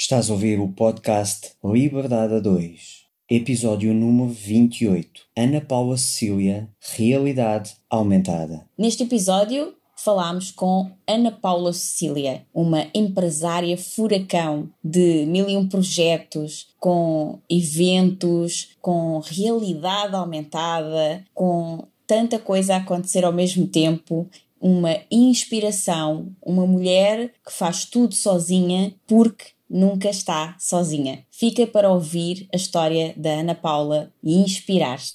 Estás a ouvir o podcast Liberdade a 2, episódio número 28. Ana Paula Cecília, Realidade Aumentada. Neste episódio falámos com Ana Paula Cecília, uma empresária furacão de 1001 projetos, com eventos, com realidade aumentada, com tanta coisa a acontecer ao mesmo tempo. Uma inspiração, uma mulher que faz tudo sozinha porque nunca está sozinha. Fica para ouvir a história da Ana Paula e inspirar-te.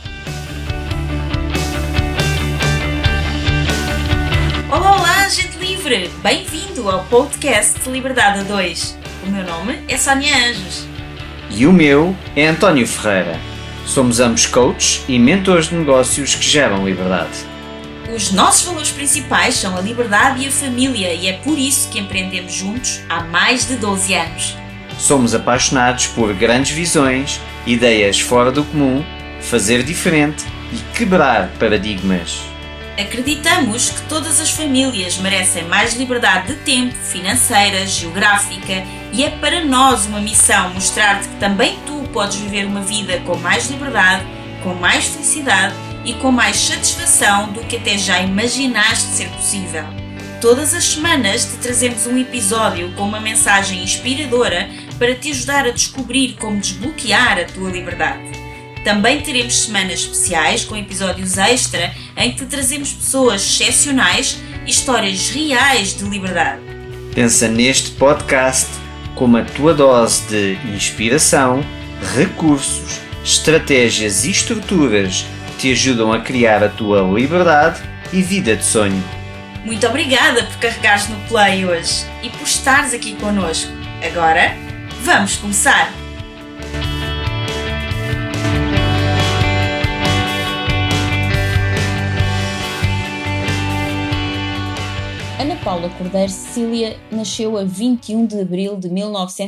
Olá, gente livre! Bem-vindo ao podcast Liberdade a 2. O meu nome é Sónia Anjos. E o meu é António Ferreira. Somos ambos coaches e mentores de negócios que geram liberdade. Os nossos valores principais são a liberdade e a família e é por isso que empreendemos juntos há mais de 12 anos. Somos apaixonados por grandes visões, ideias fora do comum, fazer diferente e quebrar paradigmas. Acreditamos que todas as famílias merecem mais liberdade de tempo, financeira, geográfica e é para nós uma missão mostrar-te que também tu podes viver uma vida com mais liberdade, com mais felicidade e com mais satisfação do que até já imaginaste ser possível. Todas as semanas te trazemos um episódio com uma mensagem inspiradora para te ajudar a descobrir como desbloquear a tua liberdade. Também teremos semanas especiais com episódios extra em que te trazemos pessoas excepcionais e histórias reais de liberdade. Pensa neste podcast como a tua dose de inspiração, recursos, estratégias e estruturas que te ajudam a criar a tua liberdade e vida de sonho. Muito obrigada por carregares no play hoje e por estares aqui connosco. Agora, vamos começar! Ana Paula Cordeiro Cecília nasceu a 21 de abril de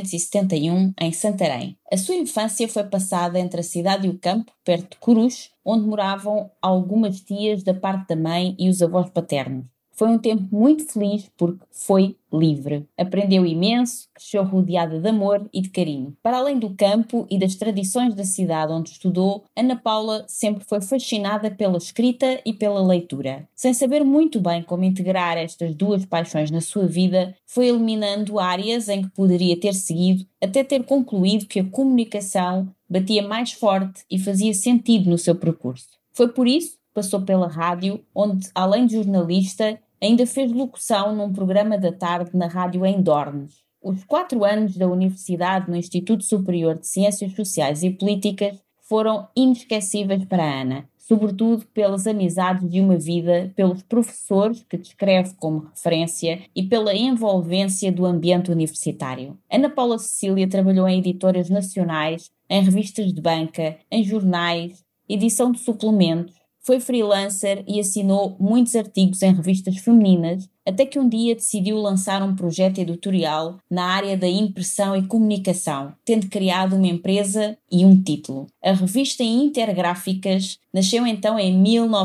1971 em Santarém. A sua infância foi passada entre a cidade e o campo, perto de Corus, onde moravam algumas tias da parte da mãe e os avós paternos. Foi um tempo muito feliz porque foi livre. Aprendeu imenso, cresceu rodeada de amor e de carinho. Para além do campo e das tradições da cidade onde estudou, Ana Paula sempre foi fascinada pela escrita e pela leitura. Sem saber muito bem como integrar estas duas paixões na sua vida, foi eliminando áreas em que poderia ter seguido até ter concluído que a comunicação batia mais forte e fazia sentido no seu percurso. Foi por isso que passou pela rádio, onde, além de jornalista, ainda fez locução num programa da tarde na rádio em Dornes. Os 4 anos da universidade no Instituto Superior de Ciências Sociais e Políticas foram inesquecíveis para a Ana, sobretudo pelas amizades de uma vida, pelos professores que descreve como referência e pela envolvência do ambiente universitário. Ana Paula Cecília trabalhou em editoras nacionais, em revistas de banca, em jornais, edição de suplementos. Foi freelancer e assinou muitos artigos em revistas femininas, até que um dia decidiu lançar um projeto editorial na área da impressão e comunicação, tendo criado uma empresa e um título. A revista Intergráficas nasceu então em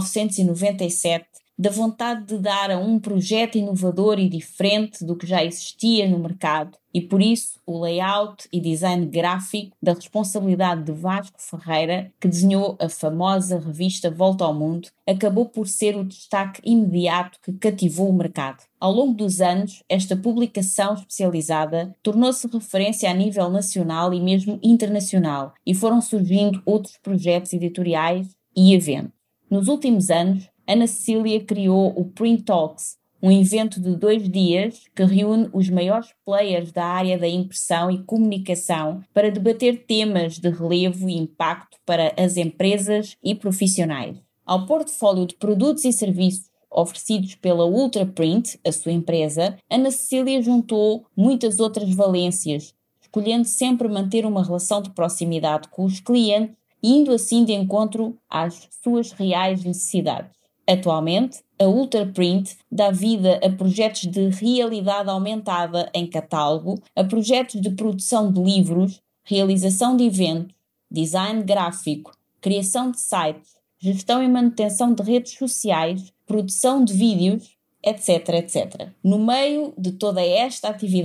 1997, da vontade de dar a um projeto inovador e diferente do que já existia no mercado, e por isso o layout e design gráfico da responsabilidade de Vasco Ferreira, que desenhou a famosa revista Volta ao Mundo, acabou por ser o destaque imediato que cativou o mercado. Ao longo dos anos, esta publicação especializada tornou-se referência a nível nacional e mesmo internacional, e foram surgindo outros projetos editoriais e eventos. Nos últimos anos, Ana Cecília criou o Print Talks, um evento de 2 dias que reúne os maiores players da área da impressão e comunicação para debater temas de relevo e impacto para as empresas e profissionais. Ao portfólio de produtos e serviços oferecidos pela Ultraprint, a sua empresa, Ana Cecília juntou muitas outras valências, escolhendo sempre manter uma relação de proximidade com os clientes e indo assim de encontro às suas reais necessidades. Atualmente, a Ultraprint dá vida a projetos de realidade aumentada em catálogo, a projetos de produção de livros, realização de eventos, design gráfico, criação de sites, gestão e manutenção de redes sociais, produção de vídeos, etc, etc. No meio de toda esta atividade,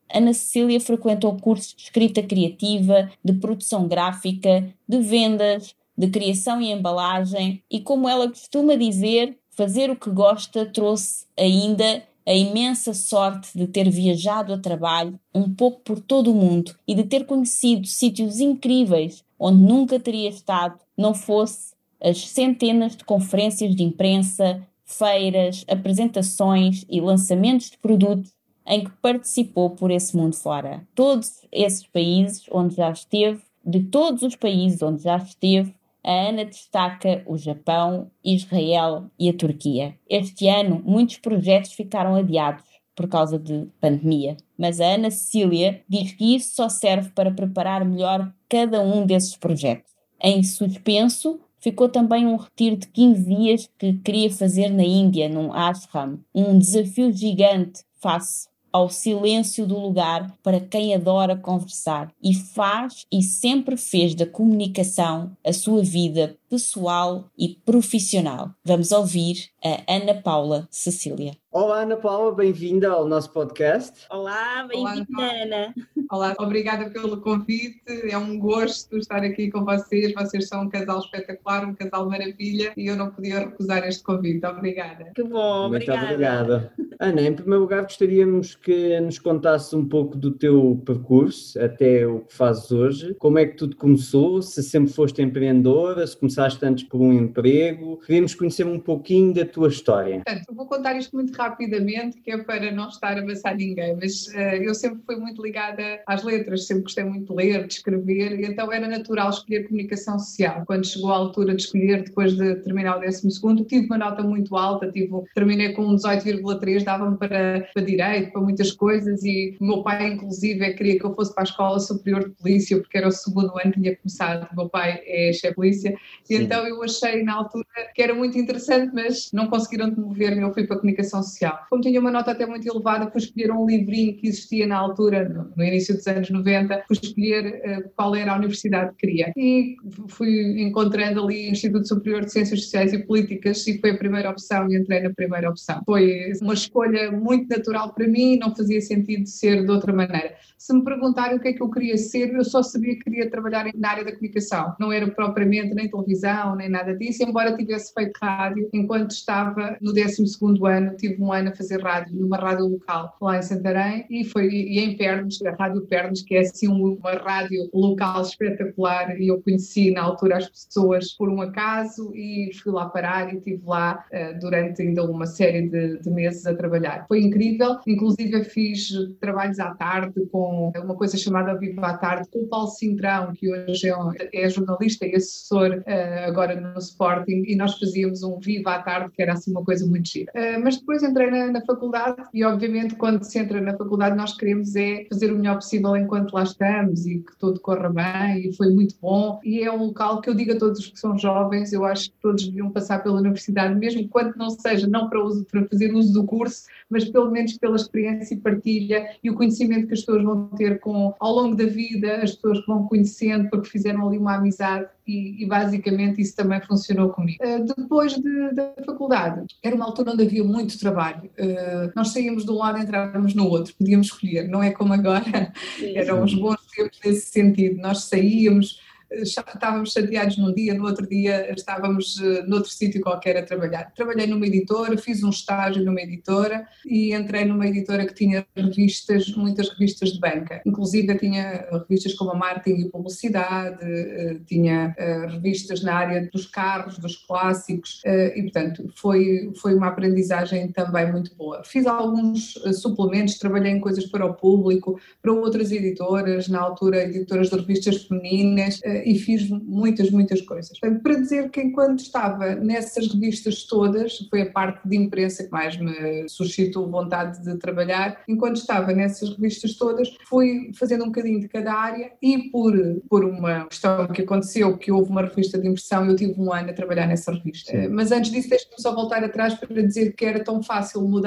Ana Cecília frequentou cursos de escrita criativa, de produção gráfica, de vendas, de criação e embalagem e, como ela costuma dizer, fazer o que gosta trouxe ainda a imensa sorte de ter viajado a trabalho um pouco por todo o mundo e de ter conhecido sítios incríveis onde nunca teria estado, não fosse as centenas de conferências de imprensa, feiras, apresentações e lançamentos de produtos em que participou por esse mundo fora. Todos esses países onde já esteve, de todos os países onde já esteve, a Ana destaca o Japão, Israel e a Turquia. Este ano, muitos projetos ficaram adiados por causa de pandemia, mas a Ana Cecília diz que isso só serve para preparar melhor cada um desses projetos. Em suspenso, ficou também um retiro de 15 dias que queria fazer na Índia, num ashram, um desafio gigante face ao silêncio do lugar para quem adora conversar e faz e sempre fez da comunicação a sua vida pessoal e profissional. Vamos ouvir a Ana Paula Cecília. Olá, Ana Paula, bem-vinda ao nosso podcast. Olá, bem-vinda, Ana. Olá, obrigada pelo convite, é um gosto estar aqui com vocês são um casal espetacular, um casal maravilha e eu não podia recusar este convite, obrigada. Que bom, Muito obrigada. obrigada. Ana, em primeiro lugar gostaríamos que nos contasse um pouco do teu percurso até o que fazes hoje, como é que tudo começou, se sempre foste empreendedora, se começaste antes por um emprego, queríamos conhecer um pouquinho da tua história. Portanto, eu vou contar isto muito rapidamente, que é para não estar a amassar ninguém, mas eu sempre fui muito ligada às letras, sempre gostei muito de ler, de escrever, e então era natural escolher comunicação social. Quando chegou a altura de escolher, depois de terminar o 12º, tive uma nota muito alta, terminei com um 18,3, dava-me para direito, para muitas coisas, e o meu pai, inclusive, queria que eu fosse para a Escola Superior de Polícia, porque era o segundo ano que tinha começado, o meu pai é chefe de polícia, e então eu achei na altura que era muito interessante, mas não conseguiram demover-me, eu fui para a comunicação social. Como tinha uma nota até muito elevada, fui escolher um livrinho que existia na altura, no início dos anos 90, fui escolher qual era a universidade que queria. E fui encontrando ali o Instituto Superior de Ciências Sociais e Políticas e foi a primeira opção e entrei na primeira opção. Foi uma escolha muito natural para mim, não fazia sentido ser de outra maneira. Se me perguntarem o que é que eu queria ser, eu só sabia que queria trabalhar na área da comunicação. Não era propriamente nem televisão, nem nada disso, embora tivesse feito rádio. Enquanto estava no 12º ano, tive um ano a fazer rádio, numa rádio local, lá em Santarém, e em Pernos, a Rádio Pernos, que é assim uma rádio local espetacular, e eu conheci na altura as pessoas por um acaso e fui lá parar e estive lá durante ainda uma série de meses a trabalhar. Foi incrível, inclusive fiz trabalhos à tarde com uma coisa chamada Viva à Tarde, com o Paulo Cintrão, que hoje é jornalista e assessor agora no Sporting, e nós fazíamos um Viva à Tarde, que era assim uma coisa muito gira. Mas depois entrei na faculdade e obviamente quando se entra na faculdade nós queremos fazer o melhor possível enquanto lá estamos e que tudo corra bem, e foi muito bom, e é um local que eu digo a todos os que são jovens, eu acho que todos deviam passar pela universidade, mesmo quando não seja, não para fazer uso do curso, mas pelo menos pela experiência e partilha e o conhecimento que as pessoas vão ter ao longo da vida, as pessoas que vão conhecendo porque fizeram ali uma amizade e basicamente isso também funcionou comigo. Depois da faculdade, era uma altura onde havia muito trabalho. Nós saímos de um lado e entrávamos no outro, podíamos escolher, não é como agora, eram uns bons tempos nesse sentido, nós saíamos, estávamos chateados num dia, no outro dia estávamos noutro sítio qualquer a trabalhar. Trabalhei numa editora, fiz um estágio numa editora e entrei numa editora que tinha muitas revistas de banca. Inclusive eu tinha revistas como a Marketing e Publicidade, tinha revistas na área dos carros, dos clássicos e, portanto, foi uma aprendizagem também muito boa. Fiz alguns suplementos, trabalhei em coisas para o público, para outras editoras, na altura editoras de revistas femininas, e fiz muitas coisas. Portanto, para dizer que enquanto estava nessas revistas todas, foi a parte de imprensa que mais me suscitou vontade de trabalhar, enquanto estava nessas revistas todas, fui fazendo um bocadinho de cada área e por uma questão que aconteceu, que houve uma revista de impressão e eu tive um ano a trabalhar nessa revista. Mas antes disso, deixe-me só voltar atrás para dizer que era tão fácil mudar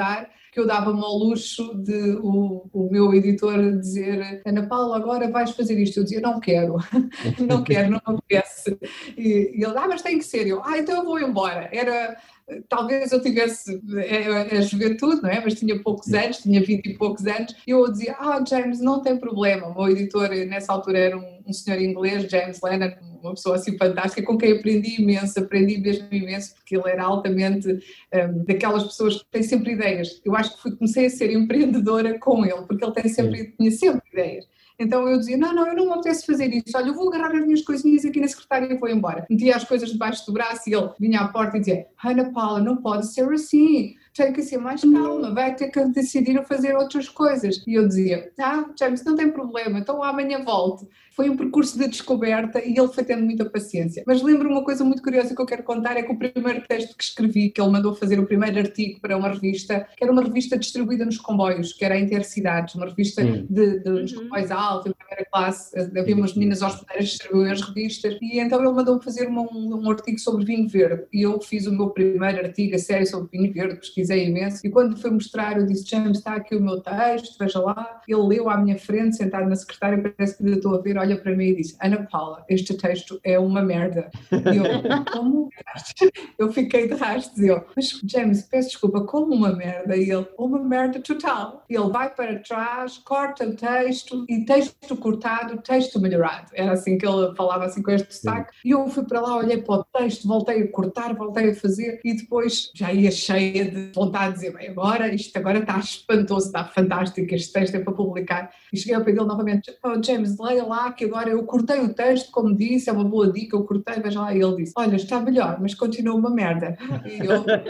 que eu dava-me ao luxo de o meu editor dizer: Ana Paula, agora vais fazer isto. Eu dizia: não quero, não quero, não me apetece. E ele: mas tem que ser. Eu: então eu vou embora. Talvez eu tivesse a juventude, não é? Mas tinha poucos anos, tinha 20 e poucos anos, e eu dizia: James, não tem problema. O meu editor nessa altura era um senhor inglês, James Leonard, uma pessoa assim fantástica, com quem aprendi mesmo imenso, porque ele era altamente daquelas pessoas que têm sempre ideias. Eu acho que comecei a ser empreendedora com ele, porque ele tinha sempre ideias. Então eu dizia: não, eu não me apetece fazer isso, olha, eu vou agarrar as minhas coisinhas aqui na secretária e vou embora. Metia as coisas debaixo do braço e ele vinha à porta e dizia: Ana Paula, não pode ser assim, tem que ser mais calma, vai ter que decidir a fazer outras coisas. E eu dizia: James, não tem problema, então amanhã volto. Foi um percurso de descoberta e ele foi tendo muita paciência. Mas lembro uma coisa muito curiosa que eu quero contar, é que o primeiro texto que escrevi, que ele mandou fazer o primeiro artigo para uma revista, que era uma revista distribuída nos comboios, que era a Intercidades, uma revista dos comboios altos, em primeira classe, havia umas meninas hospedeiras que distribuíam as revistas, e então ele mandou-me fazer um artigo sobre vinho verde, e eu fiz o meu primeiro artigo a sério sobre vinho verde, pesquisei imenso, e quando foi mostrar eu disse: James, está aqui o meu texto, veja lá. Ele leu à minha frente, sentado na secretária, parece que ainda estou a ver, olha para mim e disse: Ana Paula, este texto é uma merda. E eu: como? Eu fiquei de rastros. E eu: mas James, peço desculpa, como uma merda? E ele: uma merda total. E ele vai para trás, corta o texto, e texto cortado, texto melhorado. Era assim que ele falava, assim com este destaque. E eu fui para lá, olhei para o texto, voltei a cortar, voltei a fazer, e depois já ia cheia de vontade de dizer: bem, isto agora está espantoso, está fantástico, este texto é para publicar. E cheguei ao pé dele novamente: James, leia lá, que agora eu cortei o texto, como disse, é uma boa dica, eu cortei, veja lá. E ele disse: olha, está melhor, mas continua uma merda. E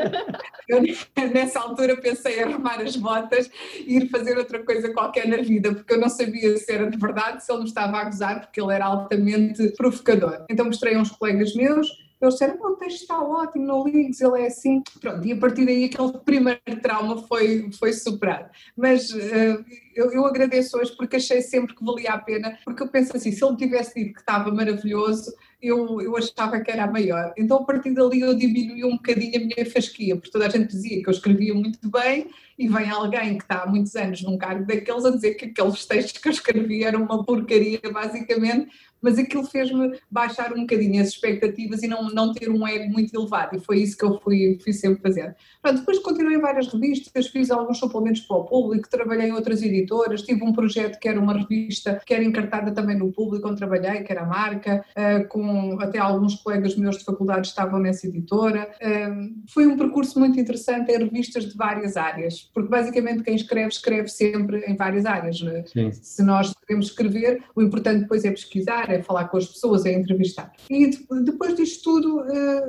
eu nessa altura pensei em arrumar as botas e ir fazer outra coisa qualquer na vida, porque eu não sabia se era de verdade, se ele me estava a gozar, porque ele era altamente provocador. Então mostrei a uns colegas meus. Eles disseram: o texto está ótimo, não ligues, ele é assim. Pronto, e a partir daí aquele primeiro trauma foi superado. Mas eu agradeço hoje, porque achei sempre que valia a pena, porque eu penso assim: se ele me tivesse dito que estava maravilhoso, eu achava que era a maior. Então a partir dali eu diminui um bocadinho a minha fasquia, porque toda a gente dizia que eu escrevia muito bem, e vem alguém que está há muitos anos num cargo daqueles a dizer que aqueles textos que eu escrevia eram uma porcaria, basicamente. Mas aquilo fez-me baixar um bocadinho as expectativas e não ter um ego muito elevado, e foi isso que eu fui sempre fazendo. Pronto, depois continuei em várias revistas, fiz alguns suplementos para o Público, trabalhei em outras editoras, tive um projeto que era uma revista que era encartada também no Público, onde trabalhei, que era a Marca, com até alguns colegas meus de faculdade estavam nessa editora. Foi um percurso muito interessante em revistas de várias áreas, porque basicamente quem escreve sempre em várias áreas. Sim. Se nós queremos escrever, o importante depois é pesquisar, é falar com as pessoas, é entrevistar. E depois disto tudo,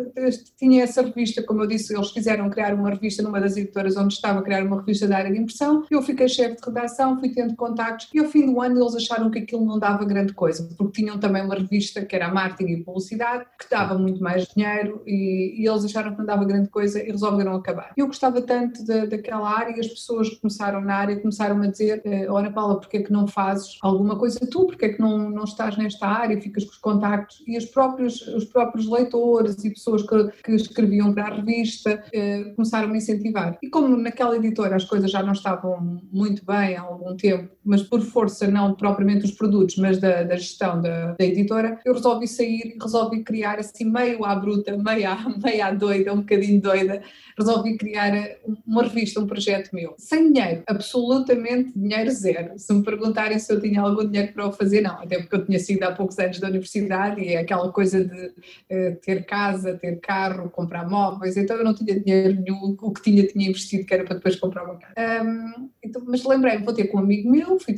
tinha essa revista, como eu disse, eles quiseram criar uma revista numa das editoras onde estava a criar uma revista da área de impressão, eu fiquei chefe de redação, fui tendo contactos, e ao fim do ano eles acharam que aquilo não dava grande coisa, porque tinham também uma revista que era a Marketing e Publicidade, que dava muito mais dinheiro, e eles acharam que não dava grande coisa e resolveram acabar. Eu gostava tanto daquela área, e as pessoas que começaram na área começaram a dizer: Ana Paula, porque é que não fazes alguma coisa tu, porque é que não estás nesta área, ficas com os contactos? E os próprios leitores e pessoas que escreviam para a revista começaram a me incentivar. E como naquela editora as coisas já não estavam muito bem há algum tempo, mas por força não propriamente dos produtos, mas da gestão da editora, eu resolvi sair e resolvi criar, assim meio à bruta, meio à doida, um bocadinho doida, resolvi criar uma revista, um projeto meu. Sem dinheiro, absolutamente dinheiro zero. Se me perguntarem se eu tinha algum dinheiro para o fazer, não, até porque eu tinha sido há poucos anos da universidade e é aquela coisa de ter casa, ter carro, comprar móveis, então eu não tinha dinheiro nenhum, o que tinha investido, que era para depois comprar uma casa. Então, mas lembrei-me, fui ter com um amigo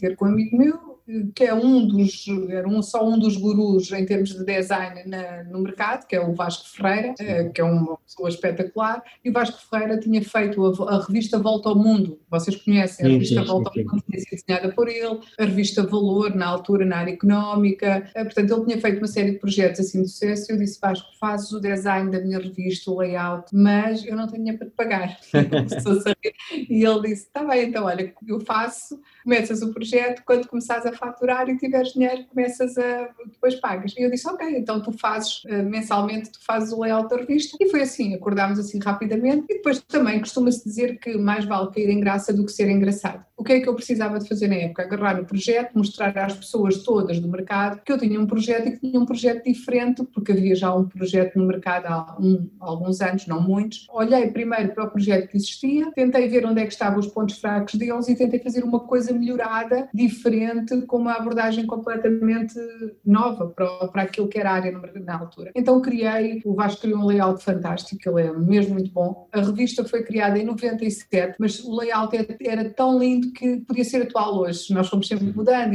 meu, que é só um dos gurus em termos de design no mercado, que é o Vasco Ferreira, que é uma pessoa espetacular, e o Vasco Ferreira tinha feito a revista Volta ao Mundo, vocês conhecem, a revista Volta ao Mundo tinha sido desenhada por ele, a revista Valor, na altura, na área económica, portanto ele tinha feito uma série de projetos assim de sucesso, e eu disse: Vasco, fazes o design da minha revista, o layout, mas eu não tenho dinheiro para te pagar. E ele disse: está bem, então olha, eu faço, começas o projeto, quando começares a faturar e tiveres dinheiro, começas a, depois pagas. E eu disse, ok, então tu fazes, mensalmente, tu fazes o layout da revista. E foi assim, acordámos assim rapidamente. E depois também costuma-se dizer que mais vale cair em graça do que ser engraçado. O que é que eu precisava de fazer na época? Agarrar o projeto, mostrar às pessoas todas do mercado que eu tinha um projeto e que tinha um projeto diferente, porque havia já um projeto no mercado há alguns anos, não muitos. Olhei primeiro para o projeto que existia, tentei ver onde é que estavam os pontos fracos deles e tentei fazer uma coisa melhorada, diferente, com uma abordagem completamente nova para aquilo que era a área na altura. Então o Vasco criou um layout fantástico, ele é mesmo muito bom. A revista foi criada em 97, mas o layout era tão lindo que podia ser atual hoje. Nós fomos sempre mudando,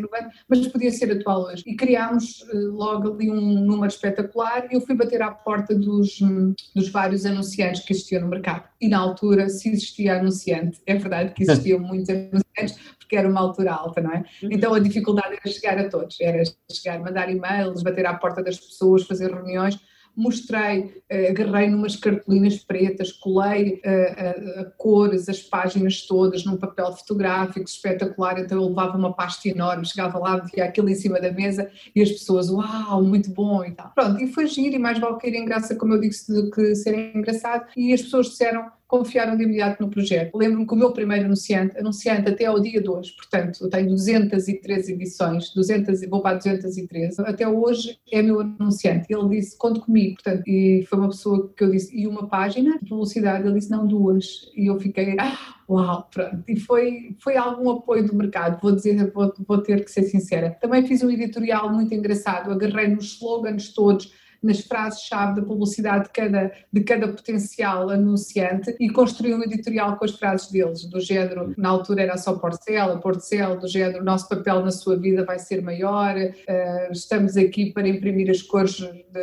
mas podia ser atual hoje. E criámos logo ali um número espetacular e eu fui bater à porta dos vários anunciantes que existiam no mercado. E na altura, se existia anunciante, é verdade que existiam muitos anunciantes, porque era uma altura alta, não é? Então a dificuldade era chegar a todos, era chegar, mandar e-mails, bater à porta das pessoas, fazer reuniões. Mostrei, agarrei numas cartolinas pretas, colei a cores, as páginas todas num papel fotográfico espetacular, então eu levava uma pasta enorme, chegava lá, via aquilo em cima da mesa e as pessoas, uau, muito bom e tal. Pronto, e foi giro e mais vale cair em graça, como eu disse, do que ser engraçado, e as pessoas disseram, confiaram de imediato no projeto. Lembro-me que o meu primeiro anunciante até ao dia de hoje, portanto, eu tenho 213 edições, vou para 213, até hoje é meu anunciante. Ele disse, conte comigo, portanto, e foi uma pessoa que eu disse, e uma página de publicidade? Ele disse, não, 2. E eu fiquei, uau, pronto. E foi algum apoio do mercado, vou ter que ser sincera. Também fiz um editorial muito engraçado, agarrei nos slogans todos, nas frases-chave da publicidade de cada potencial anunciante e construí um editorial com as frases deles, do género, na altura era só Porcel, do género, nosso papel na sua vida vai ser maior, estamos aqui para imprimir as cores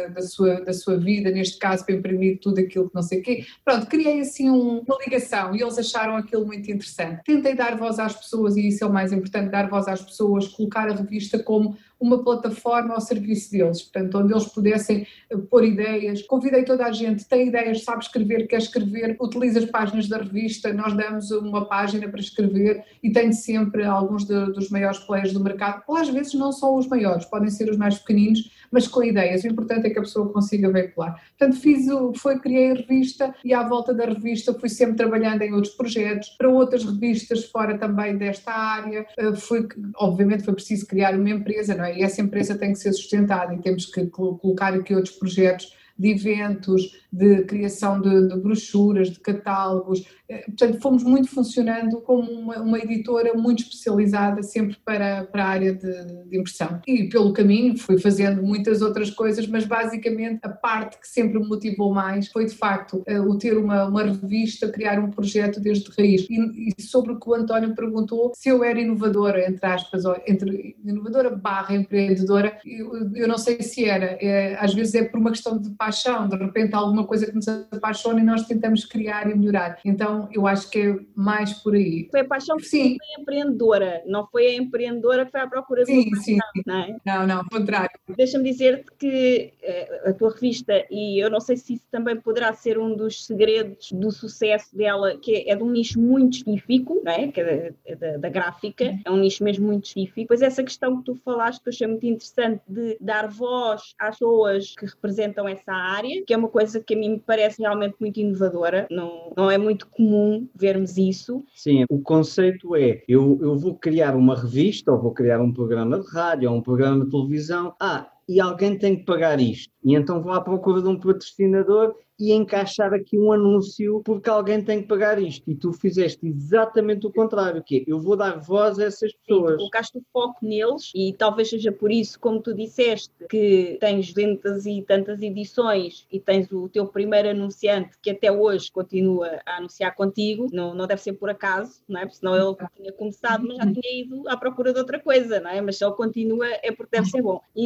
da sua vida, neste caso para imprimir tudo aquilo que não sei o quê. Pronto, criei assim uma ligação e eles acharam aquilo muito interessante. Tentei dar voz às pessoas e isso é o mais importante, dar voz às pessoas, colocar a revista como uma plataforma ao serviço deles, portanto, onde eles pudessem pôr ideias. Convidei toda a gente, tem ideias, sabe escrever, quer escrever, utiliza as páginas da revista, nós damos uma página para escrever e tenho sempre alguns dos maiores players do mercado, ou às vezes não são os maiores, podem ser os mais pequeninos, mas com ideias. O importante é que a pessoa consiga veicular. Portanto, criei a revista e à volta da revista fui sempre trabalhando em outros projetos, para outras revistas fora também desta área. Obviamente foi preciso criar uma empresa, não é? E essa empresa tem que ser sustentada e temos que colocar aqui outros projetos de eventos, de criação de brochuras, de catálogos. Portanto, fomos muito funcionando como uma editora muito especializada sempre para a área de impressão. E pelo caminho fui fazendo muitas outras coisas, mas basicamente a parte que sempre me motivou mais foi de facto o ter uma revista, criar um projeto desde raiz. E sobre o que o António perguntou, se eu era inovadora, entre aspas, entre inovadora / empreendedora, eu não sei se era. Às vezes é por uma questão de paixão, de repente há alguma coisa que nos apaixona e nós tentamos criar e melhorar. Então eu acho que é mais por aí. Foi a paixão que foi empreendedora, não foi a empreendedora que foi à procura de uma paixão, sim. não é? Não, ao contrário. Deixa-me dizer-te que a tua revista, e eu não sei se isso também poderá ser um dos segredos do sucesso dela, que é de um nicho muito específico, não é? Que é da gráfica, é um nicho mesmo muito específico. Pois essa questão que tu falaste, que eu achei muito interessante, de dar voz às pessoas que representam essa área, que é uma coisa que a mim me parece realmente muito inovadora, não é muito comum vermos isso. Sim, o conceito é, eu vou criar uma revista, ou vou criar um programa de rádio, ou um programa de televisão, e alguém tem que pagar isto, e então vou à procura de um patrocinador e encaixar aqui um anúncio porque alguém tem que pagar isto. E tu fizeste exatamente o contrário, que é, eu vou dar voz a essas pessoas. Sim, tu colocaste o foco neles e talvez seja por isso, como tu disseste, que tens tantas e tantas edições e tens o teu primeiro anunciante que até hoje continua a anunciar contigo, não deve ser por acaso, não é? Porque senão ele tinha começado, mas já tinha ido à procura de outra coisa, não é? Mas se ele continua é porque deve ser bom. E é isso que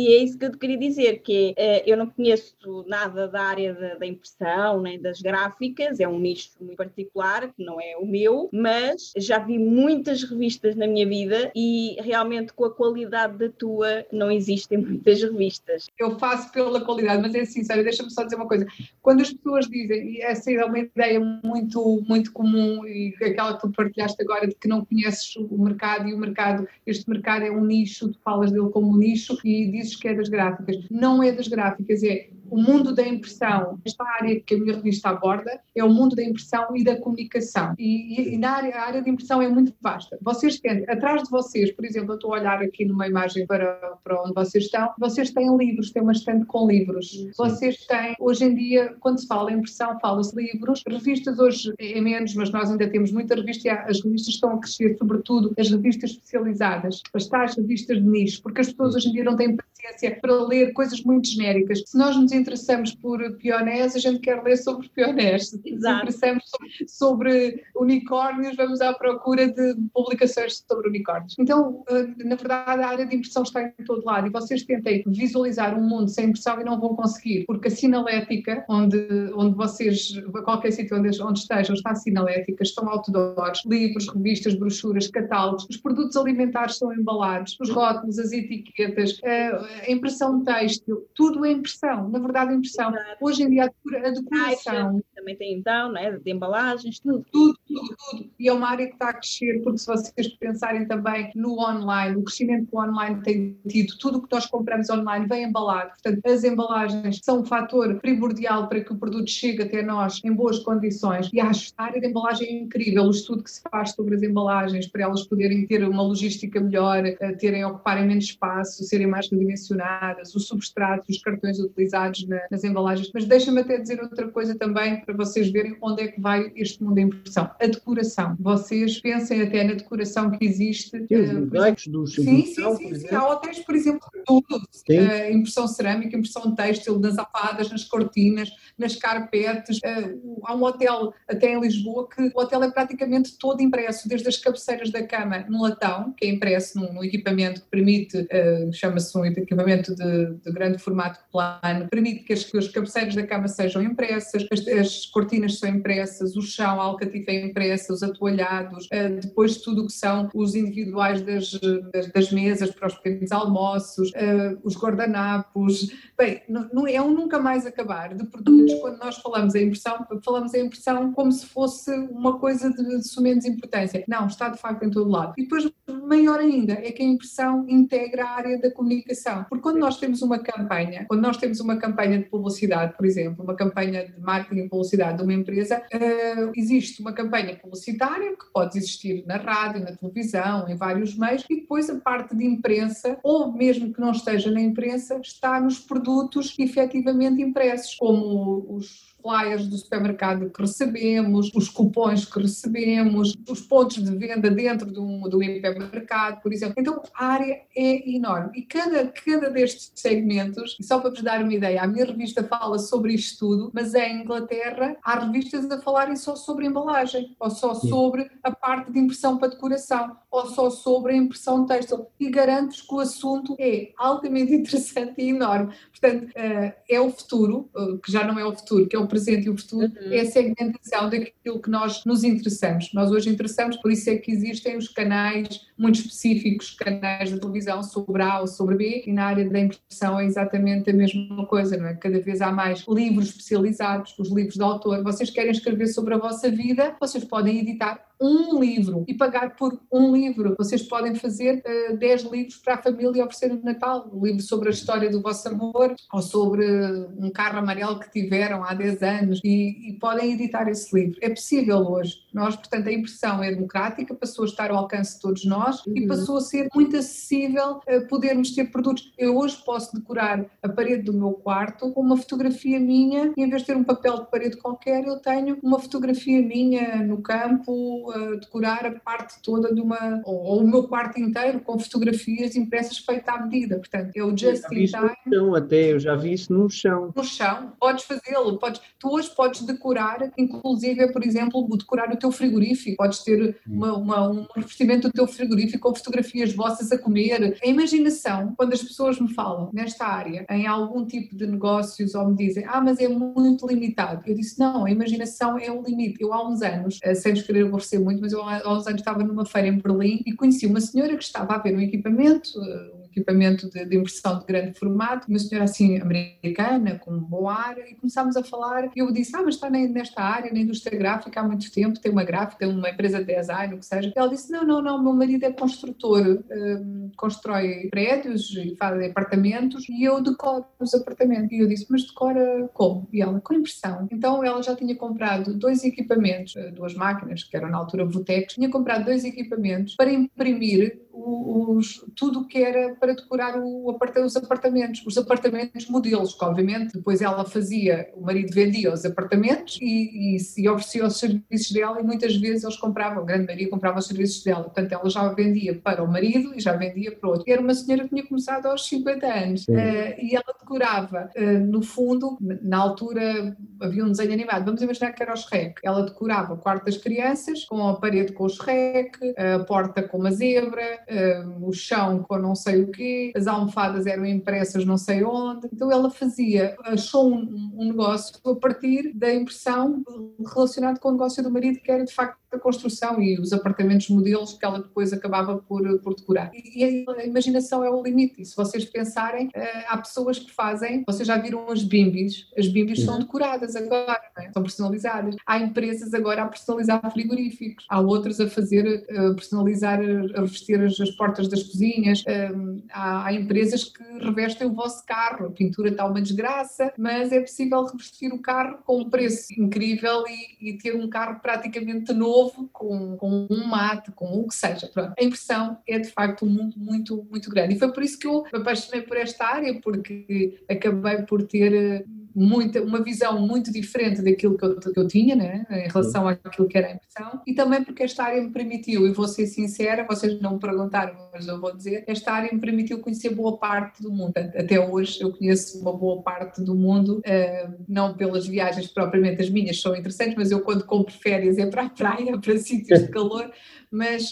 que eu te queria dizer, que eu não conheço nada da área da impressão, nem das gráficas, é um nicho muito particular, que não é o meu, mas já vi muitas revistas na minha vida e realmente com a qualidade da tua não existem muitas revistas. Eu faço pela qualidade, mas é sincero, deixa-me só dizer uma coisa. Quando as pessoas dizem, e essa é uma ideia muito, muito comum, e aquela que tu partilhaste agora, de que não conheces o mercado, e este mercado é um nicho, tu falas dele como um nicho e dizes que é das gráficas. Não é das gráficas, é o mundo da impressão. Esta área que a minha revista aborda é o mundo da impressão e da comunicação. E a área de impressão é muito vasta. Vocês têm, atrás de vocês, por exemplo, eu estou a olhar aqui numa imagem para onde vocês estão, vocês têm livros, têm uma estante com livros. Sim. Vocês têm, hoje em dia, quando se fala em impressão, fala-se de livros. Revistas hoje é menos, mas nós ainda temos muita revista e as revistas estão a crescer, sobretudo as revistas especializadas, as tais revistas de nicho, porque as pessoas hoje em dia não têm paciência para ler coisas muito genéricas. Se nós nos interessamos por pionés, a gente quer ler sobre pionés. Se nos interessamos sobre unicórnios, vamos à procura de publicações sobre unicórnios. Então, na verdade, a área de impressão está em todo lado e vocês tentem visualizar um mundo sem impressão e não vão conseguir, porque a sinalética, onde vocês, qualquer sítio onde estejam, está a sinalética, estão outdoors, livros, revistas, brochuras, catálogos, os produtos alimentares são embalados, os rótulos, as etiquetas, a impressão têxtil, tudo é impressão, na verdade a impressão. Exato. Hoje em dia a decoração... Também tem então, né, de embalagens, tudo. Tudo. E é uma área que está a crescer, porque se vocês pensarem também no online, o crescimento que o online tem tido, tudo o que nós compramos online vem embalado. Portanto, as embalagens são um fator primordial para que o produto chegue até nós em boas condições. E acho que a área de embalagem é incrível, o estudo que se faz sobre as embalagens, para elas poderem ter uma logística melhor, ocuparem menos espaço, serem mais redimensionadas, os substratos, os cartões utilizados nas embalagens. Mas deixa-me até dizer outra coisa também, para vocês verem onde é que vai este mundo da impressão. A decoração. Vocês pensem até na decoração que existe. Os decks dos sim. Há hotéis, por exemplo, tudo. Impressão cerâmica, impressão têxtil, nas almofadas, nas cortinas, nas carpetes. Há um hotel, até em Lisboa, que o hotel é praticamente todo impresso, desde as cabeceiras da cama no latão, que é impresso num equipamento que permite, chama-se um equipamento de grande formato plano, permite que as cabeceiras da cama sejam impressas, as cortinas são impressas, o chão, a alcatifa é impressa, os atoalhados, depois tudo o que são os individuais das mesas para os pequenos almoços, os guardanapos. Bem, não é um nunca mais acabar de produtos. Quando nós falamos em impressão como se fosse uma coisa de sumenos importância. Não, está de facto em todo lado. E depois, maior ainda, é que a impressão integra a área da comunicação. Porque quando nós temos uma campanha de publicidade, por exemplo, uma campanha de marketing e publicidade de uma empresa, existe uma campanha publicitária que pode existir na rádio, na televisão, em vários meios, e depois a parte de imprensa, ou mesmo que não esteja na imprensa, está nos produtos efetivamente impressos, como os flyers do supermercado que recebemos, os cupons que recebemos, os pontos de venda dentro do hipermercado, por exemplo. Então, a área é enorme. E cada destes segmentos, e só para vos dar uma ideia, a minha revista fala sobre isto tudo, mas em Inglaterra há revistas a falarem só sobre embalagem, ou só sobre a parte de impressão para decoração, ou só sobre a impressão têxtil. E garanto-vos que o assunto é altamente interessante e enorme. Portanto, é o futuro, que já não é o futuro, que é o presente, e o futuro é a segmentação daquilo que nós nos interessamos. Nós hoje interessamos, por isso é que existem os canais muito específicos, canais de televisão sobre A ou sobre B, e na área da impressão é exatamente a mesma coisa, não é? Cada vez há mais livros especializados, os livros de autor. Vocês querem escrever sobre a vossa vida, vocês podem editar um livro e pagar por um livro. Vocês podem fazer 10 livros para a família oferecer no Natal. Um livro sobre a história do vosso amor, ou sobre um carro amarelo que tiveram há 10 anos, e podem editar esse livro. É possível hoje. Portanto, a impressão é democrática, passou a estar ao alcance de todos nós e passou a ser muito acessível podermos ter produtos. Eu hoje posso decorar a parede do meu quarto com uma fotografia minha, e em vez de ter um papel de parede qualquer, eu tenho uma fotografia minha no campo, vou decorar a parte toda de uma, ou o meu quarto inteiro com fotografias impressas feitas à medida. Portanto, é o just in time. Eu já vi isso no chão. No chão, podes fazê-lo, tu hoje podes decorar, inclusive, por exemplo, decorar o teu frigorífico, podes ter um revestimento do teu frigorífico com fotografias vossas a comer. A imaginação, quando as pessoas me falam nesta área, em algum tipo de negócios, ou me dizem, mas é muito limitado, eu disse, não, a imaginação é o limite. Eu há uns anos, sem vos querer aborrecer muito, mas eu há uns anos estava numa feira em Berlim e conheci uma senhora que estava a ver um equipamento de impressão de grande formato, uma senhora assim americana, com um bom ar, e começámos a falar, e eu disse, mas está nesta área, na indústria gráfica há muito tempo, tem uma gráfica, uma empresa de design, o que seja. E ela disse, não, meu marido é construtor, constrói prédios e faz apartamentos, e eu decoro os apartamentos. E eu disse, mas decora como? E ela, com impressão. Então ela já tinha comprado 2 equipamentos, 2 máquinas, que eram na altura Vutex, tinha comprado 2 equipamentos para imprimir tudo o que era para decorar os apartamentos modelos, que obviamente depois ela fazia, o marido vendia os apartamentos e oferecia os serviços dela, e muitas vezes eles compravam, a grande maioria comprava os serviços dela, portanto ela já vendia para o marido e já vendia para o outro. E era uma senhora que tinha começado aos 50 anos e ela decorava, no fundo, na altura havia um desenho animado, vamos imaginar que era o Shrek, ela decorava o quarto das crianças com a parede com o Shrek, a porta com uma zebra, o chão com não sei o quê, as almofadas eram impressas não sei onde. Então ela achou um negócio a partir da impressão relacionado com o negócio do marido, que era de facto a construção e os apartamentos modelos que ela depois acabava por decorar. E a imaginação é o limite. E se vocês pensarem, há pessoas que fazem, vocês já viram as bimbis são decoradas agora, não é? São personalizadas. Há empresas agora a personalizar frigoríficos, há outras a fazer, personalizar, a revestir as portas das cozinhas, há empresas que revestem o vosso carro, a pintura está uma desgraça, mas é possível revestir o carro com um preço incrível e ter um carro praticamente novo, com um mate, com o que seja. Pronto. A impressão é de facto um mundo muito, muito grande, e foi por isso que eu me apaixonei por esta área, porque acabei por ter uma visão muito diferente daquilo que eu tinha, né, em relação àquilo que era a impressão, e também porque esta área me permitiu, e vou ser sincera, vocês não me perguntaram, mas eu vou dizer, esta área me permitiu conhecer boa parte do mundo. Até hoje eu conheço uma boa parte do mundo, não pelas viagens propriamente as minhas, são interessantes, mas eu quando compro férias é para a praia, para sítios de calor, mas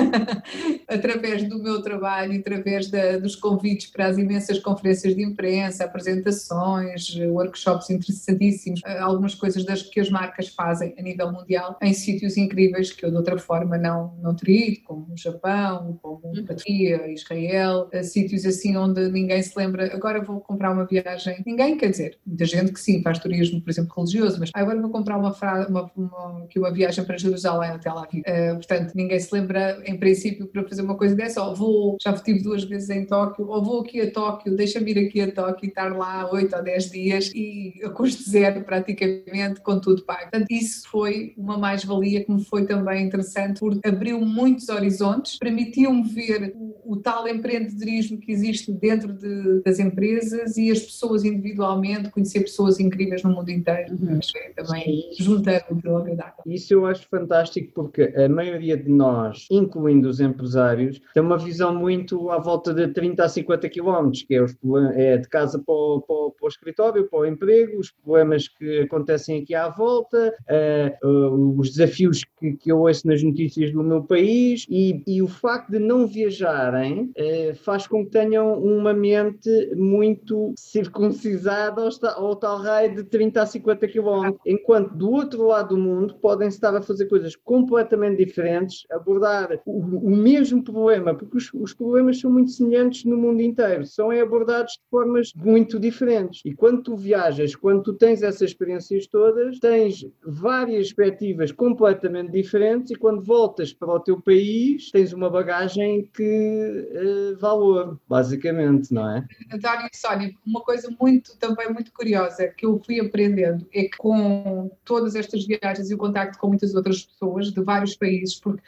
através do meu trabalho, através dos convites para as imensas conferências de imprensa, apresentações, workshops interessantíssimos, algumas coisas que as marcas fazem a nível mundial, em sítios incríveis que eu de outra forma não teria ido, como o Japão, como a Turquia, Israel, sítios assim onde ninguém se lembra, agora vou comprar uma viagem, ninguém, quer dizer, muita gente que sim, faz turismo, por exemplo, religioso, mas agora vou comprar uma viagem para Jerusalém até lá. Portanto, ninguém se lembra, em princípio, para fazer uma coisa dessa, já estive 2 vezes em Tóquio, ou vou aqui a Tóquio, deixa-me ir aqui a Tóquio e estar lá 8 ou 10 dias e a custo zero praticamente, com tudo pago. Portanto, isso foi uma mais-valia que me foi também interessante, porque abriu muitos horizontes, permitiu-me ver o tal empreendedorismo que existe dentro das empresas e as pessoas individualmente, conhecer pessoas incríveis no mundo inteiro. Também juntar o útil ao agradável. Isso eu acho fantástico, porque a maioria de nós, incluindo os empresários, tem uma visão muito à volta de 30 a 50 km, que é de casa para o escritório, para o emprego, os problemas que acontecem aqui à volta, os desafios que eu ouço nas notícias do meu país, e o facto de não viajarem faz com que tenham uma mente muito circuncisada ao tal raio de 30 a 50 km, enquanto do outro lado do mundo podem estar a fazer coisas completamente diferentes, abordar o mesmo problema, porque os problemas são muito semelhantes no mundo inteiro, são abordados de formas muito diferentes. E quando tu viajas, quando tu tens essas experiências todas, tens várias perspectivas completamente diferentes, e quando voltas para o teu país, tens uma bagagem que valor, basicamente, não é? António e Sónia, uma coisa também muito curiosa que eu fui aprendendo é que com todas estas viagens e o contacto com muitas outras pessoas de vários países, porque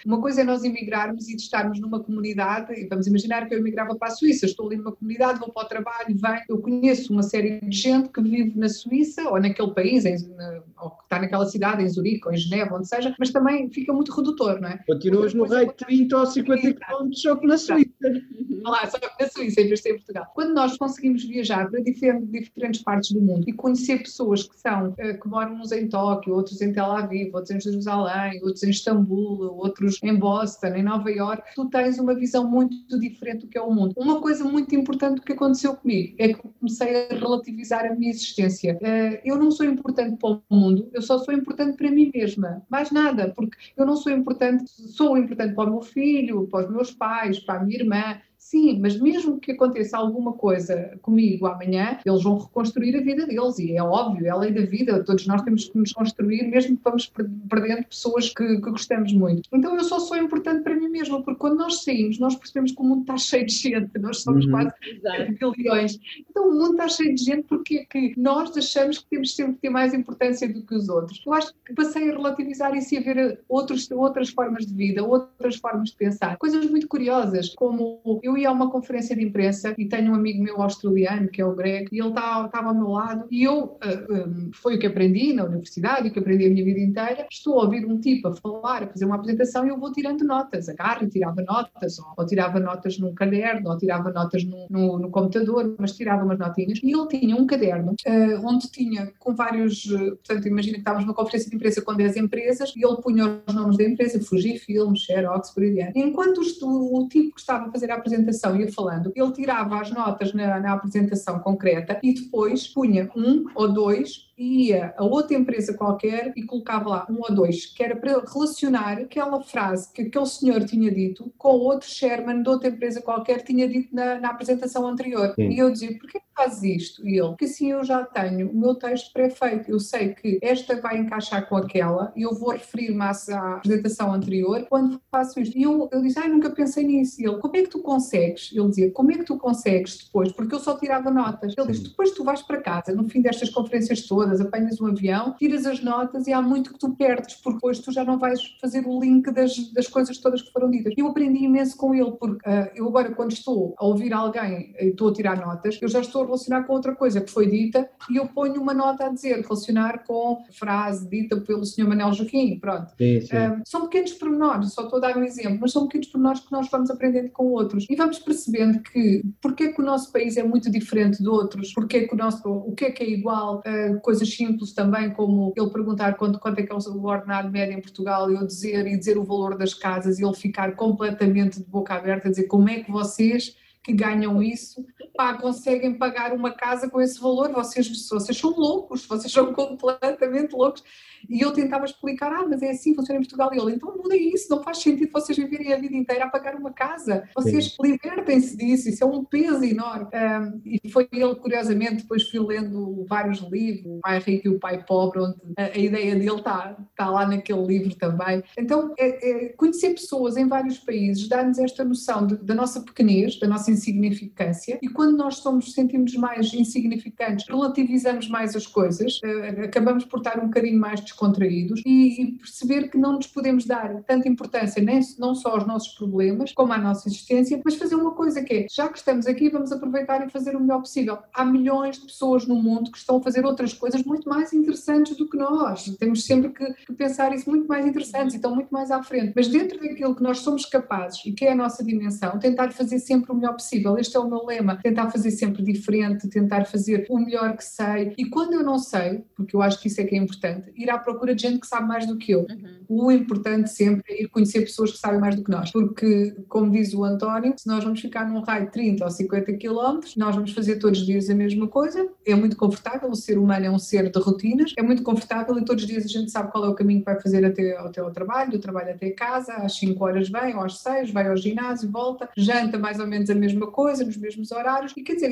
Uma coisa é nós emigrarmos e de estarmos numa comunidade, e vamos imaginar que eu emigrava para a Suíça, estou ali numa comunidade, vou para o trabalho, venho, eu conheço uma série de gente que vive na Suíça ou naquele país, ou que está naquela cidade, em Zurique ou em Genebra, onde seja, mas também fica muito redutor, não é? Continuas no raio de 30 ou 50 km só que na Suíça. Lá, só que na Suíça, em vez de ser em Portugal. Quando nós conseguimos viajar para diferentes partes do mundo e conhecer pessoas que moram uns em Tóquio, outros em Tel Aviv, outros em Jerusalém, outros em Istambul, outros em Boston, em Nova Iorque, tu tens uma visão muito diferente do que é o mundo. Uma coisa muito importante que aconteceu comigo é que eu comecei a relativizar a minha existência. Eu não sou importante para o mundo, eu só sou importante para mim mesma. Mais nada, porque eu não sou importante para o meu filho, para os meus pais, para a minha irmã. Sim, mas mesmo que aconteça alguma coisa comigo amanhã, eles vão reconstruir a vida deles e é óbvio, é a lei da vida, todos nós temos que nos construir, mesmo que vamos perdendo pessoas que gostamos muito. Então eu só sou importante para mim mesma, porque quando nós saímos, nós percebemos que o mundo está cheio de gente, nós somos quase bilhões. Então o mundo está cheio de gente porque é que nós achamos que temos sempre que ter mais importância do que os outros. Eu acho que passei a relativizar isso e a ver outras formas de vida, outras formas de pensar. Coisas muito curiosas, como eu ia a uma conferência de imprensa e tenho um amigo meu australiano, que é o Greg, e ele estava ao meu lado e eu, foi o que aprendi na universidade, o que aprendi a minha vida inteira, estou a ouvir um tipo a falar, a fazer uma apresentação e eu vou tirando notas, agarro e tirava notas, ou tirava notas num caderno, ou tirava notas no computador, mas tirava umas notinhas, e ele tinha um caderno onde tinha com vários, portanto imagina que estávamos numa conferência de imprensa com 10 empresas e ele punha os nomes da empresa, Fujifilm, Xerox, por aí adiante. Enquanto o tipo que estava a fazer a apresentação ia falando, ele tirava as notas na apresentação concreta e depois punha 1 ou 2 e ia a outra empresa qualquer e colocava lá 1 ou 2, que era para relacionar aquela frase que aquele senhor tinha dito com outro chairman de outra empresa qualquer tinha dito na apresentação anterior. Sim. E eu dizia, porquê que fazes isto? E ele, porque assim eu já tenho o meu texto pré-feito, eu sei que esta vai encaixar com aquela e eu vou referir-me à apresentação anterior quando faço isto. E eu disse, nunca pensei nisso. E ele, como é que tu consegues? Ele dizia, como é que tu consegues depois? Porque eu só tirava notas. Ele diz, depois tu vais para casa, no fim destas conferências todas, apanhas um avião, tiras as notas e há muito que tu perdes, porque depois tu já não vais fazer o link das coisas todas que foram ditas. Eu aprendi imenso com ele, porque eu agora quando estou a ouvir alguém e estou a tirar notas, eu já estou a relacionar com outra coisa que foi dita e eu ponho uma nota a dizer, relacionar com a frase dita pelo Sr. Manel Joaquim, pronto. Sim. São pequenos pormenores, só estou a dar um exemplo, mas são pequenos pormenores que nós vamos aprendendo com outros e vamos percebendo que porque é que o nosso país é muito diferente de outros, porque é que o que é igual, coisas simples também, como ele perguntar quanto é que é o ordenado médio em Portugal e eu dizer o valor das casas e ele ficar completamente de boca aberta a dizer como é que vocês que ganham isso, conseguem pagar uma casa com esse valor, vocês são loucos, vocês são completamente loucos. E eu tentava explicar, mas é assim, funciona em Portugal. E ele, então muda isso, não faz sentido vocês viverem a vida inteira a pagar uma casa. Vocês libertem-se disso, isso é um peso enorme. E foi ele, curiosamente, depois fui lendo vários livros, O Pai Rico e o Pai Pobre, onde a ideia dele está lá naquele livro também. Então, conhecer pessoas em vários países dá-nos esta noção da nossa pequenez, da nossa insignificância, e quando nós sentimos mais insignificantes, relativizamos mais as coisas, acabamos por estar um bocadinho mais descontraídos e perceber que não nos podemos dar tanta importância não só aos nossos problemas, como à nossa existência, mas fazer uma coisa que é, já que estamos aqui, vamos aproveitar e fazer o melhor possível. Há milhões de pessoas no mundo que estão a fazer outras coisas muito mais interessantes do que nós. Temos sempre que pensar isso muito mais interessantes e estão muito mais à frente. Mas dentro daquilo que nós somos capazes e que é a nossa dimensão, tentar fazer sempre o melhor possível. Este é o meu lema. Tentar fazer sempre diferente, tentar fazer o melhor que sei. E quando eu não sei, porque eu acho que isso é que é importante, ir à procura de gente que sabe mais do que eu. O importante sempre é ir conhecer pessoas que sabem mais do que nós. Porque, como diz o António, se nós vamos ficar num raio de 30 ou 50 quilómetros, nós vamos fazer todos os dias a mesma coisa. É muito confortável. O ser humano é um ser de rotinas. É muito confortável e todos os dias a gente sabe qual é o caminho que vai fazer até ao trabalho, do trabalho até casa. Às 5 horas vem, ou às 6, vai ao ginásio, volta, janta mais ou menos a mesma coisa, nos mesmos horários. E quer dizer,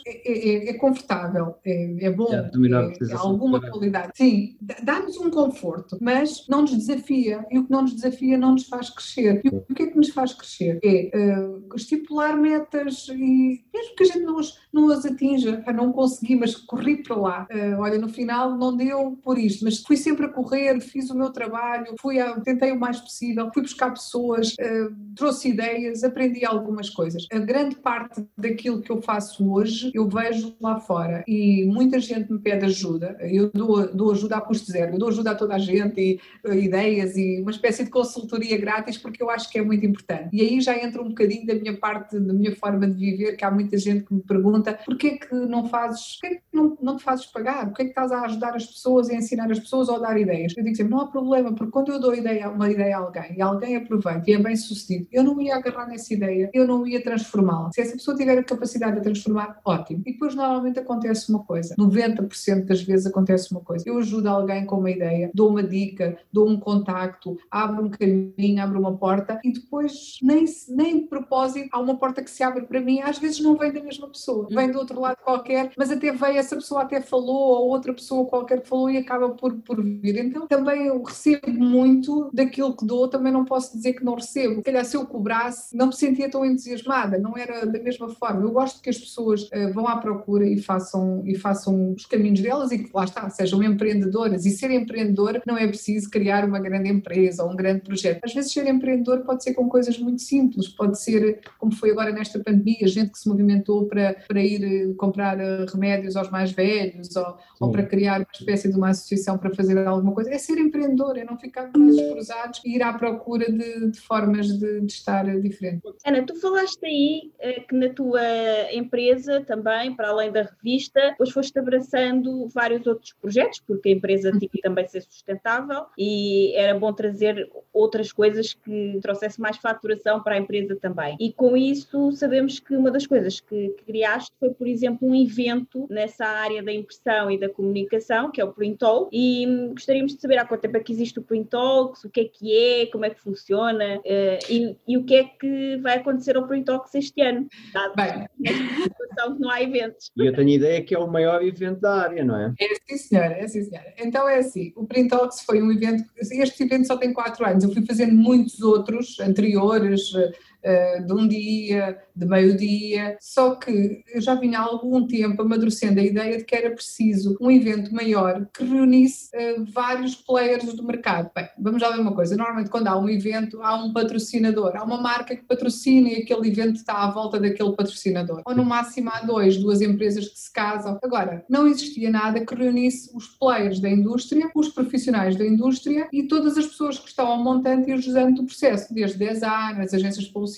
é confortável, é bom, é alguma qualidade. Sim, dá-nos um conforto, mas não nos desafia desafia, e o que não nos desafia não nos faz crescer. E o que é que nos faz crescer? É estipular metas e mesmo que a gente não as atinja, não consegui, mas corri para lá. Olha, no final não deu por isto, mas fui sempre a correr, fiz o meu trabalho, tentei o mais possível, fui buscar pessoas, trouxe ideias, aprendi algumas coisas. A grande parte daquilo que eu faço hoje, eu vejo lá fora e muita gente me pede ajuda. Eu dou ajuda a custo zero, eu dou ajuda a toda a gente e ideias e uma espécie de consultoria grátis porque eu acho que é muito importante. E aí já entra um bocadinho da minha parte, da minha forma de viver, que há muita gente que me pergunta porquê é que não te fazes pagar? Porquê é que estás a ajudar as pessoas, a ensinar as pessoas ou a dar ideias? Eu digo sempre, não há problema, porque quando eu dou uma ideia a alguém e alguém aproveita e é bem sucedido, eu não ia agarrar nessa ideia, eu não ia transformá-la. Se essa pessoa tiver a capacidade de transformar, ótimo. E depois normalmente acontece uma coisa, 90% das vezes acontece uma coisa. Eu ajudo alguém com uma ideia, dou uma dica, dou um contacto, abro um caminho, abro uma porta e depois nem de propósito há uma porta que se abre para mim, às vezes não vem da mesma pessoa, vem do outro lado qualquer, mas até veio, essa pessoa até falou, ou outra pessoa qualquer que falou e acaba por vir. Então também eu recebo muito daquilo que dou, também não posso dizer que não recebo. Se calhar se eu cobrasse, não me sentia tão entusiasmada, não era da mesma forma. Eu gosto que as pessoas vão à procura e façam os caminhos delas e que lá está, sejam empreendedoras. E ser empreendedor não é preciso criar uma grande empresa ou um grande projeto. Às vezes ser empreendedor pode ser com coisas muito simples, pode ser, como foi agora nesta pandemia, gente que se movimentou para ir comprar remédios aos mais velhos ou para criar uma espécie de uma associação para fazer alguma coisa. É ser empreendedor, é não ficar com os braços cruzados e ir à procura de formas de estar diferente. Ana, tu falaste aí que na tua empresa também, para além da revista, depois foste abraçando vários outros projetos, porque a empresa tinha que também ser sustentável e era bom trazer outras coisas que trouxesse mais faturação para a empresa também. E com isso sabemos que uma das coisas que criaste foi, por exemplo, um evento nessa área da impressão e da comunicação, que é o Print Talk, e gostaríamos de saber há quanto tempo é que existe o Print Talks, o que é, como é que funciona e o que é que vai acontecer ao Print Talks este ano, dado esta situação que não há eventos. E eu tenho a ideia que é o maior evento da área, não é? Sim, senhora. Então é assim, o Print Talks foi um evento, este evento só tem 4 anos, eu fui fazendo muitos outros anteriores, de um dia, de meio-dia, só que eu já vinha há algum tempo amadurecendo a ideia de que era preciso um evento maior que reunisse vários players do mercado. Bem, vamos lá ver uma coisa, normalmente quando há um evento há um patrocinador, há uma marca que patrocina e aquele evento está à volta daquele patrocinador, ou no máximo há duas empresas que se casam. Agora, não existia nada que reunisse os players da indústria, os profissionais da indústria e todas as pessoas que estão ao montante e ajudando do processo, desde designers, agências de publicidade,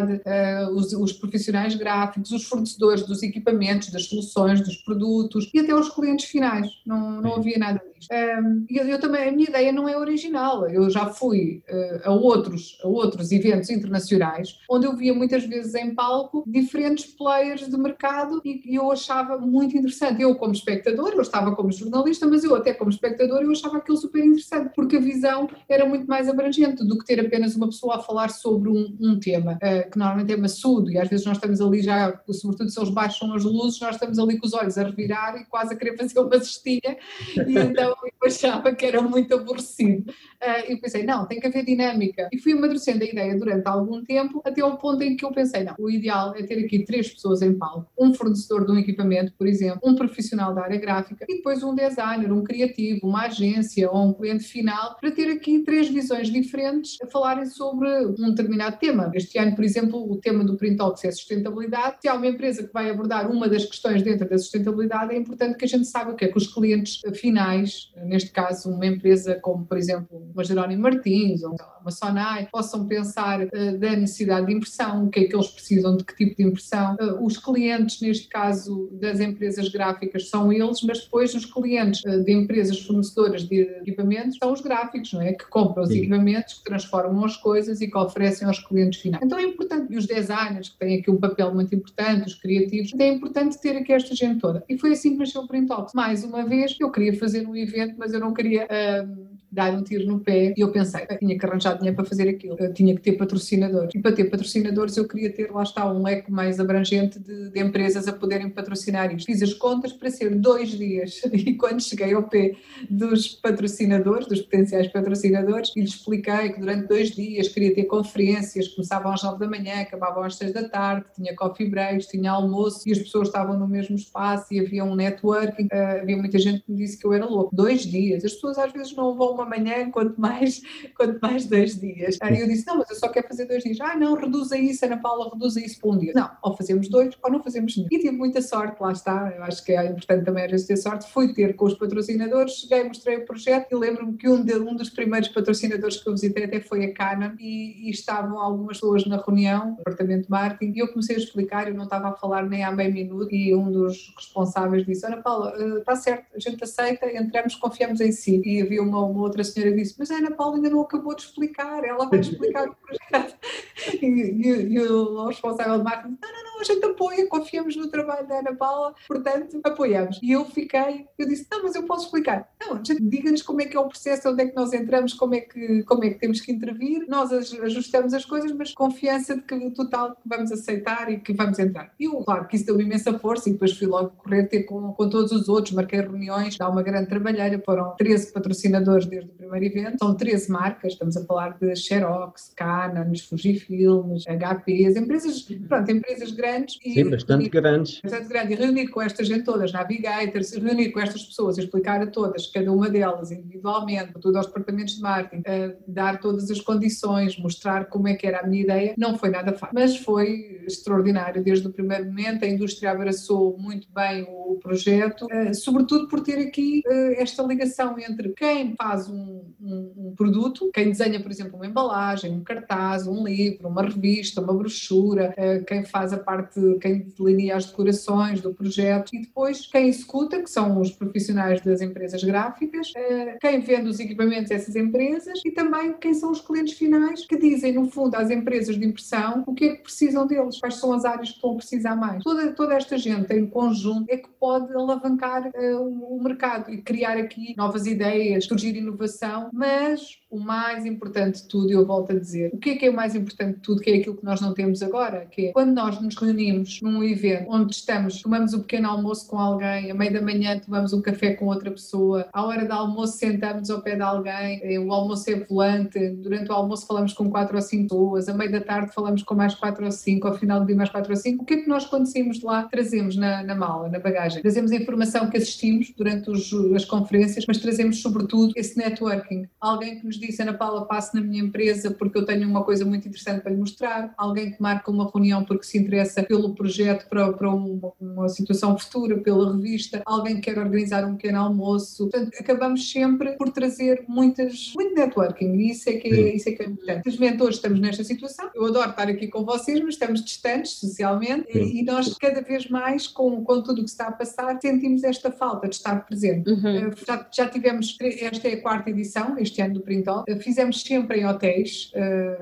os profissionais gráficos, os fornecedores dos equipamentos, das soluções, dos produtos e até os clientes finais. Não havia nada disto. Eu também, a minha ideia não é original. Eu já fui a outros eventos internacionais onde eu via muitas vezes em palco diferentes players de mercado e eu achava muito interessante. Eu como espectador, eu estava como jornalista, mas eu até como espectador eu achava aquilo super interessante porque a visão era muito mais abrangente do que ter apenas uma pessoa a falar sobre um tema. Que normalmente é maçudo e às vezes nós estamos ali já, sobretudo se eles baixam as luzes, nós estamos ali com os olhos a revirar e quase a querer fazer uma cestinha e então eu achava que era muito aborrecido. Eu pensei, não, tem que haver dinâmica e fui amadurecendo a ideia durante algum tempo até ao ponto em que eu pensei, não, o ideal é ter aqui 3 pessoas em palco, um fornecedor de um equipamento, por exemplo, um profissional da área gráfica e depois um designer, um criativo, uma agência ou um cliente final para ter aqui 3 visões diferentes a falarem sobre um determinado tema. Este ano, por exemplo, o tema do Print Talks é sustentabilidade. Se há uma empresa que vai abordar uma das questões dentro da sustentabilidade, é importante que a gente saiba o que é que os clientes finais, neste caso uma empresa como, por exemplo, uma Jerónimo Martins ou uma Sonai, possam pensar da necessidade de impressão, o que é que eles precisam, de que tipo de impressão. Os clientes, neste caso, das empresas gráficas são eles, mas depois os clientes de empresas fornecedoras de equipamentos são os gráficos, não é? Que compram os equipamentos, que transformam as coisas e que oferecem aos clientes finais. Então é importante, e os designers, que têm aqui um papel muito importante, os criativos, é importante ter aqui esta gente toda. E foi assim que nasceu o Print Talks. Mais uma vez, eu queria fazer um evento, mas eu não queria dar um tiro no pé e eu pensei, tinha que arranjar dinheiro para fazer aquilo, eu tinha que ter patrocinadores. E para ter patrocinadores eu queria ter, lá está, um leque mais abrangente de empresas a poderem patrocinar isto. Fiz as contas para ser 2 dias e quando cheguei ao pé dos patrocinadores, dos potenciais patrocinadores, e lhes expliquei que durante 2 dias queria ter conferências, começavam às 9 da manhã, acabavam às 6 da tarde, tinha coffee breaks, tinha almoço e as pessoas estavam no mesmo espaço e havia um networking, havia muita gente que me disse que eu era louco. 2 dias, as pessoas às vezes não vão uma manhã, quanto mais 2 dias. Aí eu disse, não, mas eu só quero fazer 2 dias. Não, reduza isso, Ana Paula, reduza isso para um dia. Não, ou fazemos 2 ou não fazemos nenhum. E tive muita sorte, lá está, eu acho que é importante também às vezes ter sorte, fui ter com os patrocinadores, cheguei, mostrei o projeto e lembro-me que um dos primeiros patrocinadores que eu visitei até foi a Canon e estavam algumas pessoas na reunião, no departamento de marketing, e eu comecei a explicar, eu não estava a falar nem há meio minuto e um dos responsáveis disse, Ana Paula, está certo, a gente aceita, entramos, confiamos em si. E havia uma outra senhora que disse, mas a Ana Paula ainda não acabou de explicar, ela vai explicar o projeto. E o responsável de marketing disse, não, a gente apoia, confiamos no trabalho da Ana Paula, portanto, apoiamos. E eu disse, não, mas eu posso explicar. Não, diga-nos como é que é o processo, onde é que nós entramos, como é que temos que intervir, nós ajustamos as coisas, mas confiança de que total que vamos aceitar e que vamos entrar. E eu, claro, que isso deu imensa força e depois fui logo correr ter com todos os outros, marquei reuniões, dá uma grande trabalheira, foram 13 patrocinadores desde o primeiro evento, são 13 marcas, estamos a falar de Xerox, Canon, Fujifilms, HPs, empresas grandes. Sim, bastante grandes. Bastante grande. E reunir com esta gente todas, Navigators, reunir com estas pessoas, explicar a todas, cada uma delas individualmente, tudo aos departamentos de marketing, dar todas as condições, mostrar como é que era a minha ideia, não foi nada fácil, mas foi extraordinário desde o primeiro momento, a indústria abraçou muito bem o projeto, sobretudo por ter aqui esta ligação entre quem faz um produto, quem desenha, por exemplo, uma embalagem, um cartaz, um livro, uma revista, uma brochura, quem faz quem delinea as decorações do projeto e depois quem executa, que são os profissionais das empresas gráficas, quem vende os equipamentos dessas empresas e também quem são os clientes finais que dizem, no fundo, às empresas de impressão o que é que precisam deles, quais são as áreas que estão a precisar mais. Toda esta gente em conjunto é que pode alavancar o mercado e criar aqui novas ideias, surgir inovação, mas o mais importante de tudo, eu volto a dizer, o que é o mais importante de tudo, que é aquilo que nós não temos agora, que é quando nós nos reunimos num evento onde tomamos um pequeno almoço com alguém, à meia da manhã tomamos um café com outra pessoa, à hora do almoço sentamos ao pé de alguém, o almoço é volante, durante o almoço falamos com 4 ou 5 pessoas, à meia da tarde falamos com mais 4 ou 5, ao final do dia mais 4 ou 5, o que é que nós quando saímos de lá trazemos na mala, na bagagem? Trazemos a informação que assistimos durante as conferências, mas trazemos sobretudo esse networking. Alguém que nos disse, Ana Paula, passo na minha empresa porque eu tenho uma coisa muito interessante para lhe mostrar, alguém que marca uma reunião porque se interessa pelo projeto para uma situação futura, pela revista, alguém que quer organizar um pequeno almoço. Portanto, acabamos sempre por trazer muito networking e isso é que é importante. Felizmente hoje estamos nesta situação, eu adoro estar aqui com vocês, mas estamos distantes socialmente e nós cada vez mais com tudo o que está a passar sentimos esta falta de estar presente. Já tivemos, esta é a 4ª edição, este ano do Printol, fizemos sempre em hotéis,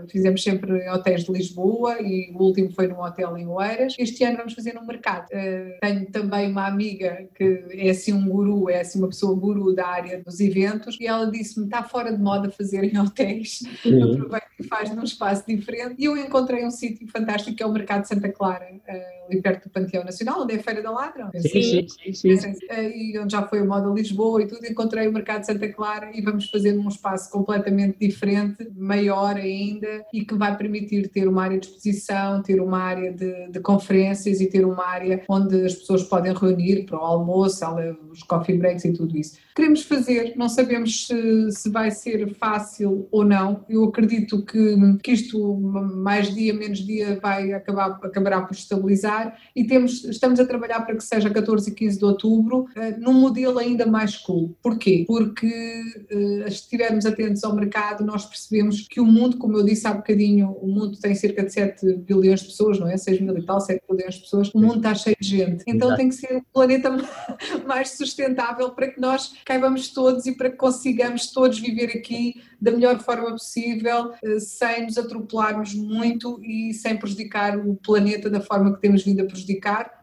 de Lisboa e o último foi num hotel em Oeiras. Este ano vamos fazer num mercado. Tenho também uma amiga que é assim um guru, é assim uma pessoa guru da área dos eventos e ela disse-me, está fora de moda fazer em hotéis, aproveita e faz num espaço diferente e eu encontrei um sítio fantástico que é o Mercado de Santa Clara, ali perto do Panteão Nacional, onde é a Feira da Ladra. Sim. E onde já foi a Moda Lisboa e tudo, encontrei o Mercado de Santa Clara e vamos fazer num espaço completamente diferente, maior ainda e que vai permitir ter uma área de exposição, ter uma área de conferências e ter uma área onde as pessoas podem reunir para o almoço, os coffee breaks e tudo isso. Queremos fazer, não sabemos se vai ser fácil ou não. Eu acredito que isto, mais dia, menos dia, acabará por estabilizar e estamos a trabalhar para que seja 14 e 15 de outubro, num modelo ainda mais cool. Porquê? Porque se estivermos atentos ao mercado, nós percebemos que o mundo, como eu disse há bocadinho, o mundo tem cerca de 7 bilhões de pessoas, não é? 6 mil e tal, 7 bilhões de pessoas, o mundo está cheio de gente. Então tem que ser um planeta mais sustentável para que nós caibamos todos e para que consigamos todos viver aqui da melhor forma possível, sem nos atropelarmos muito e sem prejudicar o planeta da forma que temos vindo a prejudicar,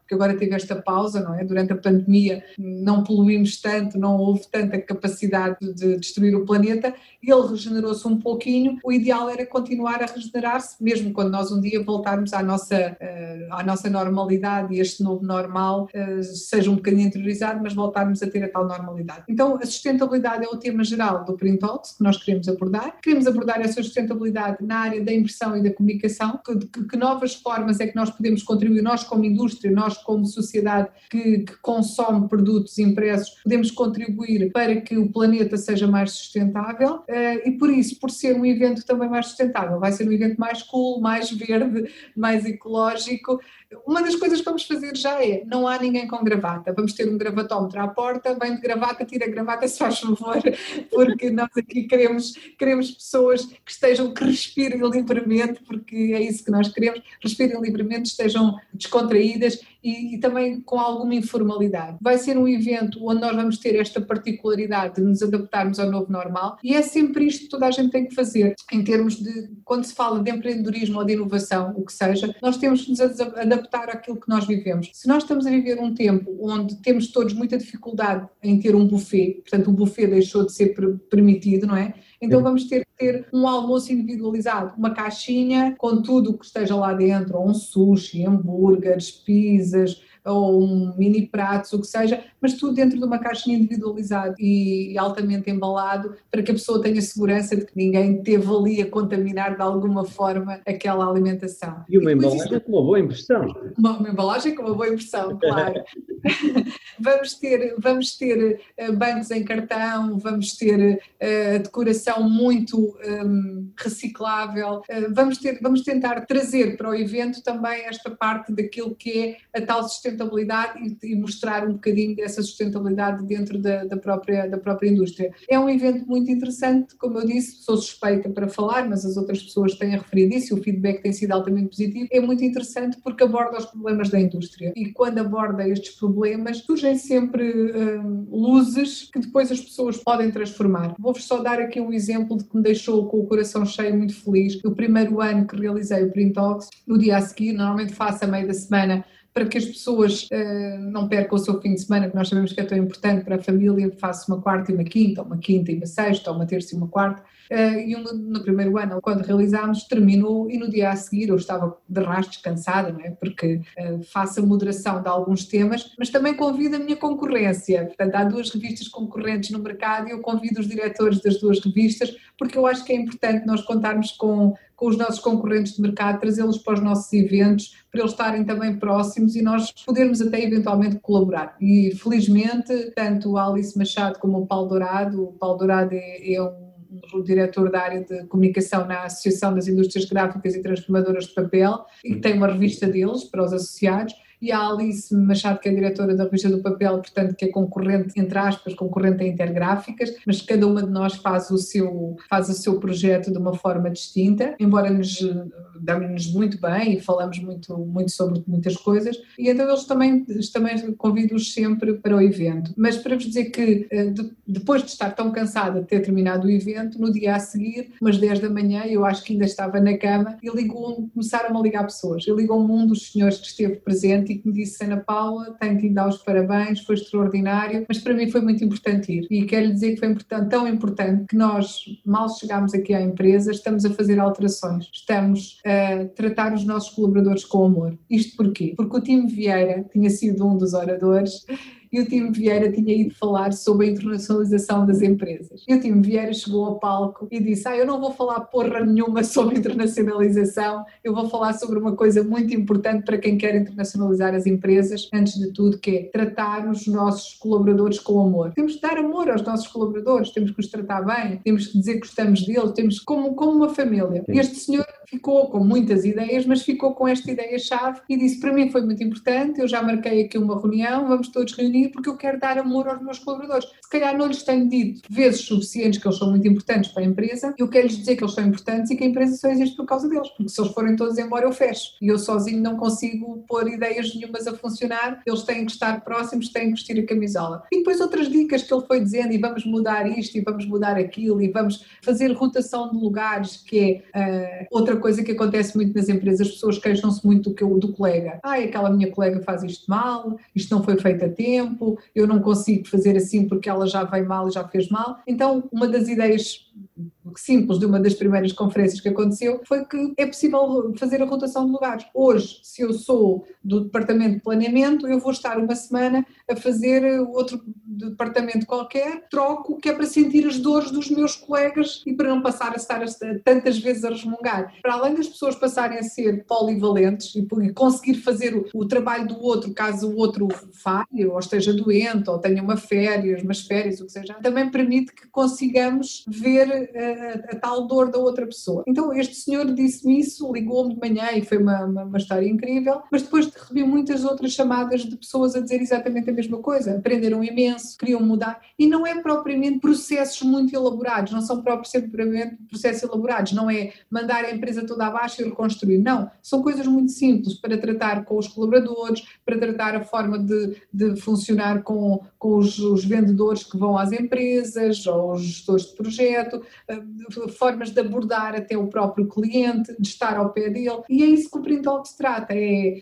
porque agora teve esta pausa, não é? Durante a pandemia não poluímos tanto, não houve tanta capacidade de destruir o planeta, ele regenerou-se um pouquinho, o ideal era continuar a regenerar-se, mesmo quando nós um dia voltarmos à nossa normalidade e este novo normal seja um bocadinho interiorizado, mas voltarmos a ter a tal normalidade. Então a sustentabilidade é o tema geral do Print Talks que nós queremos abordar essa sustentabilidade na área da impressão e da comunicação, que novas formas é que nós podemos contribuir, nós como indústria, nós como sociedade que consome produtos impressos, podemos contribuir para que o planeta seja mais sustentável e por isso, por ser um evento também mais sustentável, vai ser um evento mais cool, mais verde, mais ecológico. Uma das coisas que vamos fazer já não há ninguém com gravata, vamos ter um gravatómetro à porta, vem de gravata, tira a gravata se faz favor, porque nós aqui queremos pessoas que respirem livremente, porque é isso que nós queremos, respirem livremente, estejam descontraídas e também com alguma informalidade. Vai ser um evento onde nós vamos ter esta particularidade de nos adaptarmos ao novo normal e é sempre isto que toda a gente tem que fazer, em termos de, quando se fala de empreendedorismo ou de inovação, o que seja, nós temos que nos adaptar àquilo que nós vivemos. Se nós estamos a viver um tempo onde temos todos muita dificuldade em ter um buffet, portanto o buffet deixou de ser permitido, não é? Então vamos ter que ter um almoço individualizado, uma caixinha com tudo o que esteja lá dentro, ou um sushi, hambúrgueres, pizzas, ou um mini pratos, o que seja, mas tudo dentro de uma caixinha individualizada e altamente embalado para que a pessoa tenha segurança de que ninguém esteve ali a contaminar de alguma forma aquela alimentação. E uma embalagem com uma boa impressão. Uma embalagem com uma boa impressão, claro. Vamos ter bancos em cartão, vamos ter decoração muito reciclável, vamos tentar trazer para o evento também esta parte daquilo que é a tal sustentabilidade e mostrar um bocadinho dessa sustentabilidade dentro da própria indústria. É um evento muito interessante, como eu disse, sou suspeita para falar, mas as outras pessoas têm referido isso e o feedback tem sido altamente positivo. É muito interessante porque aborda os problemas da indústria e quando aborda estes problemas surgem sempre luzes que depois as pessoas podem transformar. Vou-vos só dar aqui um exemplo de que me deixou com o coração cheio, muito feliz. O primeiro ano que realizei o Print Talks, no dia a seguir, normalmente faço a meio da semana, para que as pessoas não percam o seu fim de semana, que nós sabemos que é tão importante para a família, faço uma quarta e uma quinta, ou uma quinta e uma sexta, ou uma terça e uma quarta, e no primeiro ano, quando realizámos, terminou e no dia a seguir eu estava de rastros cansada, não é? Porque faço a moderação de alguns temas, mas também convido a minha concorrência, portanto há 2 revistas concorrentes no mercado e eu convido os diretores das 2 revistas, porque eu acho que é importante nós contarmos com os nossos concorrentes de mercado, trazê-los para os nossos eventos, para eles estarem também próximos e nós podermos até eventualmente colaborar. E felizmente, tanto a Alice Machado como o Paulo Dourado é um diretor da área de comunicação na Associação das Indústrias Gráficas e Transformadoras de Papel e tem uma revista deles para os associados, e a Alice Machado, que é diretora da Revista do Papel, portanto que é concorrente, entre aspas, concorrente a Intergráficas, mas cada uma de nós faz o seu projeto de uma forma distinta, embora damos-nos muito bem e falamos muito sobre muitas coisas, e então eles também convido-os sempre para o evento. Mas para vos dizer que depois de estar tão cansada de ter terminado o evento, no dia a seguir, umas 10 da manhã, eu acho que ainda estava na cama, e começaram a ligar pessoas. E ligou-me um dos senhores que esteve presente e que me disse: Ana Paula, tenho que lhe dar os parabéns, foi extraordinário, mas para mim foi muito importante ir. E quero lhe dizer que foi tão importante que nós, mal chegámos aqui à empresa, estamos a fazer alterações, estamos a tratar os nossos colaboradores com amor. Isto porquê? Porque o Timo Vieira tinha sido um dos oradores e o Timo Vieira tinha ido falar sobre a internacionalização das empresas. E o Timo Vieira chegou ao palco e disse: eu não vou falar porra nenhuma sobre internacionalização, eu vou falar sobre uma coisa muito importante para quem quer internacionalizar as empresas, antes de tudo, que é tratar os nossos colaboradores com amor. Temos que dar amor aos nossos colaboradores, temos que os tratar bem, temos que dizer que gostamos deles, temos como uma família. E este senhor ficou com muitas ideias, mas ficou com esta ideia-chave e disse: para mim foi muito importante, eu já marquei aqui uma reunião, vamos todos reunir porque eu quero dar amor aos meus colaboradores. Se calhar não lhes tenho dito vezes suficientes que eles são muito importantes para a empresa, eu quero lhes dizer que eles são importantes e que a empresa só existe por causa deles, porque se eles forem todos embora eu fecho e eu sozinho não consigo pôr ideias nenhumas a funcionar, eles têm que estar próximos, têm que vestir a camisola. E depois outras dicas que ele foi dizendo, e vamos mudar isto e vamos mudar aquilo e vamos fazer rotação de lugares, que é outra coisa que acontece muito nas empresas, as pessoas queixam-se muito do colega. Aquela minha colega faz isto mal, isto não foi feito a tempo, eu não consigo fazer assim porque ela já veio mal e já fez mal. Então, uma das ideias simples de uma das primeiras conferências que aconteceu foi que é possível fazer a rotação de lugares. Hoje, se eu sou do departamento de planeamento, eu vou estar uma semana a fazer outro departamento qualquer, troco, que é para sentir as dores dos meus colegas e para não passar a estar tantas vezes a resmungar. Para além das pessoas passarem a ser polivalentes e conseguir fazer o trabalho do outro, caso o outro falhe, ou esteja doente, ou tenha umas férias, o que seja, também permite que consigamos ver a tal dor da outra pessoa. Então este senhor disse-me isso, ligou-me de manhã e foi uma história incrível, mas depois recebi muitas outras chamadas de pessoas a dizer exatamente a mesma coisa, aprenderam imenso, queriam mudar, e não é propriamente processos muito elaborados, não são propriamente processos elaborados, não é mandar a empresa toda abaixo e reconstruir, não, são coisas muito simples para tratar com os colaboradores, para tratar a forma de funcionar com os vendedores que vão às empresas, ou os gestores de projeto, formas de abordar até o próprio cliente, de estar ao pé dele, e é isso que o Printalk se trata, é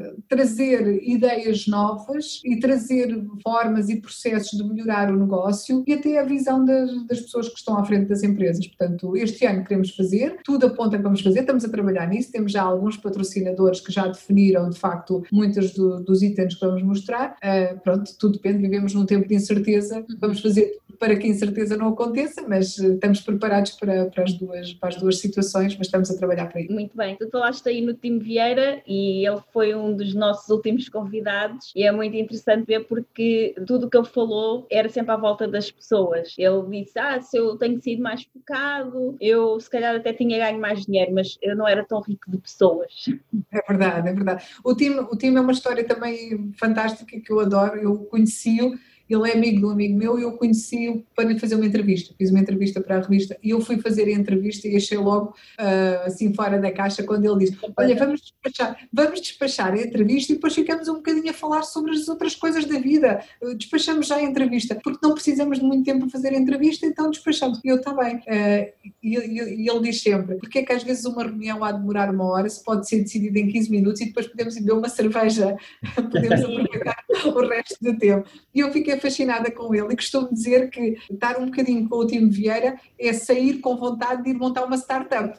trazer ideias novas e trazer formas e processos de melhorar o negócio e até a visão das pessoas que estão à frente das empresas. Portanto, este ano queremos fazer, tudo aponta que vamos fazer, estamos a trabalhar nisso, temos já alguns patrocinadores que já definiram, de facto, muitos dos itens que vamos mostrar. Pronto, tudo depende, vivemos num tempo de incerteza, vamos fazer para que a incerteza não aconteça, mas estamos preparados para as duas situações, mas estamos a trabalhar para isso. Muito bem, tu falaste aí no Tim Vieira e ele foi um dos nossos últimos convidados e é muito interessante ver porque tudo o que ele falou era sempre à volta das pessoas. Ele disse, se eu tenho sido mais focado, eu se calhar até tinha ganho mais dinheiro, mas eu não era tão rico de pessoas. É verdade. O Tim é uma história também fantástica que eu adoro, eu conheci-o. Ele é amigo de um amigo meu e eu conheci-o para lhe fazer uma entrevista. Fiz uma entrevista para a revista e eu fui fazer a entrevista e achei logo assim fora da caixa quando ele disse, olha, vamos despachar a entrevista e depois ficamos um bocadinho a falar sobre as outras coisas da vida. Despachamos já a entrevista, porque não precisamos de muito tempo para fazer a entrevista, então despachamos. E eu, está bem. E ele diz sempre, porque é que às vezes uma reunião há de demorar 1 hora, se pode ser decidida em 15 minutos e depois podemos beber uma cerveja, podemos aproveitar o resto do tempo. E eu fiquei fascinada com ele e costumo dizer que estar um bocadinho com o Tim Vieira é sair com vontade de ir montar uma startup.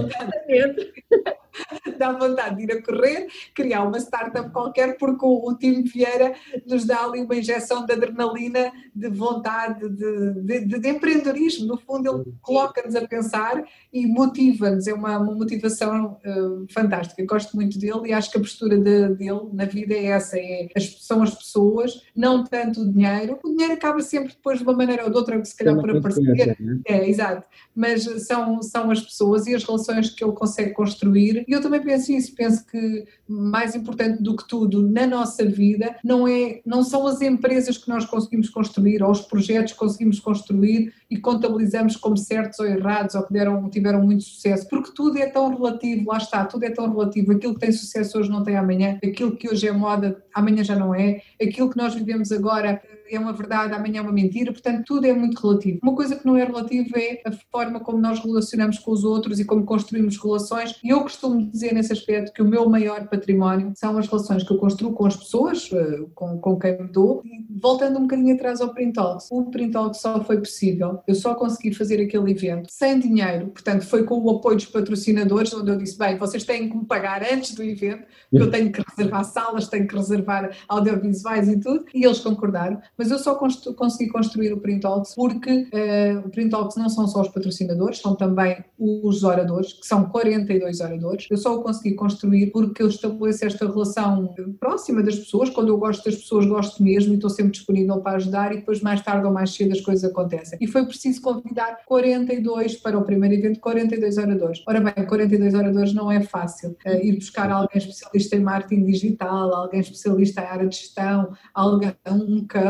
Dá vontade de ir a correr, criar uma startup qualquer, porque o Tim Vieira nos dá ali uma injeção de adrenalina, de vontade, de empreendedorismo. No fundo, ele coloca-nos a pensar e motiva-nos. É uma motivação fantástica. Eu gosto muito dele e acho que a postura dele na vida é essa: são as pessoas, não tanto o dinheiro. O dinheiro acaba sempre depois, de uma maneira ou de outra, se calhar por aparecer. Exato. Mas são as pessoas e as relações que ele consegue construir. E eu também penso isso, penso que mais importante do que tudo na nossa vida não são as empresas que nós conseguimos construir ou os projetos que conseguimos construir e contabilizamos como certos ou errados ou que tiveram muito sucesso, porque tudo é tão relativo, lá está, tudo é tão relativo, aquilo que tem sucesso hoje não tem amanhã, aquilo que hoje é moda amanhã já não é, aquilo que nós vivemos agora é uma verdade, amanhã é uma mentira, portanto tudo é muito relativo. Uma coisa que não é relativa é a forma como nós relacionamos com os outros e como construímos relações, e eu costumo dizer nesse aspecto que o meu maior património são as relações que eu construo com as pessoas, com quem me dou. E voltando um bocadinho atrás ao Printalk, o Printalk só foi possível, eu só consegui fazer aquele evento sem dinheiro, portanto foi com o apoio dos patrocinadores, onde eu disse, bem, vocês têm que me pagar antes do evento, porque eu tenho que reservar salas, tenho que reservar audiovisuais e tudo, e eles concordaram. Mas eu só consegui construir o Printalks porque o Printalks não são só os patrocinadores, são também os oradores, que são 42 oradores. Eu só o consegui construir porque eu estabeleço esta relação próxima das pessoas. Quando eu gosto das pessoas, gosto mesmo e estou sempre disponível para ajudar, e depois mais tarde ou mais cedo as coisas acontecem. E foi preciso convidar 42 para o primeiro evento, 42 oradores. Ora bem, 42 oradores não é fácil. Ir buscar alguém especialista em marketing digital, alguém especialista em área de gestão, um coach,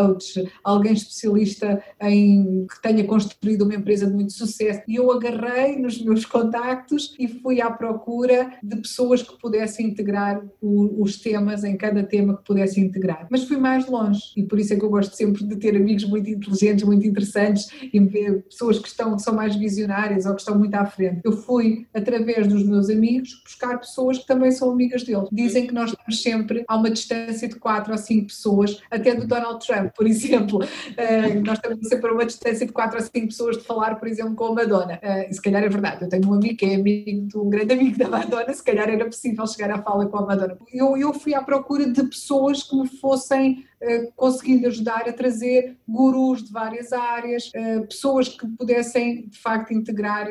coach, alguém especialista que tenha construído uma empresa de muito sucesso. E eu agarrei nos meus contactos e fui à procura de pessoas que pudessem integrar os temas, em cada tema que pudessem integrar. Mas fui mais longe e por isso é que eu gosto sempre de ter amigos muito inteligentes, muito interessantes e ver pessoas que são mais visionárias ou que estão muito à frente. Eu fui, através dos meus amigos, buscar pessoas que também são amigas deles. Dizem que nós estamos sempre a uma distância de 4 ou 5 pessoas, até do Donald Trump, por exemplo. Nós estamos sempre a uma distância de 4 ou 5 pessoas de falar, por exemplo, com a Madonna. E se calhar é verdade, eu tenho um amigo que é amigo de um grande amigo da Madonna, se calhar era possível chegar à fala com a Madonna. Eu fui à procura de pessoas que me fossem conseguindo ajudar a trazer gurus de várias áreas, pessoas que pudessem de facto integrar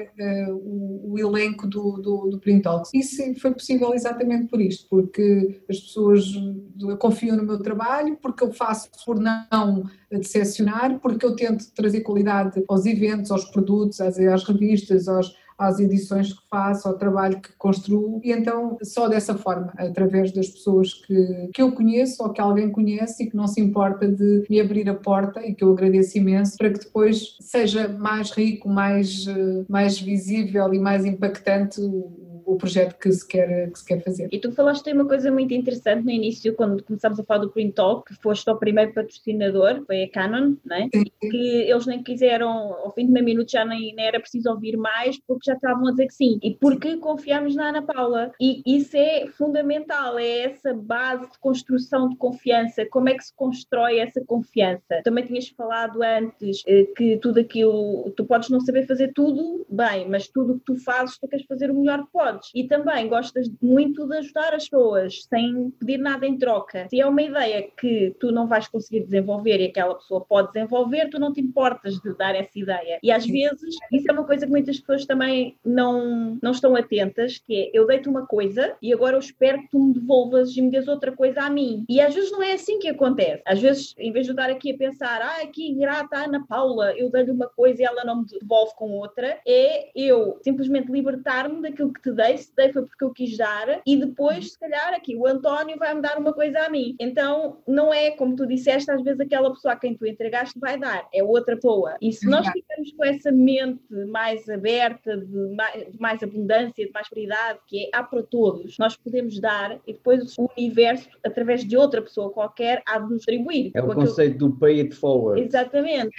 o elenco do Print Talks. Isso foi possível exatamente por isto, porque as pessoas confiam no meu trabalho, porque eu faço por não decepcionar, porque eu tento trazer qualidade aos eventos, aos produtos, às revistas, às edições que faço, ao trabalho que construo, e então só dessa forma, através das pessoas que eu conheço ou que alguém conhece e que não se importa de me abrir a porta, e que eu agradeço imenso, para que depois seja mais rico, mais visível e mais impactante o projeto que se quer fazer. E tu falaste de uma coisa muito interessante no início, quando começámos a falar do Print Talk, que foste o primeiro patrocinador, foi a Canon, não é? Sim. Que eles nem quiseram, ao fim de meio minuto já nem era preciso ouvir mais, porque já estavam a dizer que sim. E porque confiámos na Ana Paula. E isso é fundamental, é essa base de construção de confiança. Como é que se constrói essa confiança? Também tinhas falado antes que tudo aquilo, tu podes não saber fazer tudo bem, mas tudo o que tu fazes, tu queres fazer o melhor que podes. E também gostas muito de ajudar as pessoas, sem pedir nada em troca. Se é uma ideia que tu não vais conseguir desenvolver e aquela pessoa pode desenvolver, tu não te importas de dar essa ideia. E às vezes, isso é uma coisa que muitas pessoas também não estão atentas, que é, eu dei-te uma coisa e agora eu espero que tu me devolvas e me dês outra coisa a mim. E às vezes não é assim que acontece. Às vezes, em vez de eu estar aqui a pensar, que ingrata a Ana Paula, eu dei-lhe uma coisa e ela não me devolve com outra, é eu simplesmente libertar-me daquilo que te dei, se dei foi porque eu quis dar, e depois, se calhar, aqui o António vai-me dar uma coisa a mim. Então, não é, como tu disseste, às vezes aquela pessoa a quem tu entregaste vai dar, é outra pessoa. E se nós tivermos com essa mente mais aberta, de mais abundância, de mais variedade, que há para todos, nós podemos dar, e depois o universo, através de outra pessoa qualquer, há de nos distribuir. É o conceito do pay it forward. Exatamente.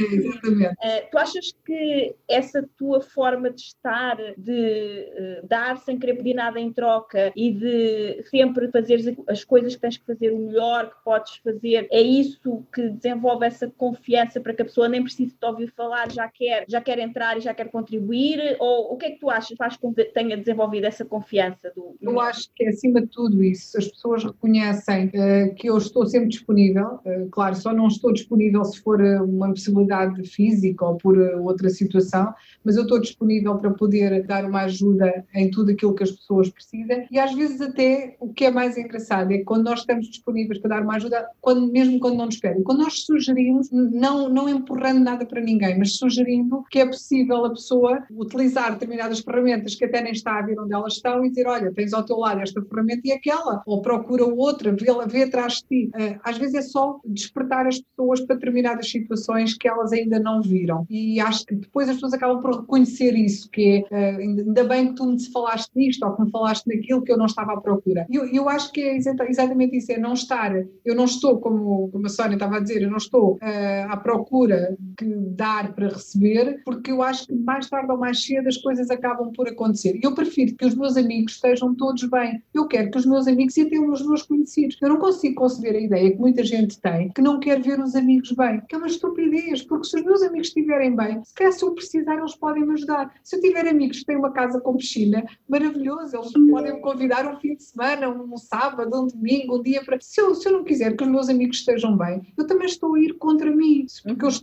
Tu achas que essa tua forma de estar, de dar sem querer pedir nada em troca e de sempre fazer as coisas que tens que fazer o melhor que podes fazer, é isso que desenvolve essa confiança para que a pessoa nem precise te ouvir falar, já quer entrar e já quer contribuir? Ou o que é que tu achas faz com que tenha desenvolvido essa confiança? Eu acho que é acima de tudo isso, as pessoas reconhecem que eu estou sempre disponível, claro, só não estou disponível se for uma possibilidade física ou por outra situação, mas eu estou disponível para poder dar uma ajuda em tudo aquilo que as pessoas precisam, e às vezes até o que é mais engraçado é que quando nós estamos disponíveis para dar uma ajuda, mesmo quando não nos pedem, quando nós sugerimos, não empurrando nada para ninguém, mas sugerindo que é possível a pessoa utilizar determinadas ferramentas que até nem está a ver onde elas estão e dizer, olha, tens ao teu lado esta ferramenta e aquela, ou procura outra, vê atrás de ti. Às vezes é só despertar as pessoas para determinadas situações que elas ainda não viram, e acho que depois as pessoas acabam por reconhecer isso, que é, ainda bem que tu me falaste nisto ou que me falaste naquilo que eu não estava à procura. Eu acho que é exatamente isso, eu não estou, como a Sónia estava a dizer, eu não estou à procura de dar para receber, porque eu acho que mais tarde ou mais cedo as coisas acabam por acontecer. Eu prefiro que os meus amigos estejam todos bem. Eu quero que os meus amigos e até os meus conhecidos. Eu não consigo conceber a ideia que muita gente tem, que não quer ver os amigos bem, que é uma estupidez, porque se os meus amigos estiverem bem, se calhar se eu precisar eles podem me ajudar. Se eu tiver amigos que têm uma casa com piscina, maravilhoso, eles podem me convidar um fim de semana, um sábado, um domingo, um dia para... Se eu não quiser que os meus amigos estejam bem, eu também estou a ir contra mim, porque eu estou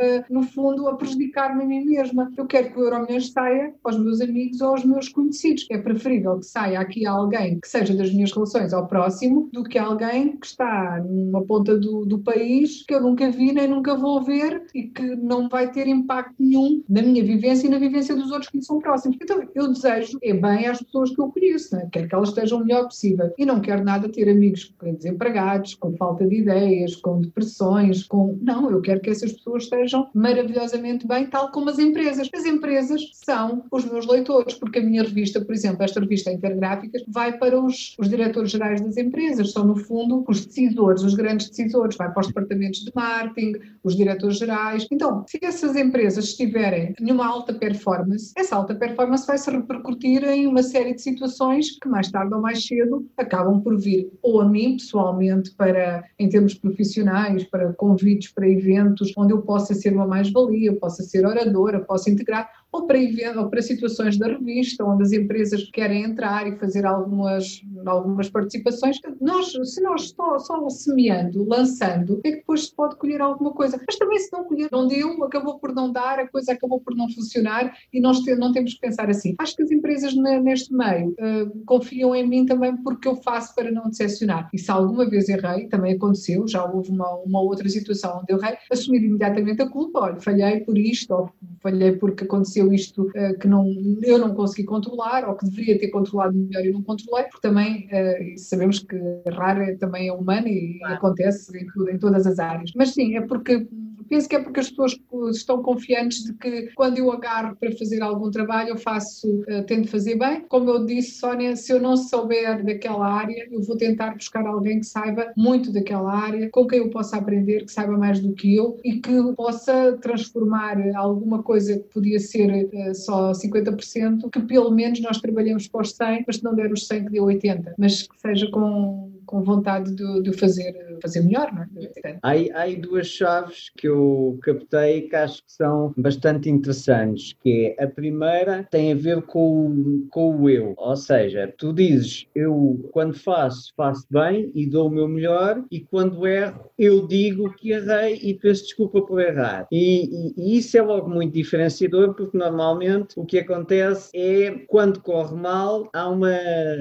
no fundo, a prejudicar-me a mim mesma. Eu quero que o Euromilhões saia aos meus amigos ou aos meus conhecidos. É preferível que saia aqui alguém que seja das minhas relações ao próximo do que alguém que está numa ponta do país que eu nunca vi nem nunca vou ver e que não vai ter impacto nenhum na minha vivência e na vivência dos outros que lhe são próximos. Então, eu desejo bem às pessoas que eu conheço, né? Quero que elas estejam o melhor possível. E não quero nada ter amigos desempregados, com falta de ideias, com depressões, Não, eu quero que essas pessoas estejam maravilhosamente bem, tal como as empresas. As empresas são os meus leitores, porque a minha revista, por exemplo, esta revista Intergráficas, vai para os diretores gerais das empresas, são no fundo os decisores, os grandes decisores, vai para os departamentos de marketing, os diretores gerais. Então, se essas empresas estiverem numa alta performance, essa alta performance vai se repercutir em uma série de situações que mais tarde ou mais cedo acabam por vir ou a mim pessoalmente em termos profissionais, para convites para eventos onde eu possa ser uma mais-valia, possa ser oradora, possa integrar, ou para situações da revista, onde as empresas querem entrar e fazer algumas participações. Se nós só semeando, lançando, é que depois se pode colher alguma coisa. Mas também se não colher, não deu, acabou por não dar, a coisa acabou por não funcionar e nós não temos que pensar assim. Acho que as empresas neste meio confiam em mim também porque eu faço para não decepcionar. E se alguma vez errei, também aconteceu, já houve uma outra situação onde eu errei, assumir imediatamente a culpa, olha, falhei por isto, ou falhei porque aconteceu isto que eu não consegui controlar, ou que deveria ter controlado melhor e não controlei, porque também sabemos que errar também é humano e acontece em todas as áreas. Mas sim, penso que é porque as pessoas estão confiantes de que quando eu agarro para fazer algum trabalho, tento fazer bem. Como eu disse, Sónia, se eu não souber daquela área, eu vou tentar buscar alguém que saiba muito daquela área, com quem eu possa aprender, que saiba mais do que eu e que possa transformar alguma coisa que podia ser só 50%, que pelo menos nós trabalhamos para os 100, mas se não der os 100 que dê 80, mas que seja com vontade de fazer melhor, não é? Há aí duas chaves que eu captei que acho que são bastante interessantes, que é a primeira tem a ver com o eu, ou seja, tu dizes, eu quando faço bem e dou o meu melhor e quando erro eu digo que errei e peço desculpa por errar. E isso é logo muito diferenciador porque normalmente o que acontece é quando corre mal há uma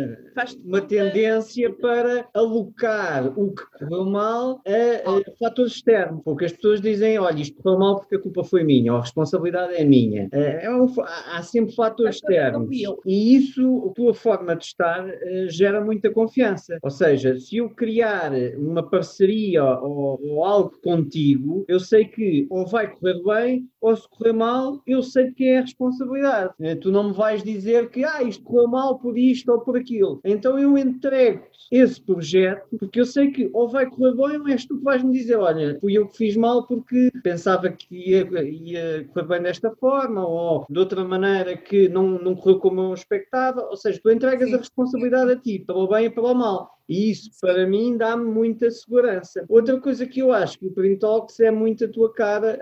tendência para alocar o que correu mal a fatores externos, porque as pessoas dizem, olha, isto correu mal porque a culpa foi minha, ou a responsabilidade é minha. Há sempre fatores externos. E isso, a tua forma de estar, gera muita confiança. Ou seja, se eu criar uma parceria ou algo contigo, eu sei que ou vai correr bem, ou se correr mal, eu sei de quem é a responsabilidade. Tu não me vais dizer que isto correu mal por isto ou por aquilo. Então eu entrego esse projeto, porque eu sei que ou vai correr bem ou és tu que vais me dizer, olha, fui eu que fiz mal porque pensava que ia correr bem desta forma ou de outra maneira que não correu como eu expectava. Ou seja, tu entregas a responsabilidade a ti, para o bem e para o mal. E isso, para mim, dá-me muita segurança. Outra coisa que eu acho que o Print Talks é muito a tua cara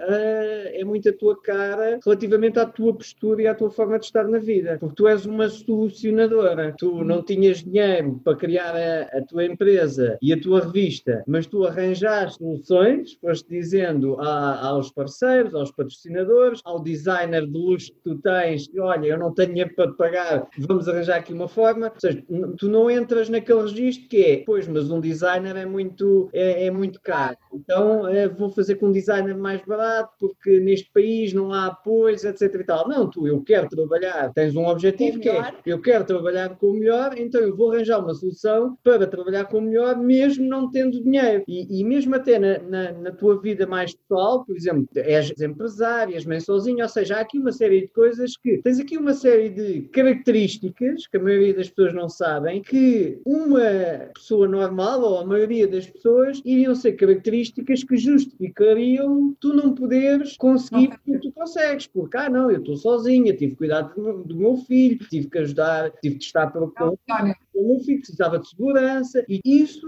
relativamente à tua postura e à tua forma de estar na vida. Porque tu és uma solucionadora. Tu não tinhas dinheiro para criar a tua empresa e a tua revista, mas tu arranjaste soluções, foste dizendo aos parceiros, aos patrocinadores, ao designer de luxo que tu tens, que, olha, eu não tenho dinheiro para te pagar, vamos arranjar aqui uma forma. Ou seja, tu não entras naquele registro que mas um designer é muito caro. Então vou fazer com um designer mais barato porque neste país não há apoios, etc e tal. Não, eu quero trabalhar, tens um objetivo que é, eu quero trabalhar com o melhor, então eu vou arranjar uma solução para trabalhar com o melhor, mesmo não tendo dinheiro. E mesmo até na tua vida mais pessoal, por exemplo, és empresária, és mãe sozinha, ou seja, há aqui uma série de coisas tens aqui uma série de características que a maioria das pessoas não sabem, que uma pessoa normal, ou a maioria das pessoas, iriam ser características que justificariam tu não poderes conseguir o que tu consegues, porque, não, eu estou sozinha, tive que cuidar do meu filho, tive que ajudar, tive de estar para o meu filho, precisava de segurança, e isso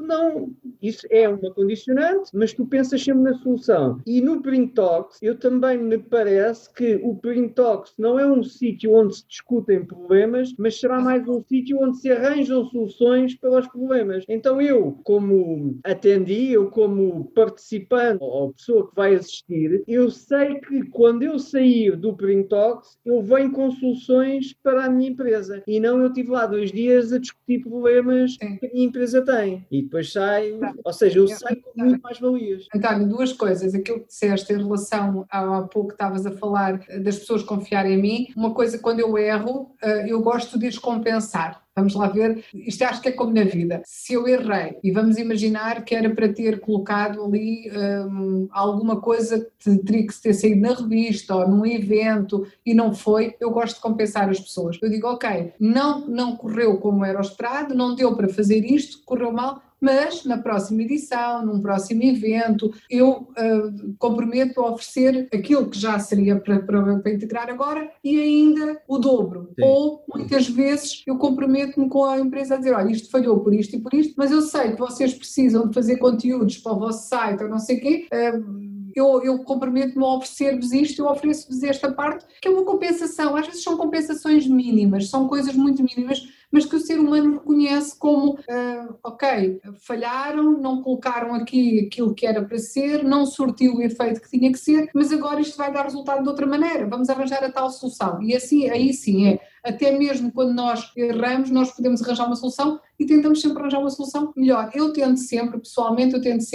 é uma condicionante, mas tu pensas sempre na solução. E no Print Talks, eu também me parece que o Print Talks não é um sítio onde se discutem problemas, mas será mais um sítio onde se arranjam soluções para os problemas. problemas. Então eu, como atendi, eu como participante ou pessoa que vai assistir, eu sei que quando eu sair do Print Talks, eu venho com soluções para a minha empresa. E não eu estive lá 2 dias a discutir problemas que a minha empresa tem. E depois saio, ou seja, eu saio com muito mais valias. António, 2 coisas. Aquilo que disseste em relação há pouco estavas a falar das pessoas confiarem em mim. Uma coisa, quando eu erro, eu gosto de descompensar. Vamos lá ver, isto acho que é como na vida. Se eu errei, e vamos imaginar que era para ter colocado ali alguma coisa que teria que ter saído na revista ou num evento e não foi, eu gosto de compensar as pessoas. Eu digo, ok, não correu como era o esperado, não deu para fazer isto, correu mal, mas na próxima edição, num próximo evento, eu comprometo a oferecer aquilo que já seria para integrar agora e ainda o dobro. Sim. Ou, muitas vezes, eu comprometo-me com a empresa a dizer, olha, isto falhou por isto e por isto, mas eu sei que vocês precisam de fazer conteúdos para o vosso site ou não sei o quê, eu comprometo-me a oferecer-vos isto, eu ofereço-vos esta parte, que é uma compensação. Às vezes são compensações mínimas, são coisas muito mínimas, mas que o ser humano reconhece como, ok, falharam, não colocaram aqui aquilo que era para ser, não surtiu o efeito que tinha que ser, mas agora isto vai dar resultado de outra maneira, vamos arranjar a tal solução. E assim, aí sim, até mesmo quando nós erramos, nós podemos arranjar uma solução e tentamos sempre arranjar uma solução melhor. Eu tento sempre, pessoalmente,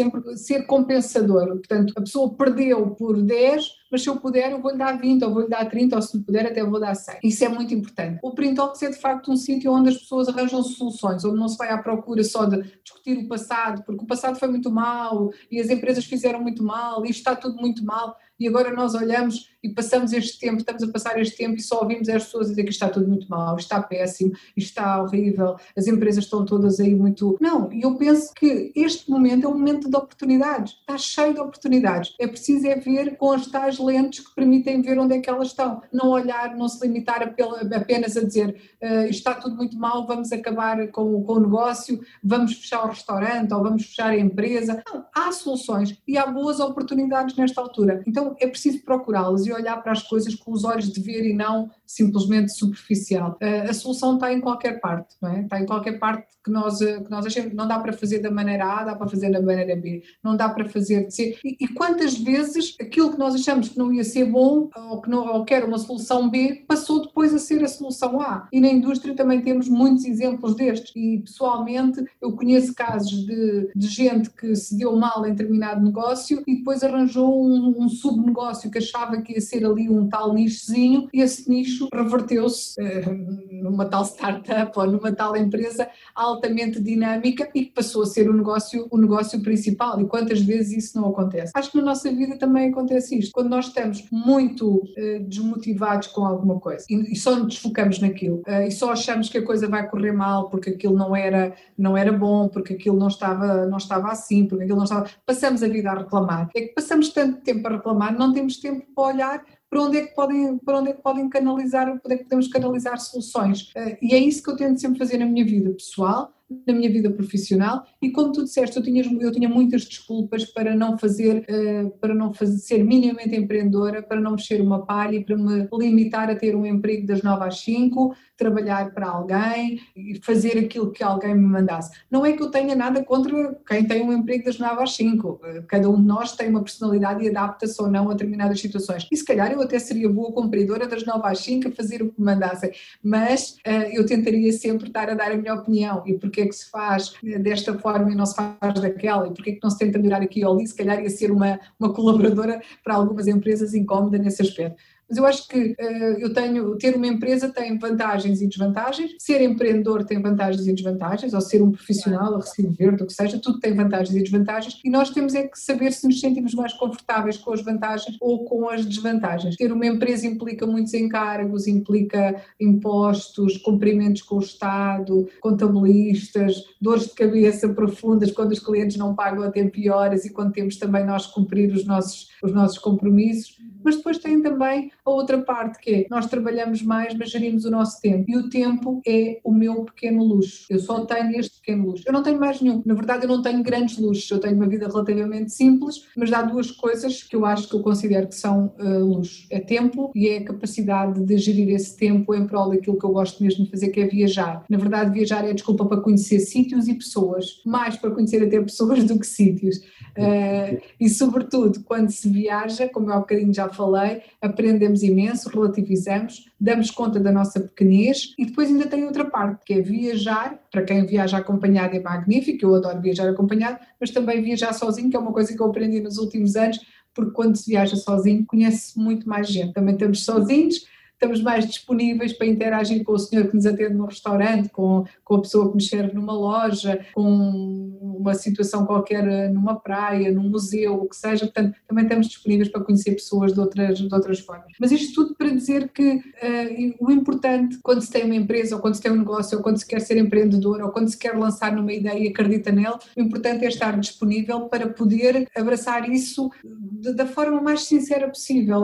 ser compensador. Portanto, a pessoa perdeu por 10, mas se eu puder, eu vou-lhe dar 20, ou vou-lhe dar 30, ou se puder, até vou dar 100. Isso é muito importante. O Print Talks é, de facto, um sítio onde as pessoas arranjam soluções, onde não se vai à procura só de discutir o passado, porque o passado foi muito mau, e as empresas fizeram muito mal, e isto está tudo muito mal, e agora nós olhamos e passamos este tempo, estamos a passar este tempo e só ouvimos as pessoas dizer que isto está tudo muito mal, isto está péssimo, isto está horrível, as empresas estão todas aí muito... Não, e eu penso que este momento é um momento de oportunidades, está cheio de oportunidades. É preciso ver com as tais lentes que permitem ver onde é que elas estão. Não olhar, não se limitar apenas a dizer isto está tudo muito mal, vamos acabar com o negócio, vamos fechar o restaurante ou vamos fechar a empresa. Não, há soluções e há boas oportunidades nesta altura. Então é preciso procurá-las e olhar para as coisas com os olhos de ver e não simplesmente superficial. A solução está em qualquer parte, não é? Está em qualquer parte que nós achamos. Não dá para fazer da maneira A, dá para fazer da maneira B, não dá para fazer de C. E quantas vezes aquilo que nós achamos que não ia ser bom ou que era uma solução B passou depois a ser a solução A. E na indústria também temos muitos exemplos destes. E pessoalmente eu conheço casos de gente que se deu mal em determinado negócio e depois arranjou um subnegócio que achava que ia ser ali um tal nichozinho e esse nicho reverteu-se numa tal startup ou numa tal empresa altamente dinâmica e que passou a ser o negócio principal. E quantas vezes isso não acontece? Acho que na nossa vida também acontece isto. Quando nós estamos muito desmotivados com alguma coisa e só nos desfocamos naquilo e só achamos que a coisa vai correr mal porque aquilo não era bom, porque aquilo não estava assim, porque aquilo não estava... Passamos a vida a reclamar. É que passamos tanto tempo a reclamar, não temos tempo para olhar para onde é que podem canalizar, para onde é que podemos canalizar soluções. E é isso que eu tento sempre fazer na minha vida pessoal, na minha vida profissional, e como tu disseste, eu tinha muitas desculpas para não ser minimamente empreendedora, para não mexer uma palha e para me limitar a ter um emprego das 9 às 5, trabalhar para alguém e fazer aquilo que alguém me mandasse. Não é que eu tenha nada contra quem tem um emprego das 9 às 5, cada um de nós tem uma personalidade e adapta-se ou não a determinadas situações, e se calhar eu até seria boa cumpridora das 9 às 5 a fazer o que me mandassem, mas eu tentaria sempre estar a dar a minha opinião, e porque é que se faz desta forma e não se faz daquela, e porque é que não se tenta melhorar aqui ou ali, se calhar ia ser uma colaboradora para algumas empresas incómoda nesse aspecto. Mas eu acho que ter uma empresa tem vantagens e desvantagens, ser empreendedor tem vantagens e desvantagens, ou ser um profissional, ou recibo verde, o que seja, tudo tem vantagens e desvantagens, e nós temos que saber se nos sentimos mais confortáveis com as vantagens ou com as desvantagens. Ter uma empresa implica muitos encargos, implica impostos, cumprimentos com o Estado, contabilistas, dores de cabeça profundas quando os clientes não pagam a tempo e horas e quando temos também nós que cumprir os nossos compromissos. Mas depois tem também a outra parte que é, nós trabalhamos mais, mas gerimos o nosso tempo, e o tempo é o meu pequeno luxo. Eu só tenho este pequeno luxo. Eu não tenho mais nenhum. Na verdade, eu não tenho grandes luxos. Eu tenho uma vida relativamente simples, mas há duas coisas que eu acho que eu considero que são luxo. É tempo e é a capacidade de gerir esse tempo em prol daquilo que eu gosto mesmo de fazer, que é viajar. Na verdade, viajar é desculpa para conhecer sítios e pessoas, mais para conhecer até pessoas do que sítios. E sobretudo, quando se viaja, como eu há bocadinho já falei, aprendemos imenso, relativizamos, damos conta da nossa pequenez, e depois ainda tem outra parte, que é viajar. Para quem viaja acompanhado é magnífico, eu adoro viajar acompanhado, mas também viajar sozinho, que é uma coisa que eu aprendi nos últimos anos, porque quando se viaja sozinho conhece muito mais gente. Também estamos sozinhos, estamos mais disponíveis para interagir com o senhor que nos atende no restaurante, com a pessoa que nos serve numa loja, com uma situação qualquer numa praia, num museu, o que seja. Portanto, também estamos disponíveis para conhecer pessoas de outras formas. Mas isto tudo para dizer que o importante, quando se tem uma empresa, ou quando se tem um negócio, ou quando se quer ser empreendedor, ou quando se quer lançar numa ideia e acredita nela, o importante é estar disponível para poder abraçar isso da forma mais sincera possível.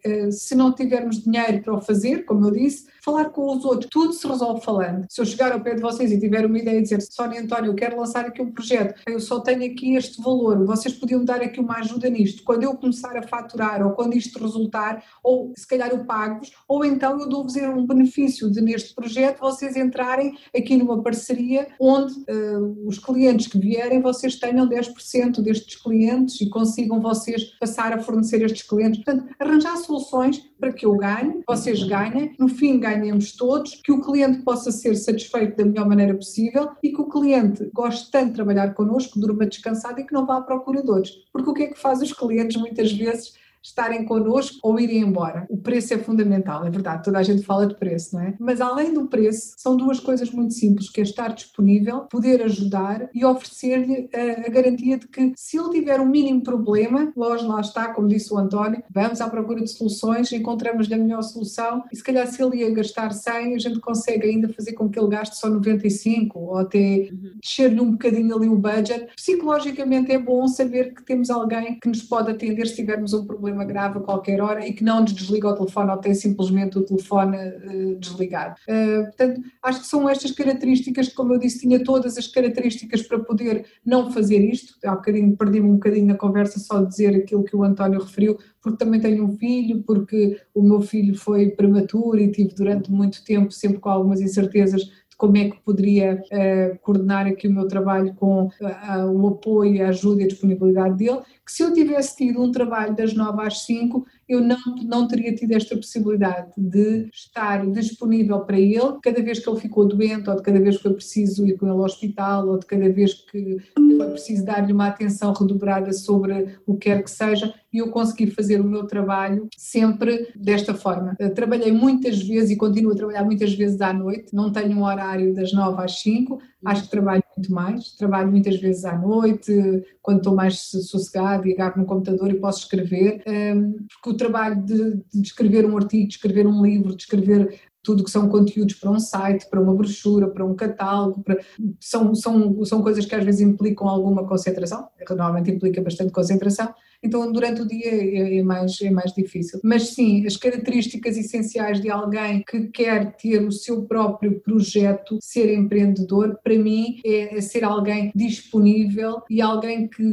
Se não tivermos dinheiro para o fazer, como eu disse, falar com os outros, tudo se resolve falando. Se eu chegar ao pé de vocês e tiver uma ideia e dizer, Sónia, António, eu quero lançar aqui um projeto, eu só tenho aqui este valor, vocês podiam dar aqui uma ajuda nisto, quando eu começar a faturar, ou quando isto resultar, ou se calhar eu pago-vos, ou então eu dou-vos um benefício de neste projeto vocês entrarem aqui numa parceria onde os clientes que vierem, vocês tenham 10% destes clientes e consigam vocês passar a fornecer estes clientes. Portanto, arranjar soluções para que eu ganhe, vocês ganhem, no fim ganhemos todos, que o cliente possa ser satisfeito da melhor maneira possível e que o cliente goste tanto de trabalhar connosco, durma descansado e que não vá à procura de outros. Porque o que é que faz os clientes muitas vezes? Estarem connosco ou irem embora. O preço é fundamental, é verdade, toda a gente fala de preço, não é? Mas além do preço, são duas coisas muito simples, que é estar disponível, poder ajudar e oferecer-lhe a garantia de que se ele tiver um mínimo problema, lá está, como disse o António, vamos à procura de soluções, encontramos-lhe a melhor solução e se calhar se ele ia gastar 100, a gente consegue ainda fazer com que ele gaste só 95 ou até descer-lhe um bocadinho ali o budget. Psicologicamente é bom saber que temos alguém que nos pode atender se tivermos um problema grave a qualquer hora e que não nos desliga o telefone ou tem simplesmente o telefone desligado. Portanto, acho que são estas características, como eu disse, tinha todas as características para poder não fazer isto. Há bocadinho perdi-me um bocadinho na conversa só de dizer aquilo que o António referiu, porque também tenho um filho, porque o meu filho foi prematuro e tive durante muito tempo sempre com algumas incertezas como é que poderia coordenar aqui o meu trabalho com o apoio, a ajuda e a disponibilidade dele, que se eu tivesse tido um trabalho das 9 às 5, eu não teria tido esta possibilidade de estar disponível para ele cada vez que ele ficou doente, ou de cada vez que foi preciso ir com ele ao hospital, ou de cada vez que foi preciso dar-lhe uma atenção redobrada sobre o que quer que seja, e eu consegui fazer o meu trabalho sempre desta forma. Trabalhei muitas vezes e continuo a trabalhar muitas vezes à noite, não tenho um horário das 9 às 5, acho que trabalho muito mais, trabalho muitas vezes à noite, quando estou mais sossegado e agarro no computador e posso escrever, porque o trabalho de escrever um artigo, de escrever um livro, de escrever tudo que são conteúdos para um site, para uma brochura, para um catálogo, são coisas que às vezes implicam alguma concentração, normalmente implica bastante concentração, então durante o dia é mais difícil. Mas sim, as características essenciais de alguém que quer ter o seu próprio projeto, ser empreendedor, para mim é ser alguém disponível e alguém que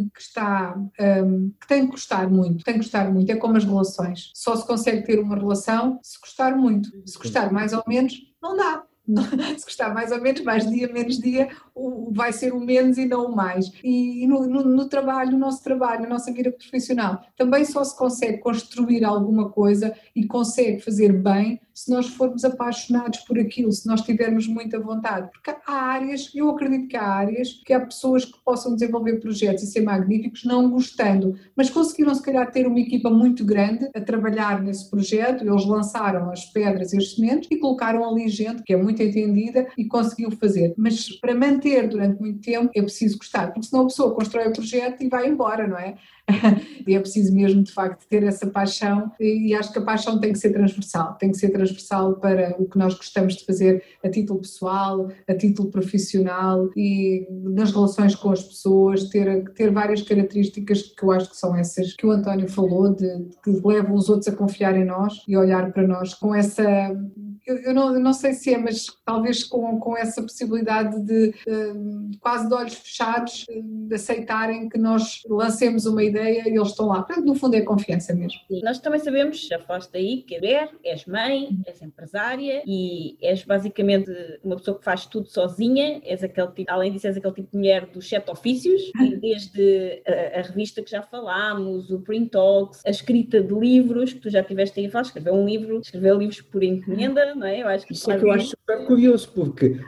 tem que gostar muito, é como as relações, só se consegue ter uma relação se gostar muito, se gostar mais ou menos, não dá. Se gostar mais ou menos, mais dia, menos dia, vai ser o menos e não o mais. E no trabalho, no nosso trabalho, na nossa vida profissional, também só se consegue construir alguma coisa e consegue fazer bem se nós formos apaixonados por aquilo, se nós tivermos muita vontade. Porque há áreas, eu acredito que há pessoas que possam desenvolver projetos e ser magníficos não gostando, mas conseguiram se calhar ter uma equipa muito grande a trabalhar nesse projeto, eles lançaram as pedras e as sementes e colocaram ali gente que é muito entendida e conseguiu fazer. Mas para manter manter durante muito tempo, é preciso gostar, porque senão a pessoa constrói o projeto e vai embora, não é? E é preciso mesmo, de facto, ter essa paixão, e acho que a paixão tem que ser transversal para o que nós gostamos de fazer a título pessoal, a título profissional e nas relações com as pessoas, ter várias características que eu acho que são essas que o António falou, que levam os outros a confiar em nós e a olhar para nós com essa... Eu não sei se é, mas talvez com essa possibilidade de quase de olhos fechados, de aceitarem que nós lancemos uma ideia e eles estão lá. Portanto, no fundo é confiança mesmo. Nós também sabemos, já falaste aí, que és mãe, és empresária e és basicamente uma pessoa que faz tudo sozinha, és aquele tipo, além disso és aquele tipo de mulher dos 7 ofícios, e desde a revista que já falámos, o Print Talks, a escrita de livros, que tu já tiveste aí a falar, escrever livros por encomenda, não é? Eu acho que isso é que eu acho super curioso, porque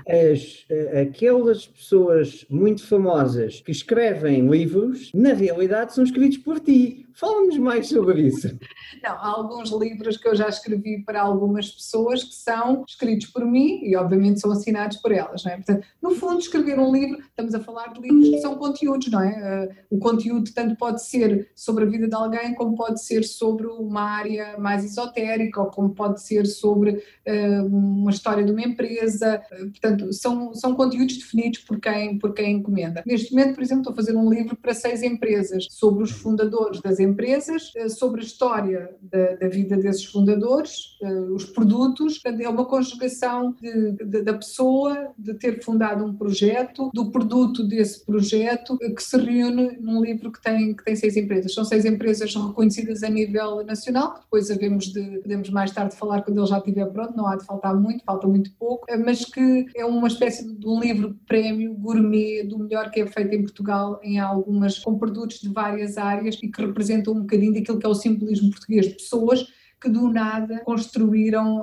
aquelas pessoas muito famosas que escrevem livros, na realidade são escritos por ti. Fala-nos mais sobre isso. Não, há alguns livros que eu já escrevi para algumas pessoas que são escritos por mim e obviamente são assinados por elas, não é? Portanto, no fundo, escrever um livro, estamos a falar de livros que são conteúdos, não é? O conteúdo tanto pode ser sobre a vida de alguém, como pode ser sobre uma área mais esotérica, ou como pode ser sobre uma história de uma empresa. Portanto, são conteúdos definidos por quem encomenda. Neste momento, por exemplo, estou a fazer um livro para 6 empresas, sobre os fundadores das empresas, sobre a história da vida desses fundadores, os produtos. Portanto, é uma conjugação da pessoa, de ter fundado um projeto, do produto desse projeto, que se reúne num livro que tem 6 empresas. São 6 empresas reconhecidas a nível nacional, que depois podemos mais tarde falar quando ele já estiver pronto, não há de faltar muito, falta muito pouco, mas que é uma espécie de um livro prémio, gourmet, do melhor que é feito em Portugal, com produtos de várias áreas e que representam um bocadinho daquilo que é o simbolismo português, de pessoas que do nada construíram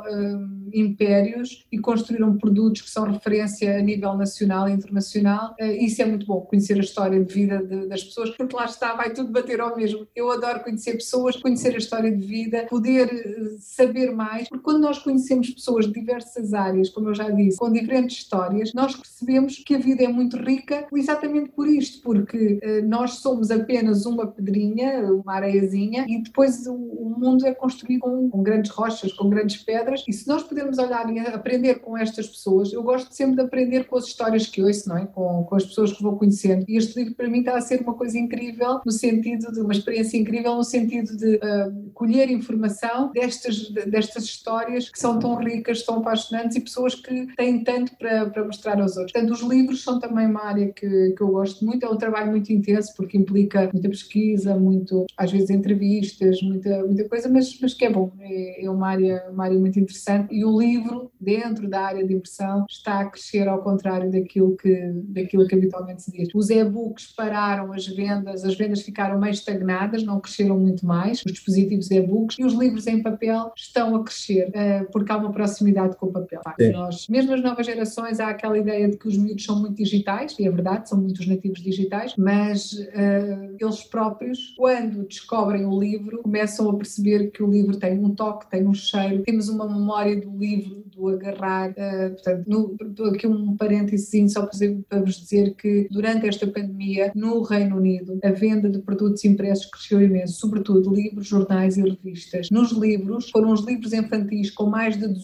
impérios e construíram produtos que são referência a nível nacional e internacional. Isso é muito bom, conhecer a história de vida das pessoas, porque lá está, vai tudo bater ao mesmo. Eu adoro conhecer pessoas, conhecer a história de vida, poder saber mais, porque quando nós conhecemos pessoas de diversas áreas, como eu já disse, com diferentes histórias, nós percebemos que a vida é muito rica exatamente por isto, porque nós somos apenas uma pedrinha, uma areiazinha, e depois o mundo é construído com grandes rochas, com grandes pedras, e se nós pudermos olhar e aprender com estas pessoas, eu gosto sempre de aprender com as histórias que ouço, não é? Com as pessoas que vou conhecendo, e este livro para mim está a ser uma coisa incrível, no sentido de uma experiência incrível, no sentido de colher informação destas histórias que são tão ricas, tão apaixonantes, e pessoas que têm tanto para mostrar aos outros. Portanto, os livros são também uma área que eu gosto muito, é um trabalho muito intenso, porque implica muita pesquisa, às vezes entrevistas, muita coisa, mas que é bom, é uma área muito interessante, e o livro, dentro da área de impressão, está a crescer ao contrário daquilo que habitualmente se diz. Os e-books pararam as vendas ficaram meio estagnadas, não cresceram muito mais, os dispositivos e-books, e os livros em papel estão a crescer, porque há uma proximidade com o papel. Mesmo as novas gerações, há aquela ideia de que os miúdos são muito digitais, e é verdade, são muitos nativos digitais, mas eles próprios, quando descobrem o livro, começam a perceber que o livro tem um toque, tem um cheiro, temos uma memória do livro, do agarrar. Portanto, aqui um parênteses só para vos dizer que durante esta pandemia, no Reino Unido, a venda de produtos impressos cresceu imenso, sobretudo livros, jornais e revistas. Nos livros, foram os livros infantis com mais de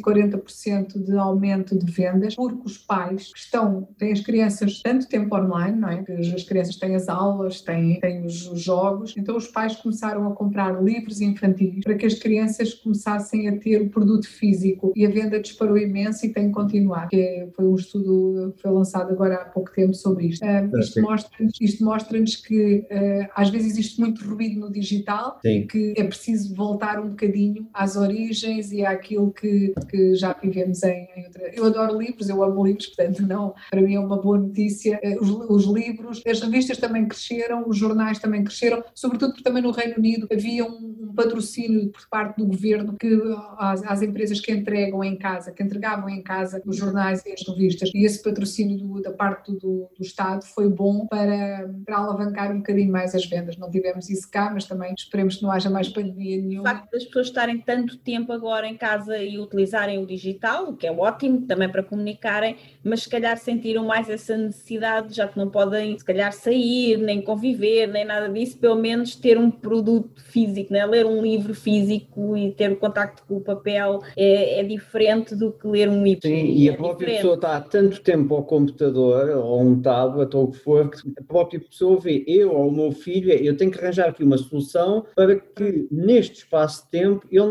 240% de aumento de vendas, porque os pais têm as crianças tanto tempo online, não é? Que as crianças têm as aulas, têm os jogos, então os pais começaram a comprar livros infantis para que as crianças começassem a ter o produto físico, e a venda disparou imenso e tem continuado. Foi um estudo que foi lançado agora há pouco tempo sobre isto. Isto mostra-nos que às vezes existe muito ruído no digital, que é preciso voltar um bocadinho às origens e àquilo que já vivemos em outra. Eu adoro livros, eu amo livros, portanto para mim é uma boa notícia. Os livros, as revistas também cresceram, os jornais também cresceram, sobretudo porque também no Reino Unido havia um patrocínio por parte do governo que às empresas que entregavam em casa os jornais e as revistas, e esse patrocínio da parte do Estado foi bom para alavancar um bocadinho mais as vendas. Não tivemos isso cá, mas também esperemos que não haja mais pandemia nenhuma. O facto das pessoas estarem tanto tempo agora em casa e utilizarem o digital, o que é ótimo também para comunicarem, mas se calhar sentiram mais essa necessidade, já que não podem se calhar sair, nem conviver, nem nada disso, pelo menos ter um produto físico, né? Ler um livro físico e ter o contacto com o papel é diferente do que ler um livro. Sim, e a própria pessoa está há tanto tempo ao computador ou um tablet ou o que for, que a própria pessoa vê, eu ou o meu filho, eu tenho que arranjar aqui uma solução para que neste espaço de tempo ele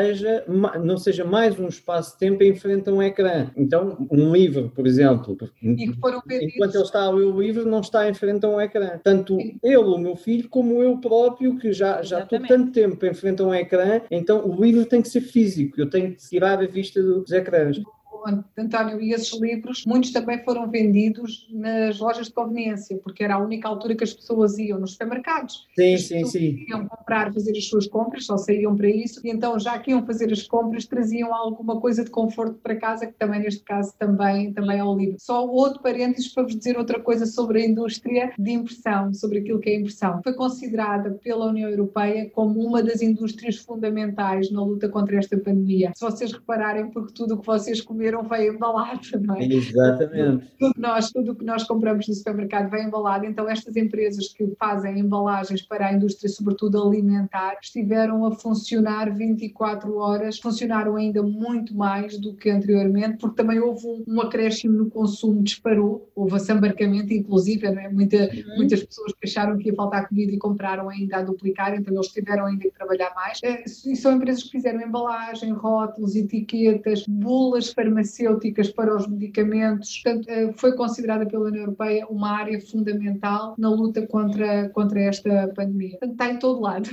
não seja mais um espaço de tempo em frente a um ecrã. Então, um livro, por exemplo, enquanto ele está a ler o livro, não está em frente a um ecrã. Tanto ele, o meu filho, como eu próprio, que já estou tanto tempo em frente a um ecrã, então o livro tem que ser físico, eu tenho que tirar a vista dos ecrãs. António, e esses livros, muitos também foram vendidos nas lojas de conveniência, porque era a única altura que as pessoas iam nos supermercados. Sim. Iam comprar, fazer as suas compras, só saíam para isso, e então já que iam fazer as compras, traziam alguma coisa de conforto para casa, que também neste caso também é o livro. Só outro parênteses para vos dizer outra coisa sobre a indústria de impressão, sobre aquilo que é impressão. Foi considerada pela União Europeia como uma das indústrias fundamentais na luta contra esta pandemia. Se vocês repararem, porque tudo o que vocês comeram veio embalado, não é? Exatamente. Tudo o que nós compramos no supermercado vem embalado, então estas empresas que fazem embalagens para a indústria, sobretudo alimentar, estiveram a funcionar 24 horas, funcionaram ainda muito mais do que anteriormente, porque também houve um acréscimo no consumo, disparou, houve assambarcamento, inclusive, não é? Muitas pessoas que acharam que ia faltar comida e compraram ainda a duplicar, então eles tiveram ainda que trabalhar mais. E são empresas que fizeram embalagem, rótulos, etiquetas, bulas farmacêuticas para os medicamentos. Portanto, foi considerada pela União Europeia uma área fundamental na luta contra esta pandemia. Portanto, está em todo lado,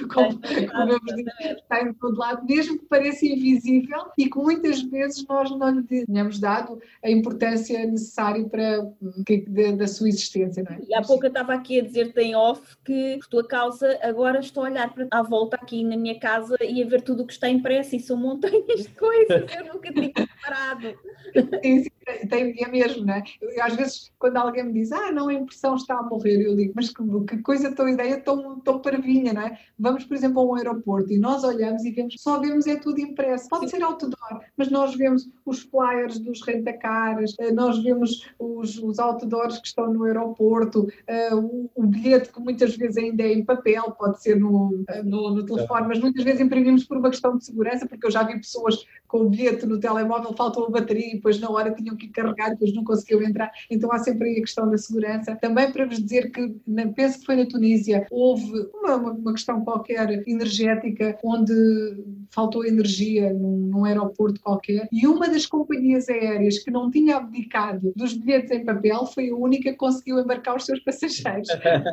está em todo lado, mesmo que pareça invisível e que muitas vezes nós não lhe tenhamos dado a importância necessária da sua existência. Não é? E há pouco eu estava aqui a dizer-te em off que, por tua causa, agora estou a olhar à volta aqui na minha casa e a ver tudo o que está impresso e são montanhas de coisas, eu nunca tinha reparado. Sim, é mesmo, não é? Às vezes, quando alguém me diz, não, a impressão está a morrer, eu digo, mas que coisa tão ideia, tão parvinha, não é? Vamos, por exemplo, a um aeroporto e nós olhamos e só vemos é tudo impresso. Pode ser outdoor, mas nós vemos os flyers dos rentacars, nós vemos os outdoors que estão no aeroporto, o bilhete que muitas vezes ainda é em papel, pode ser no telefone, mas muitas vezes imprimimos por uma questão de segurança, porque eu já vi pessoas com o bilhete no telemóvel, faltou a bateria e depois na hora tinham que carregar, depois não conseguiam entrar, então há sempre aí a questão da segurança. Também para vos dizer que, penso que foi na Tunísia, houve uma questão qualquer energética, onde faltou energia num aeroporto qualquer, e uma das companhias aéreas que não tinha abdicado dos bilhetes em papel foi a única que conseguiu embarcar os seus passageiros.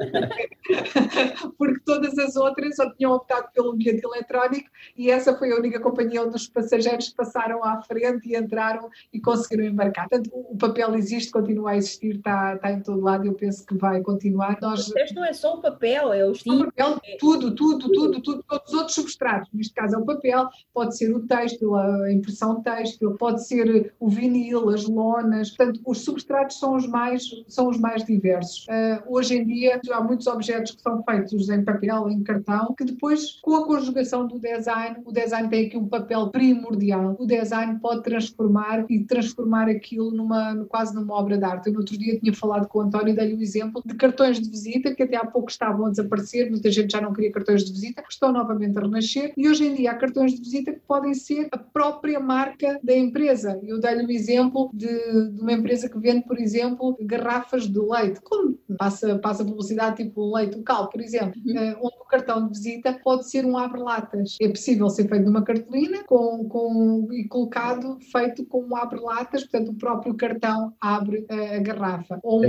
Porque todas as outras só tinham optado pelo bilhete eletrónico e essa foi a única companhia onde os passageiros passaram à frente e entraram e conseguiram embarcar. Portanto, o papel existe, continua a existir, está em todo lado e eu penso que vai continuar. Isto não é só o papel, é o papel, tudo, todos os outros substratos. Neste caso é o papel, pode ser o têxtil, a impressão têxtil, pode ser o vinil, as lonas. Portanto, os substratos são os mais diversos. Hoje em dia há muitos objetos que são feitos em papel, em cartão, que depois, com a conjugação do design, o design tem aqui um papel primordial. O design pode transformar aquilo quase numa obra de arte. Eu no outro dia tinha falado com o António e dei-lhe um exemplo de cartões de visita que até há pouco estavam a desaparecer, muita gente já não queria cartões de visita, estão novamente a renascer e hoje em dia há cartões de visita que podem ser a própria marca da empresa. Eu dei-lhe um exemplo de uma empresa que vende, por exemplo, garrafas de leite, como passa publicidade tipo leite local, por exemplo, onde o cartão de visita pode ser um abre-latas. É possível ser feito numa cartolina e colocado, feito com um abre-latas, portanto o próprio cartão abre a garrafa. Ou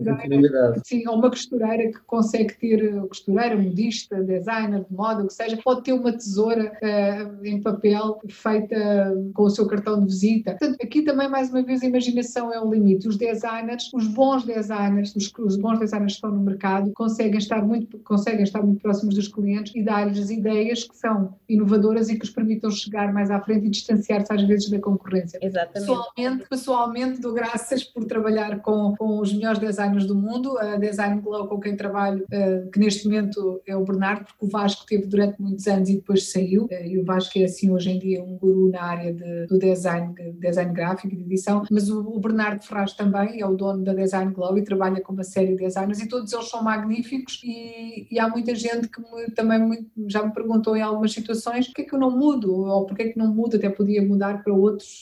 uma costureira que consegue ter, costureira, modista, designer de moda, o que seja, pode ter uma tesoura em papel, feita com o seu cartão de visita. Portanto, aqui também, mais uma vez, a imaginação é o limite. Os designers, os bons designers que estão no mercado, conseguem estar muito próximos dos clientes e dar-lhes ideias que são inovadoras e que os permitam chegar mais à frente e distanciar-se às vezes da concorrência. Exatamente. Pessoalmente dou graças por trabalhar com os melhores designers do mundo, a Design Glow com quem trabalho, que neste momento é o Bernardo, porque o Vasco teve durante muitos anos e depois saiu, e o Vasco é assim hoje em dia um guru na área do design gráfico e de edição, mas o Bernardo Ferraz também é o dono da Design Glow e trabalha com uma série de designers e todos eles são magníficos e há muita gente que também já me perguntou em algumas situações porque é que eu não mudo, ou porque é que não mudo, até podia mudar para outros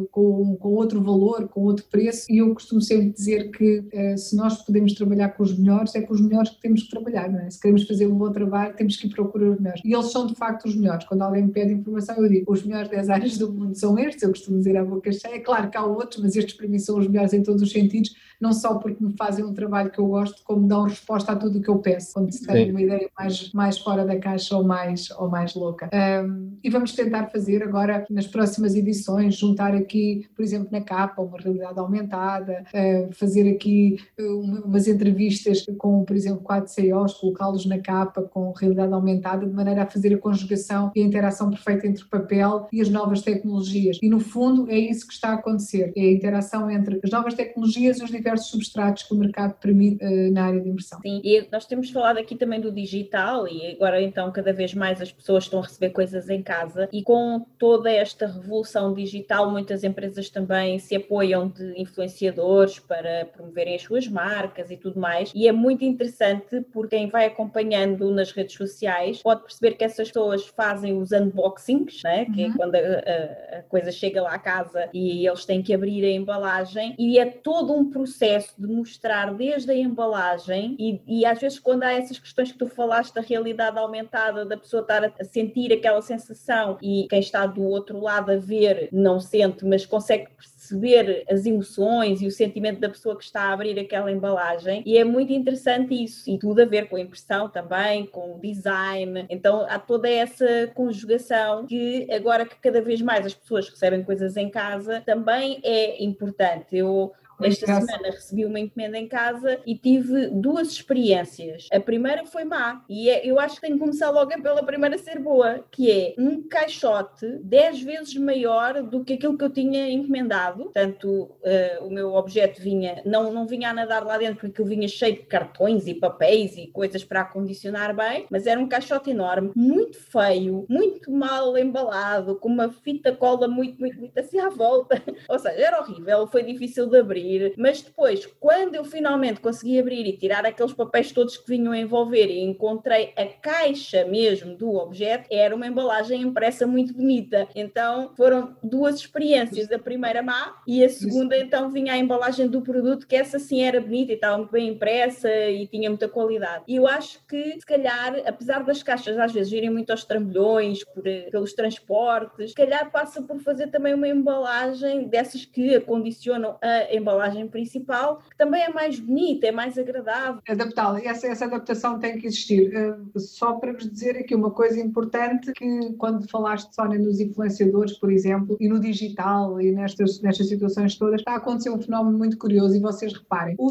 com outro valor, com outro preço, e eu costumo sempre dizer que se nós podemos trabalhar com os melhores, é com os melhores que temos que trabalhar, não é? Se queremos fazer um bom trabalho, temos que ir procurar os melhores. E eles são de facto os melhores. Quando alguém me pede informação, eu digo, os melhores designers do mundo são estes, eu costumo dizer à boca cheia. É claro que há outros, mas estes para mim são os melhores em todos os sentidos, não só porque me fazem um trabalho que eu gosto, como dão resposta a tudo o que eu peço, quando se tem uma ideia mais fora da caixa ou mais louca. E vamos tentar fazer agora, nas próximas edições, juntar aqui, por exemplo, na capa, uma realidade aumentada, fazer aqui umas entrevistas com, por exemplo, 4 CEOs, colocá-los na capa com realidade aumentada, de maneira a fazer a conjugação e a interação perfeita entre o papel e as novas tecnologias. E, no fundo, é isso que está a acontecer, é a interação entre as novas tecnologias e os diversos substratos que o mercado permite na área de impressão. Sim, e nós temos falado aqui também do digital e agora então cada vez mais as pessoas estão a receber coisas em casa e com toda esta revolução digital muitas empresas também se apoiam de influenciadores para promoverem as suas marcas e tudo mais, e é muito interessante porque quem vai acompanhando nas redes sociais pode perceber que essas pessoas fazem os unboxings, né? Que é quando a coisa chega lá à casa e eles têm que abrir a embalagem, e é todo um processo de mostrar desde a embalagem e às vezes quando há essas questões que tu falaste da realidade aumentada, da pessoa estar a sentir aquela sensação e quem está do outro lado a ver não sente, mas consegue perceber as emoções e o sentimento da pessoa que está a abrir aquela embalagem, e é muito interessante isso, e tudo a ver com a impressão também, com o design. Então há toda essa conjugação que agora que cada vez mais as pessoas recebem coisas em casa também é importante. Eu esta semana recebi uma encomenda em casa e tive 2 experiências. A primeira foi má e eu acho que tenho que começar logo pela primeira a ser boa, que é um caixote 10 vezes maior do que aquilo que eu tinha encomendado. Portanto, o meu objeto não vinha a nadar lá dentro porque aquilo vinha cheio de cartões e papéis e coisas para acondicionar bem, mas era um caixote enorme, muito feio, muito mal embalado, com uma fita cola muito assim à volta. Ou seja, era horrível, foi difícil de abrir. Mas depois, quando eu finalmente consegui abrir e tirar aqueles papéis todos que vinham a envolver e encontrei a caixa mesmo do objeto, era uma embalagem impressa muito bonita. Então foram 2 experiências, a primeira má e a segunda então vinha a embalagem do produto, que essa sim era bonita e estava muito bem impressa e tinha muita qualidade. E eu acho que se calhar, apesar das caixas às vezes irem muito aos trambolhões pelos transportes, se calhar passa por fazer também uma embalagem dessas que acondicionam a embalagem principal, que também é mais bonita, é mais agradável. Adaptá-la, essa adaptação tem que existir. Só para vos dizer aqui uma coisa importante, que quando falaste, Sónia, nos influenciadores, por exemplo, e no digital e nestas situações todas, está a acontecer um fenómeno muito curioso e vocês reparem, o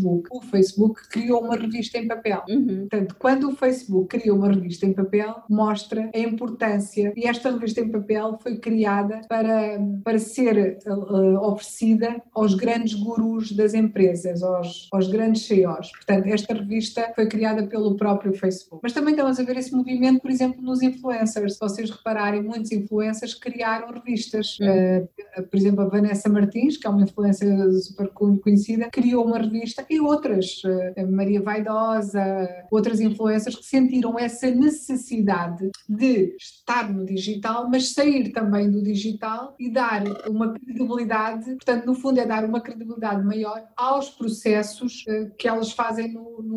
Facebook criou uma revista em papel. Portanto, quando o Facebook criou uma revista em papel, mostra a importância, e esta revista em papel foi criada para ser oferecida aos grandes gurus das empresas, aos grandes CEOs. Portanto, esta revista foi criada pelo próprio Facebook. Mas também estamos a ver esse movimento, por exemplo, nos influencers. Se vocês repararem, muitos influencers criaram revistas. Por exemplo, a Vanessa Martins, que é uma influencer super conhecida, criou uma revista, e outras, a Maria Vaidosa, outras influencers que sentiram essa necessidade de estar no digital, mas sair também do digital e dar uma credibilidade, portanto, no fundo é dar uma credibilidade credibilidade maior aos processos que elas fazem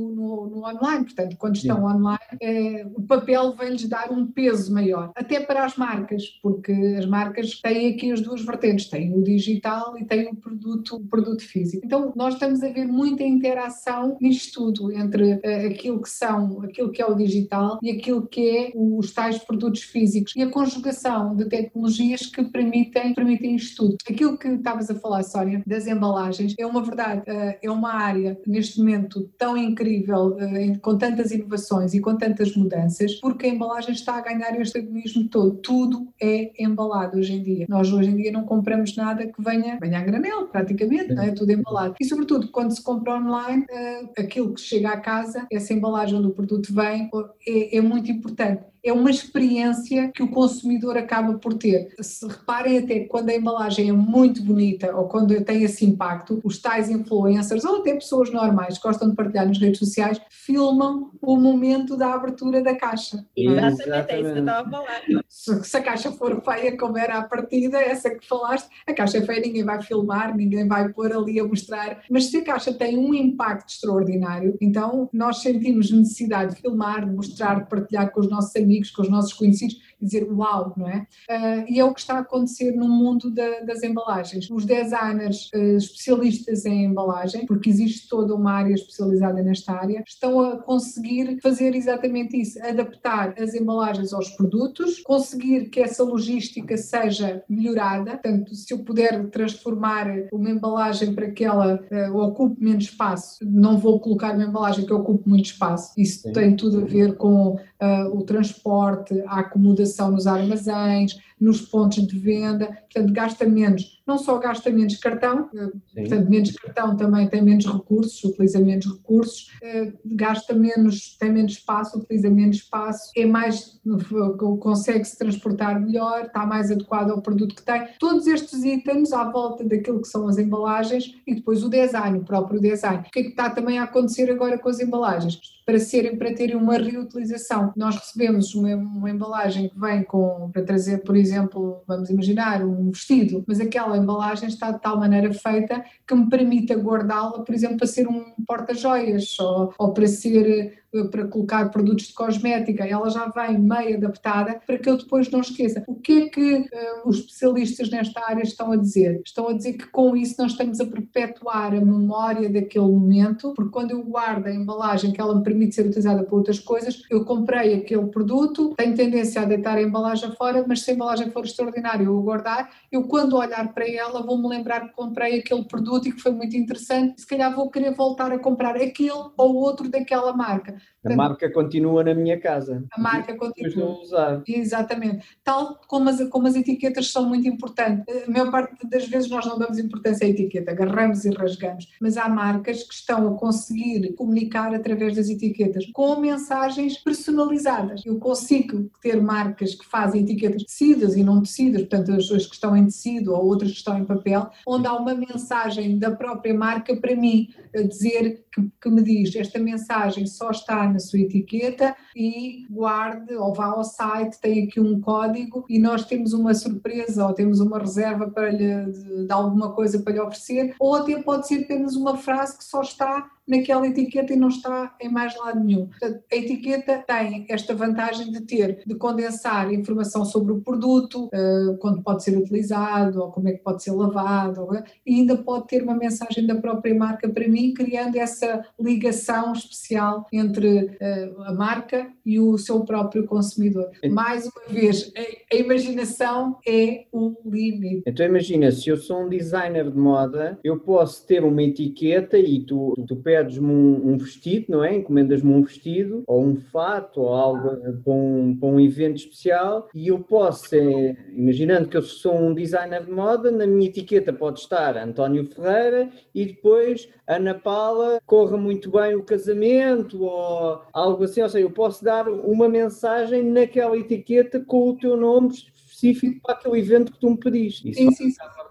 no online. Portanto, quando estão online, o papel vem-lhes dar um peso maior. Até para as marcas, porque as marcas têm aqui as duas vertentes, têm o digital e têm o produto físico. Então, nós estamos a ver muita interação nisto tudo, entre aquilo que é o digital e aquilo que é os tais produtos físicos e a conjugação de tecnologias que permitem isto tudo. Aquilo que estavas a falar, Sónia, das embalagens, é uma verdade, é uma área neste momento tão incrível, com tantas inovações e com tantas mudanças, porque a embalagem está a ganhar este egoísmo todo. Tudo é embalado hoje em dia. Nós hoje em dia não compramos nada que venha a granel, praticamente, não é? Tudo embalado. E sobretudo, quando se compra online, aquilo que chega à casa, essa embalagem onde o produto vem, é muito importante. É uma experiência que o consumidor acaba por ter. Se reparem até que quando a embalagem é muito bonita ou quando tem esse impacto, os tais influencers ou até pessoas normais que gostam de partilhar nas redes sociais, filmam o momento da abertura da caixa. Exatamente, é isso que eu estava a falar. Se a caixa for feia, como era à partida, essa que falaste, a caixa é feia, ninguém vai filmar, ninguém vai pôr ali a mostrar, mas se a caixa tem um impacto extraordinário, então nós sentimos necessidade de filmar, de mostrar, de partilhar com os nossos amigos, com os nossos conhecidos e dizer uau, não é? E é o que está a acontecer no mundo das embalagens. Os designers especialistas em embalagem, porque existe toda uma área especializada nesta área, estão a conseguir fazer exatamente isso, adaptar as embalagens aos produtos, conseguir que essa logística seja melhorada. Portanto, se eu puder transformar uma embalagem para que ela ocupe menos espaço, não vou colocar uma embalagem que ocupe muito espaço. Isso tem tudo a ver com o transporte, a acomodação nos armazéns, nos pontos de venda, portanto gasta menos, não só gasta menos cartão, portanto menos cartão também tem menos recursos, utiliza menos recursos, gasta menos, tem menos espaço, utiliza menos espaço, é mais, consegue-se transportar melhor, está mais adequado ao produto que tem. Todos estes itens à volta daquilo que são as embalagens e depois o design, o próprio design. O que é que está também a acontecer agora com as embalagens? Para terem uma reutilização. Nós recebemos uma embalagem que vem para trazer, por exemplo, vamos imaginar, um vestido, mas aquela embalagem está de tal maneira feita que me permita guardá-la, por exemplo, para ser um porta-joias ou para colocar produtos de cosmética, ela já vem meio adaptada para que eu depois não esqueça. O que é que os especialistas nesta área estão a dizer? Estão a dizer que com isso nós estamos a perpetuar a memória daquele momento, porque quando eu guardo a embalagem que ela me permite ser utilizada para outras coisas, eu comprei aquele produto, tenho tendência a deitar a embalagem fora, mas se a embalagem for extraordinária eu vou guardar, eu quando olhar para ela vou-me lembrar que comprei aquele produto e que foi muito interessante, se calhar vou querer voltar a comprar aquele ou outro daquela marca. A marca continua na minha casa. A marca continua. Não usar. Exatamente. Tal como as etiquetas são muito importantes. A maior parte das vezes nós não damos importância à etiqueta, agarramos e rasgamos. Mas há marcas que estão a conseguir comunicar através das etiquetas com mensagens personalizadas. Eu consigo ter marcas que fazem etiquetas tecidas e não tecidas, portanto as que estão em tecido ou outras que estão em papel, onde há uma mensagem da própria marca para mim, a dizer que me diz, esta mensagem só está na sua etiqueta e guarde ou vá ao site, tem aqui um código e nós temos uma surpresa ou temos uma reserva de alguma coisa para lhe oferecer, ou até pode ser apenas uma frase que só está naquela etiqueta e não está em mais lado nenhum. Portanto, a etiqueta tem esta vantagem de condensar informação sobre o produto, quando pode ser utilizado, ou como é que pode ser lavado, e ainda pode ter uma mensagem da própria marca para mim, criando essa ligação especial entre a marca e o seu próprio consumidor. Mais uma vez, a imaginação é o limite. Então imagina, se eu sou um designer de moda, eu posso ter uma etiqueta e tu pedes-me um vestido, não é? Encomendas-me um vestido ou um fato ou algo para um evento especial e eu posso, imaginando que eu sou um designer de moda, na minha etiqueta pode estar António Ferreira e depois Ana Paula, corra muito bem o casamento ou algo assim, ou seja, eu posso dar uma mensagem naquela etiqueta com o teu nome específico para aquele evento que tu me pediste. Sim.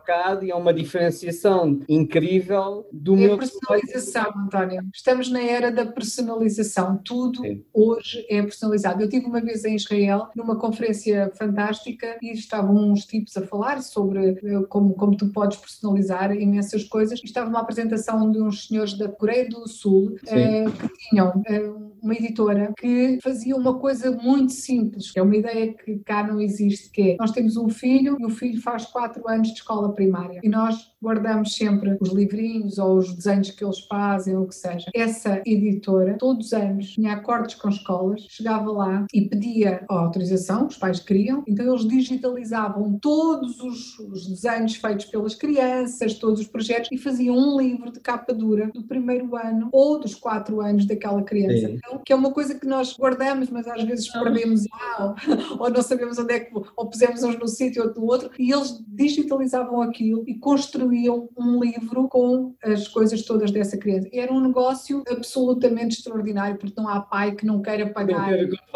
bocado, e é uma diferenciação incrível do É meu a personalização, António. Estamos na era da personalização. Tudo hoje é personalizado. Eu tive uma vez em Israel, numa conferência fantástica, e estavam uns tipos a falar sobre como tu podes personalizar imensas coisas. E estava uma apresentação de uns senhores da Coreia do Sul que tinham uma editora que fazia uma coisa muito simples, que é uma ideia que cá não existe, que é, nós temos um filho e o filho faz 4 anos de escola primária e nós guardamos sempre os livrinhos ou os desenhos que eles fazem ou o que seja. Essa editora, todos os anos, tinha acordos com escolas, chegava lá e pedia a autorização, os pais queriam, então eles digitalizavam todos os desenhos feitos pelas crianças, todos os projetos, e faziam um livro de capa dura do primeiro ano ou dos 4 anos daquela criança. Então, que é uma coisa que nós guardamos, mas às vezes perdemos ou não sabemos onde é que, ou pusemos uns no sítio, outro no outro, e eles digitalizavam aquilo e construíam um livro com as coisas todas dessa criança. Era um negócio absolutamente extraordinário, porque não há pai que não queira pagar.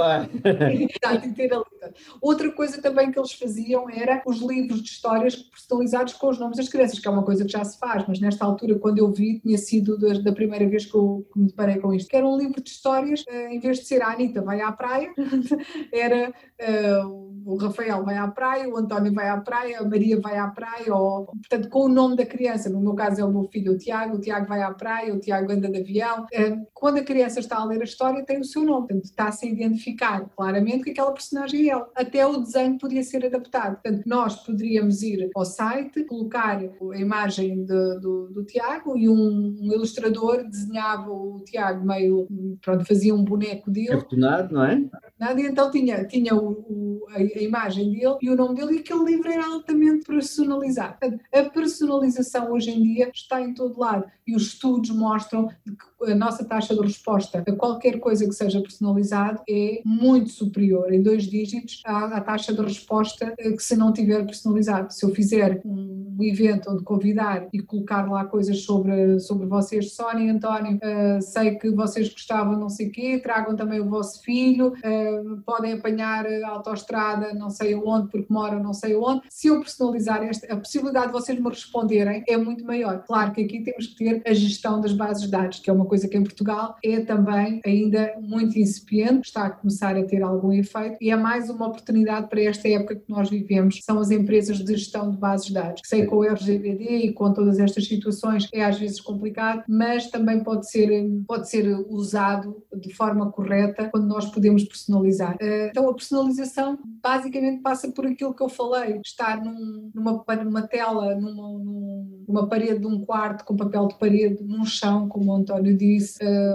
Outra coisa também que eles faziam era os livros de histórias personalizados com os nomes das crianças, que é uma coisa que já se faz, mas nesta altura, quando eu vi, tinha sido da primeira vez que me deparei com isto, que era um livro de histórias, em vez de ser a Anitta vai à praia, era o Rafael vai à praia, o António vai à praia, a Maria vai à praia, portanto, com o nome da criança. No meu caso é o meu filho, o Tiago vai à praia, o Tiago anda de avião. Quando a criança está a ler a história, tem o seu nome, portanto, está-se a identificar claramente que aquela personagem é ele. Até o desenho podia ser adaptado. Portanto, nós poderíamos ir ao site, colocar a imagem do Tiago e um ilustrador desenhava o Tiago meio, pronto, fazia um boneco dele. Cartonado, não é? E então tinha a imagem dele e o nome dele, e aquele livro era altamente personalizado. Portanto, a personalização hoje em dia está em todo lado e os estudos mostram que a nossa taxa de resposta a qualquer coisa que seja personalizado é muito superior, em 2 dígitos, à taxa de resposta que se não tiver personalizado. Se eu fizer um evento onde convidar e colocar lá coisas sobre vocês, Sónia e António, sei que vocês gostavam não sei o quê, tragam também o vosso filho, podem apanhar a autoestrada não sei onde porque moram não sei onde. Se eu personalizar a possibilidade de vocês me responderem é muito maior. Claro que aqui temos que ter a gestão das bases de dados, que é uma coisa que em Portugal é também ainda muito incipiente, está a começar a ter algum efeito, e é mais uma oportunidade para esta época que nós vivemos, são as empresas de gestão de bases de dados. Sei que com o RGPD e com todas estas situações é às vezes complicado, mas também pode ser usado de forma correta quando nós podemos personalizar. Então a personalização basicamente passa por aquilo que eu falei, estar numa tela, numa parede de um quarto com papel de parede, num chão, como o António disse,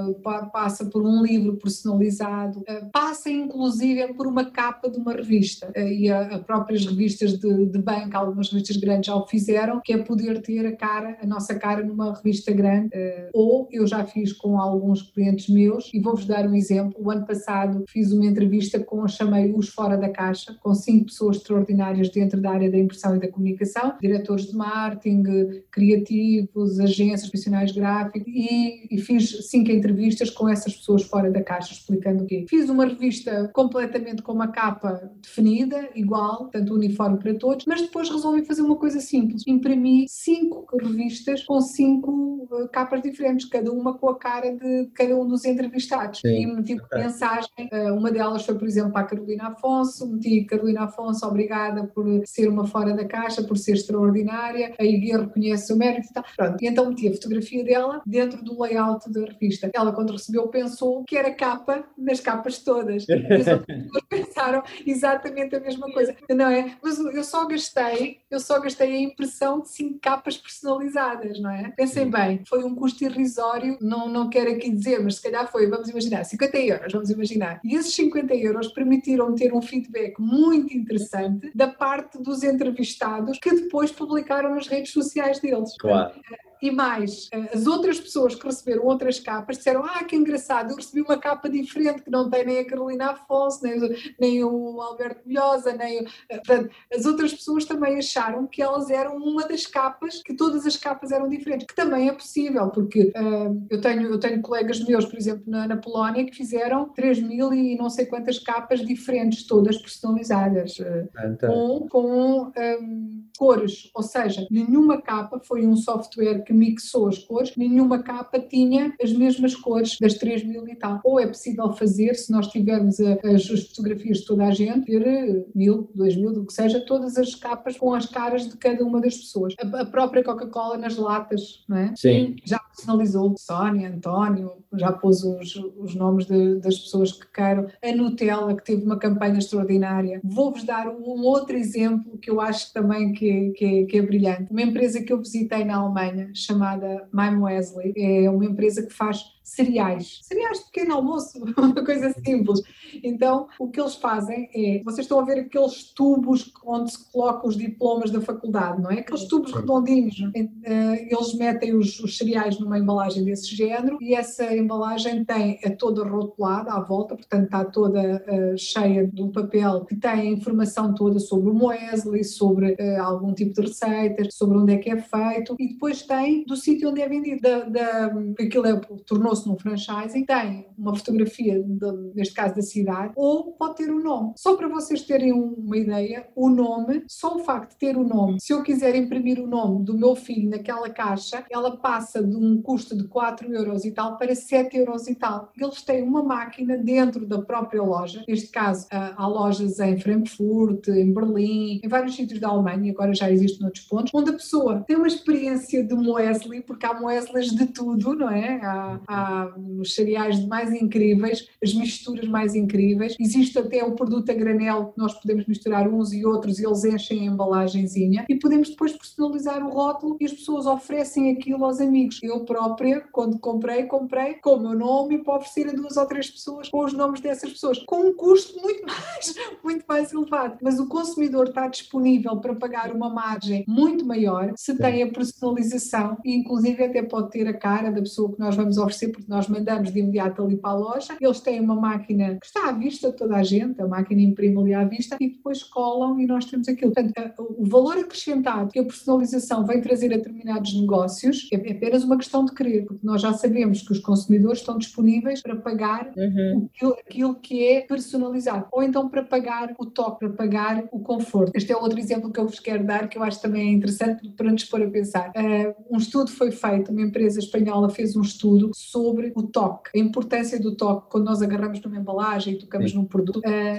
passa por um livro personalizado, passa inclusive por uma capa de uma revista, e as próprias revistas de banca, algumas revistas grandes já o fizeram, que é poder ter a nossa cara numa revista grande, ou eu já fiz com alguns clientes meus, e vou-vos dar um exemplo. O ano passado fiz uma entrevista chamei os Fora da Caixa, com 5 pessoas extraordinárias dentro da área da impressão e da comunicação, diretores de marketing, criativos, agências profissionais gráficos, e fiz 5 entrevistas com essas pessoas fora da caixa, explicando o quê. Fiz uma revista completamente com uma capa definida, igual, tanto uniforme para todos, mas depois resolvi fazer uma coisa simples. Imprimi 5 revistas com 5 capas diferentes, cada uma com a cara de cada um dos entrevistados. Sim. E meti uma mensagem, uma delas foi, por exemplo, para a Carolina Afonso, meti Carolina Afonso, obrigada por ser uma fora da caixa, por ser extraordinária, a Iguer reconhece o mérito e tal. Pronto, e então meti a fotografia dela dentro do layout da revista. Ela, quando recebeu, pensou que era capa nas capas todas. E as outras pessoas pensaram exatamente a mesma coisa, não é? Mas eu só gastei a impressão de 5 capas personalizadas, não é? Pensem bem, foi um custo irrisório, não quero aqui dizer, mas se calhar foi, vamos imaginar, 50 euros, vamos imaginar. E esses 50 euros permitiram ter um feedback muito interessante da parte dos entrevistados que depois publicaram nas redes sociais deles. Claro. E mais, as outras pessoas que receberam outras capas disseram, que engraçado, eu recebi uma capa diferente, que não tem nem a Carolina Afonso, nem o Alberto Milhosa, portanto, as outras pessoas também acharam que elas eram uma das capas, que todas as capas eram diferentes, que também é possível, porque eu tenho colegas meus, por exemplo, na Polónia, que fizeram 3.000 e não sei quantas capas diferentes, todas personalizadas, com cores, ou seja, nenhuma capa, foi um software que mixou as cores, nenhuma capa tinha as mesmas cores das 3.000 e tal. Ou é possível fazer, se nós tivermos as fotografias de toda a gente, ter 1.000, 2.000, do que seja, todas as capas com as caras de cada uma das pessoas. A própria Coca-Cola nas latas, não é? Sim. Já personalizou Sónia, António, já pôs os nomes das pessoas que queiram. A Nutella, que teve uma campanha extraordinária. Vou-vos dar um outro exemplo que eu acho também que é brilhante. Uma empresa que eu visitei na Alemanha, chamada Mimoesli, é uma empresa que faz cereais de pequeno almoço, uma coisa simples. Então, o que eles fazem é, vocês estão a ver aqueles tubos onde se colocam os diplomas da faculdade, não é? Aqueles tubos redondinhos. Eles metem os cereais numa embalagem desse género e essa embalagem é toda rotulada à volta, portanto está toda cheia de um papel que tem a informação toda sobre o Moesli, sobre algum tipo de receitas, sobre onde é que é feito, e depois tem do sítio onde é vendido. Aquilo tornou-se num franchising, tem uma fotografia, neste caso da cidade, ou pode ter o nome. Só para vocês terem uma ideia, o nome, só o facto de ter o nome, se eu quiser imprimir o nome do meu filho naquela caixa, ela passa de um custo de 4 euros e tal para 7 euros e tal. Eles têm uma máquina dentro da própria loja, neste caso há lojas em Frankfurt, em Berlim, em vários sítios da Alemanha, agora já existe noutros pontos, onde a pessoa tem uma experiência de Moesli, porque há Moeslis de tudo, não é? Há os cereais mais incríveis, as misturas mais incríveis, existe até o produto a granel que nós podemos misturar uns e outros e eles enchem a embalagenzinha e podemos depois personalizar o rótulo e as pessoas oferecem aquilo aos amigos. Eu própria, quando comprei com o meu nome para oferecer a 2 ou 3 pessoas com os nomes dessas pessoas, com um custo muito mais elevado. Mas o consumidor está disponível para pagar uma margem muito maior se tem a personalização e inclusive até pode ter a cara da pessoa que nós vamos oferecer, porque nós mandamos de imediato ali para a loja, eles têm uma máquina que está à vista de toda a gente, a máquina imprime ali à vista e depois colam e nós temos aquilo. Portanto, o valor acrescentado que a personalização vem trazer a determinados negócios é apenas uma questão de querer, porque nós já sabemos que os consumidores estão disponíveis para pagar aquilo que é personalizado, ou então para pagar o toque, para pagar o conforto. Este é outro exemplo que eu vos quero dar, que eu acho também é interessante para nos pôr a pensar. Um estudo foi feito, uma empresa espanhola fez um estudo sobre o toque, a importância do toque quando nós agarramos numa embalagem e tocamos num produto,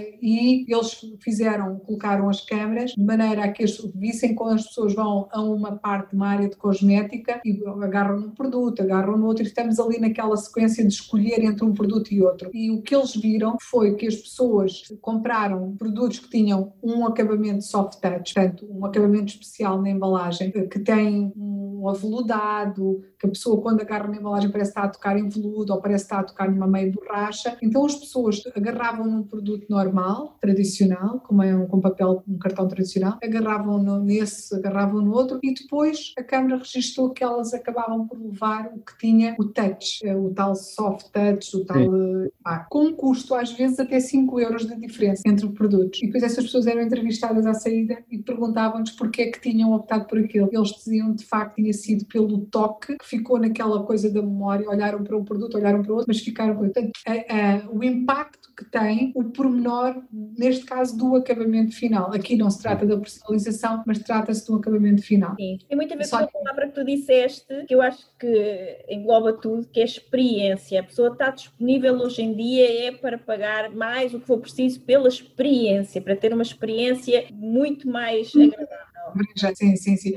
e eles colocaram as câmaras de maneira a que eles vissem quando as pessoas vão a uma área de cosmética e agarram num produto, agarram no outro e estamos ali naquela sequência de escolher entre um produto e outro. E o que eles viram foi que as pessoas compraram produtos que tinham um acabamento soft touch, portanto um acabamento especial na embalagem, que tem um aveludado, que a pessoa quando agarra na embalagem parece estar a tocar em veludo ou parece estar a tocar numa meia borracha. Então as pessoas agarravam num produto normal, tradicional, como é um cartão tradicional, agarravam nesse, agarravam no outro e depois a câmara registrou que elas acabavam por levar o que tinha o touch, o tal soft touch, o tal, com um custo às vezes até 5 euros de diferença entre produtos. E depois essas pessoas eram entrevistadas à saída e perguntavam-nos porque é que tinham optado por aquilo. Eles diziam de facto que tinha sido pelo toque, que ficou naquela coisa da memória, olharam para um produto, olharam para o outro, mas ficaram... Portanto, o impacto que tem o pormenor, neste caso, do acabamento final. Aqui não se trata da personalização, mas trata-se do acabamento final. Sim, tem muito a ver com a palavra que tu disseste, que eu acho que engloba tudo, que é experiência. A pessoa está disponível hoje em dia para pagar mais o que for preciso pela experiência, para ter uma experiência muito mais agradável. Sim.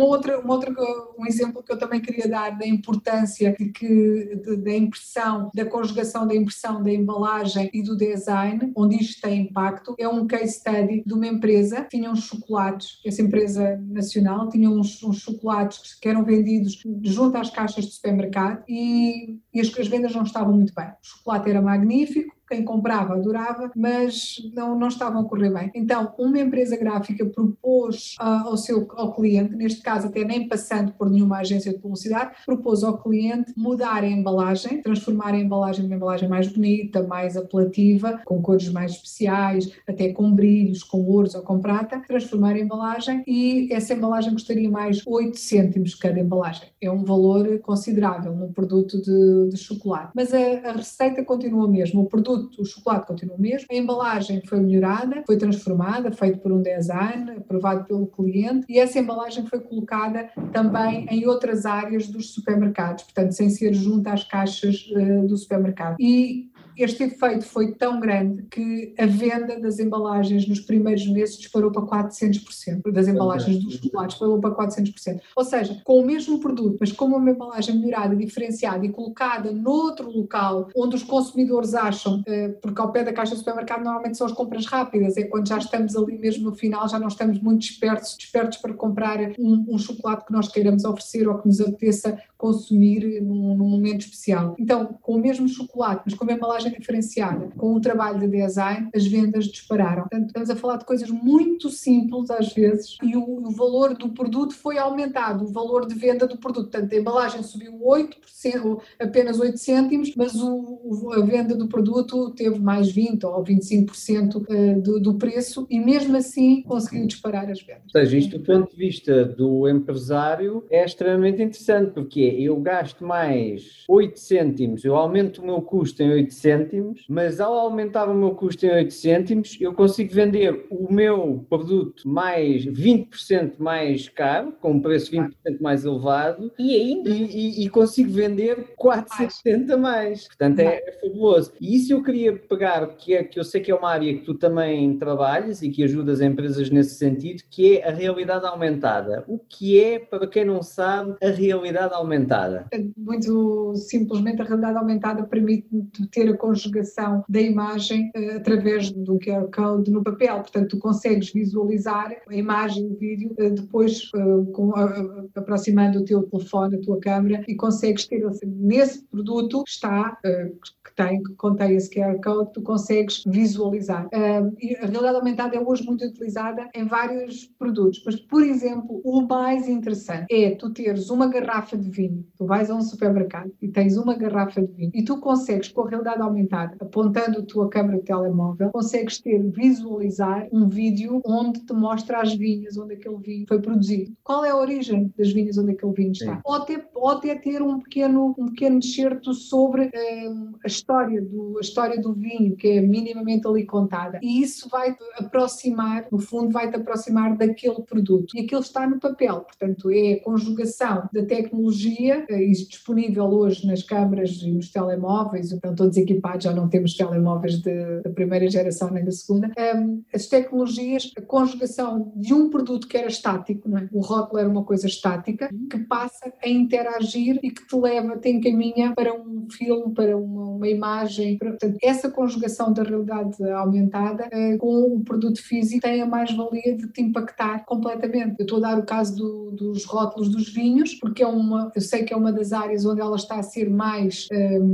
Um exemplo que eu também queria dar da importância da impressão, da conjugação da impressão, da embalagem e do design, onde isto tem impacto, é um case study de uma empresa que tinha uns chocolates, essa empresa nacional tinha uns chocolates que eram vendidos junto às caixas de supermercado e as vendas não estavam muito bem. O chocolate era magnífico, quem comprava adorava, mas não estavam a correr bem. Então, uma empresa gráfica propôs ao cliente, neste caso até nem passando por nenhuma agência de publicidade, propôs ao cliente mudar a embalagem, transformar a embalagem numa embalagem mais bonita, mais apelativa, com cores mais especiais, até com brilhos, com ouros ou com prata, transformar a embalagem, e essa embalagem custaria mais 8 cêntimos cada embalagem. É um valor considerável num produto de chocolate. Mas a receita continua a mesma, o chocolate continua o mesmo, a embalagem foi melhorada, foi transformada, feito por um design, aprovado pelo cliente, e essa embalagem foi colocada também em outras áreas dos supermercados, portanto, sem ser junto às caixas do supermercado. E este efeito foi tão grande que a venda das embalagens nos primeiros meses disparou para 400%, das embalagens dos chocolates disparou para 400%. Ou seja, com o mesmo produto, mas com uma embalagem melhorada, diferenciada e colocada noutro local onde os consumidores acham, porque ao pé da caixa do supermercado normalmente são as compras rápidas, é quando já estamos ali mesmo no final, já não estamos muito despertos para comprar um chocolate que nós queiramos oferecer ou que nos apeteça consumir num momento especial. Então, com o mesmo chocolate, mas com uma embalagem diferenciada, com um trabalho de design, as vendas dispararam. Portanto, estamos a falar de coisas muito simples às vezes, e o valor do produto foi aumentado, o valor de venda do produto. Portanto, a embalagem subiu 8%, apenas 8 cêntimos, mas a venda do produto teve mais 20% ou 25% do preço, e mesmo assim conseguiu disparar as vendas. Ou seja, isto do ponto de vista do empresário é extremamente interessante, porque eu gasto mais 8 cêntimos, eu aumento o meu custo em 8 cêntimos, mas ao aumentar o meu custo em 8 cêntimos, eu consigo vender o meu produto mais 20% mais caro, com um preço 20% mais elevado, e consigo vender 4,70 a mais. Portanto, é fabuloso. E isso eu queria pegar, que eu sei que é uma área que tu também trabalhas e que ajudas empresas nesse sentido, que é a realidade aumentada. O que é, para quem não sabe, a realidade aumentada? Muito simplesmente, a realidade aumentada permite ter a conjugação da imagem através do QR Code no papel. Portanto, tu consegues visualizar a imagem, o vídeo, depois aproximando o teu telefone, a tua câmera, e consegues ter, nesse produto está, que contém esse QR Code, tu consegues visualizar. E a realidade aumentada é hoje muito utilizada em vários produtos, mas, por exemplo, o mais interessante é tu teres uma garrafa de vinho, tu vais a um supermercado e tens uma garrafa de vinho, e tu consegues, com a realidade aumentada, apontando a tua câmera de telemóvel, consegues visualizar um vídeo onde te mostra as vinhas onde aquele vinho foi produzido. Qual é a origem das vinhas onde aquele vinho está? Ou até ter um pequeno excerto sobre a história do vinho, que é minimamente ali contada. E isso vai-te aproximar, no fundo, vai-te aproximar daquele produto. E aquilo está no papel. Portanto, é a conjugação da tecnologia, disponível hoje nas câmaras e nos telemóveis, estão todos equipados, já não temos telemóveis da primeira geração nem da segunda. As tecnologias, a conjugação de um produto que era estático, não é? O rótulo era uma coisa estática, que passa a interagir e que te encaminha para um filme, para uma imagem. Portanto, essa conjugação da realidade aumentada com o produto físico tem a mais-valia de te impactar completamente. Eu estou a dar o caso dos rótulos dos vinhos, porque eu sei que é uma das áreas onde ela está a ser mais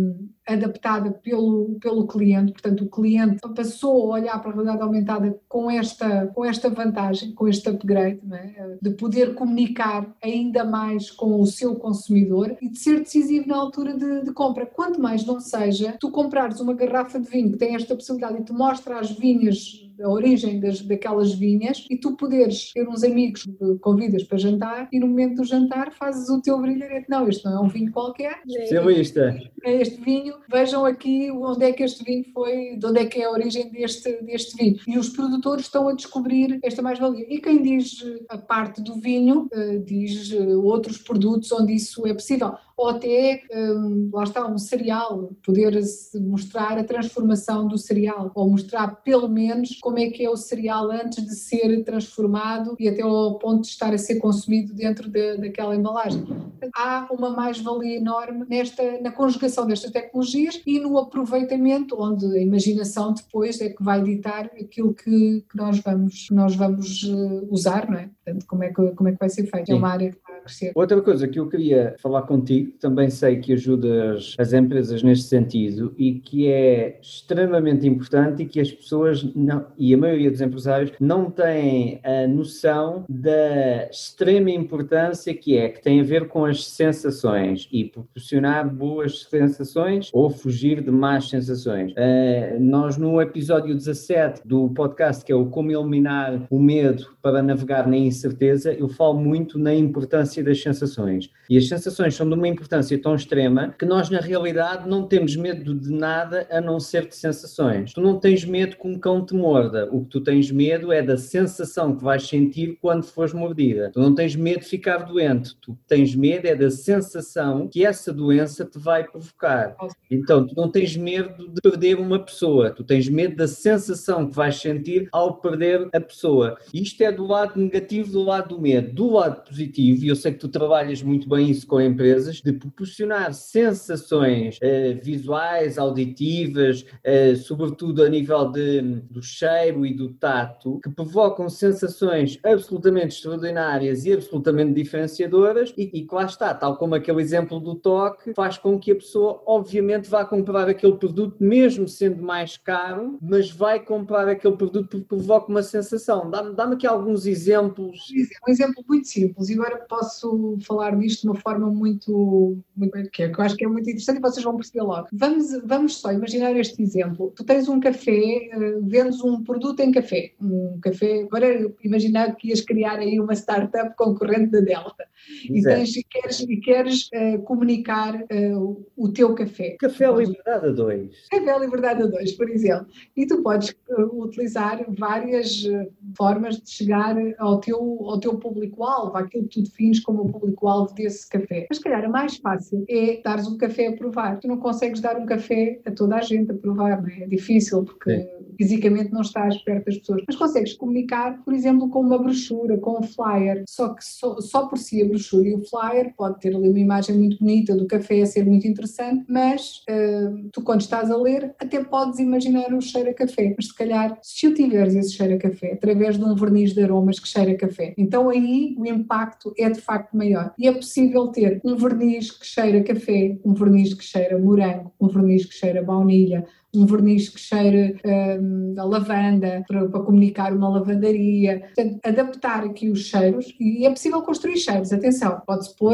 adaptada pelo cliente. Portanto, o cliente passou a olhar para a realidade aumentada com esta vantagem, com este upgrade, não é? De poder comunicar ainda mais com o seu consumidor e de ser decisivo na altura de compra. Quanto mais não seja, tu comprares uma garrafa de vinho que tem esta possibilidade e te mostra as vinhas, a origem daquelas vinhas, e tu poderes ter uns amigos que convidas para jantar e no momento do jantar fazes o teu brilharete. Não, este não é um vinho qualquer. Especialista. Este vinho, vejam aqui onde é que este vinho foi, de onde é que é a origem deste vinho. E os produtores estão a descobrir esta mais-valia. E quem diz a parte do vinho, diz outros produtos onde isso é possível. Ou até, lá está, um cereal, poder mostrar a transformação do cereal, ou mostrar pelo menos como é que é o cereal antes de ser transformado e até ao ponto de estar a ser consumido dentro daquela embalagem. Há uma mais-valia enorme na conjugação destas tecnologias e no aproveitamento, onde a imaginação depois é que vai ditar aquilo que nós vamos usar, não é? Portanto, como é que vai ser feito? É uma área que crescer. Outra coisa que eu queria falar contigo, também sei que ajudas as empresas neste sentido e que é extremamente importante e que as pessoas, não, e a maioria dos empresários, não têm a noção da extrema importância que tem a ver com as sensações e proporcionar boas sensações ou fugir de más sensações. Nós no episódio 17 do podcast, que é o Como Eliminar o Medo para Navegar na Incerteza, eu falo muito na importância das sensações. E as sensações são de uma importância tão extrema que nós, na realidade, não temos medo de nada a não ser de sensações. Tu não tens medo que um cão te morda. O que tu tens medo é da sensação que vais sentir quando fores mordida. Tu não tens medo de ficar doente. Tu tens medo é da sensação que essa doença te vai provocar. Então, tu não tens medo de perder uma pessoa. Tu tens medo da sensação que vais sentir ao perder a pessoa. Isto é do lado negativo, do lado do medo. Do lado positivo, e eu sei que tu trabalhas muito bem isso com empresas, de proporcionar sensações visuais, auditivas, sobretudo a nível do cheiro e do tato, que provocam sensações absolutamente extraordinárias e absolutamente diferenciadoras e que lá está, tal como aquele exemplo do toque, faz com que a pessoa obviamente vá comprar aquele produto mesmo sendo mais caro, mas vai comprar aquele produto porque provoca uma sensação. Dá-me aqui alguns exemplos. Um exemplo muito simples, e agora posso falar disto de uma forma muito que eu acho que é muito interessante e vocês vão perceber logo. Vamos só imaginar este exemplo. Tu tens um café, vendes um produto em café. Um café, agora imaginar que ias criar aí uma startup concorrente da Delta. E queres comunicar o teu café. Café Liberdade a 2. Café Liberdade a 2, por exemplo. E tu podes utilizar várias formas de chegar ao teu público-alvo, àquilo que tu defines como o público-alvo desse café. Mas, se calhar, a mais fácil é dares um café a provar. Tu não consegues dar um café a toda a gente a provar, não é? É difícil, porque fisicamente não estás perto das pessoas. Mas consegues comunicar, por exemplo, com uma brochura, com um flyer. Só que só por si a brochura e o flyer pode ter ali uma imagem muito bonita do café, a ser muito interessante, mas tu, quando estás a ler, até podes imaginar um cheiro a café. Mas, se calhar, se o tiveres esse cheiro a café, através de um verniz de aromas que cheira a café, então aí o impacto é de facto maior. E é possível ter um verniz que cheira a café, um verniz que cheira a morango, um verniz que cheira a baunilha, um verniz que cheira a lavanda, para comunicar uma lavandaria. Portanto, adaptar aqui os cheiros, e é possível construir cheiros, atenção, pode-se pôr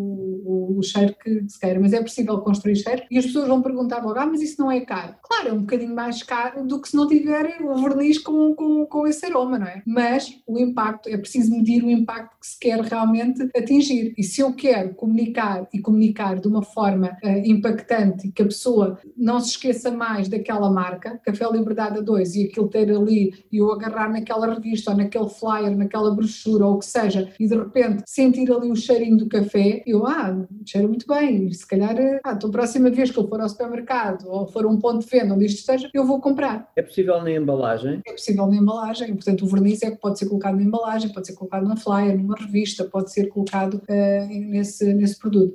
o cheiro que se queira, mas é possível construir cheiros, e as pessoas vão perguntar logo, mas isso não é caro? Claro, é um bocadinho mais caro do que se não tiverem o verniz com esse aroma, não é? Mas o impacto, é preciso medir o impacto que se quer realmente atingir, e se eu quero comunicar de uma forma impactante, e que a pessoa não se esqueça mais daquela marca, Café Liberdade a 2, e aquilo ter ali, e eu agarrar naquela revista, ou naquele flyer, naquela brochura, ou o que seja, e de repente sentir ali o cheirinho do café, eu, cheira muito bem, e se calhar, então a próxima vez que eu for ao supermercado, ou for a um ponto de venda onde isto esteja, eu vou comprar. É possível na embalagem? É possível na embalagem, portanto o verniz pode ser colocado na embalagem, pode ser colocado num flyer, numa revista, pode ser colocado nesse produto.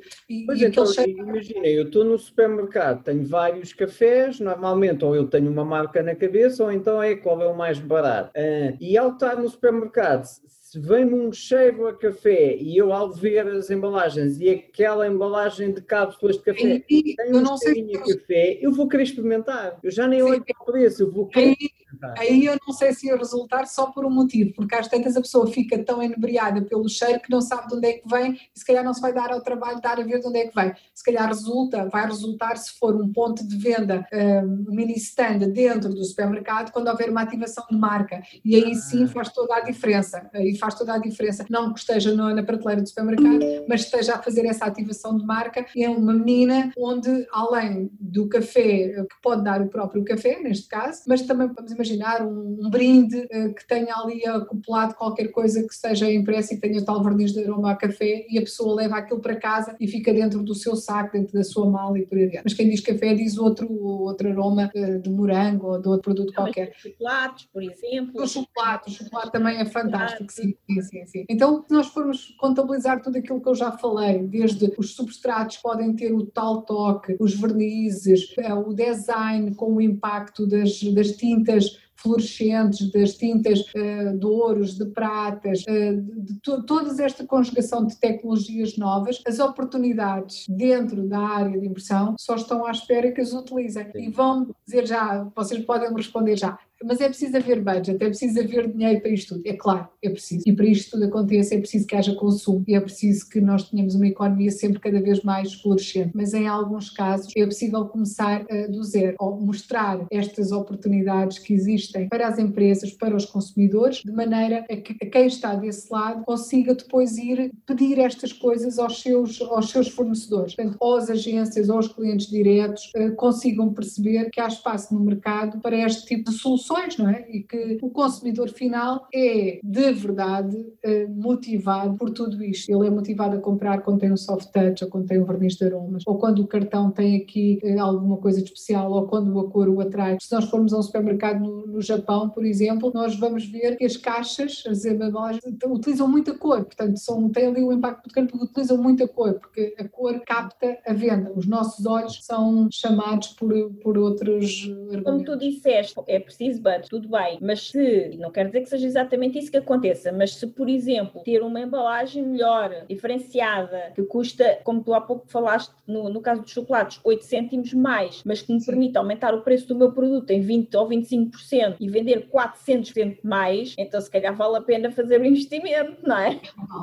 Imagina, eu estou no supermercado, tenho vários cafés, normalmente ou eu tenho uma marca na cabeça ou então qual é o mais barato. E ao estar no supermercado, se vem-me um cheiro a café e eu ao ver as embalagens e aquela embalagem de cápsulas de café tem um cheirinho a café, eu vou querer experimentar. Eu já nem olho para o preço, eu vou querer experimentar. Aí eu não sei se ia resultar só por um motivo, porque às tantas a pessoa fica tão inebriada pelo cheiro que não sabe de onde é que vem e se calhar não se vai dar ao trabalho de dar a ver de onde é que vem. Se calhar vai resultar se for um ponto de venda, um mini stand dentro do supermercado, quando houver uma ativação de marca, e aí sim faz toda a diferença. Aí faz toda a diferença, não que esteja na prateleira do supermercado, mas esteja a fazer essa ativação de marca. É uma menina onde, além do café, que pode dar o próprio café, neste caso, mas também vamos imaginar um brinde que tenha ali acoplado qualquer coisa que seja impressa e que tenha tal verniz de aroma a café, e a pessoa leva aquilo para casa e fica dentro do seu saco, dentro da sua mala e por aí adiante. Mas quem diz café diz outro aroma de morango ou de outro produto qualquer. Chocolates, por exemplo. O chocolate também é fantástico, sim. Então, se nós formos contabilizar tudo aquilo que eu já falei, desde os substratos podem ter o tal toque, os vernizes, o design com o impacto das tintas fluorescentes, das tintas de ouros, de pratas, toda esta conjugação de tecnologias novas, as oportunidades dentro da área de impressão só estão à espera que as utilizem. E vão dizer já, vocês podem me responder já, mas é preciso haver budget, é preciso haver dinheiro para isto tudo. É claro, é preciso. E para isto tudo acontecer é preciso que haja consumo e é preciso que nós tenhamos uma economia sempre cada vez mais florescente. Mas em alguns casos é possível começar do zero, ou mostrar estas oportunidades que existem para as empresas, para os consumidores, de maneira a que quem está desse lado consiga depois ir pedir estas coisas aos seus fornecedores. Portanto, ou as agências ou os clientes diretos consigam perceber que há espaço no mercado para este tipo de soluções, não é? E que o consumidor final é de verdade motivado por tudo isto. Ele é motivado a comprar quando tem um soft touch, ou quando tem um verniz de aromas, ou quando o cartão tem aqui alguma coisa de especial, ou quando a cor o atrai. Se nós formos a um supermercado no Japão, por exemplo, nós vamos ver que as caixas, as embalagens, utilizam muita cor, portanto tem ali um impacto muito grande porque utilizam muita cor, porque a cor capta a venda. Os nossos olhos são chamados por outros argumentos. Como tu disseste, é preciso budget, tudo bem, mas se, não quero dizer que seja exatamente isso que aconteça, mas se, por exemplo, ter uma embalagem melhor, diferenciada, que custa, como tu há pouco falaste, no caso dos chocolates, 8 cêntimos mais, mas que me permite aumentar o preço do meu produto em 20% ou 25% e vender 400% mais, então se calhar vale a pena fazer o investimento, não é?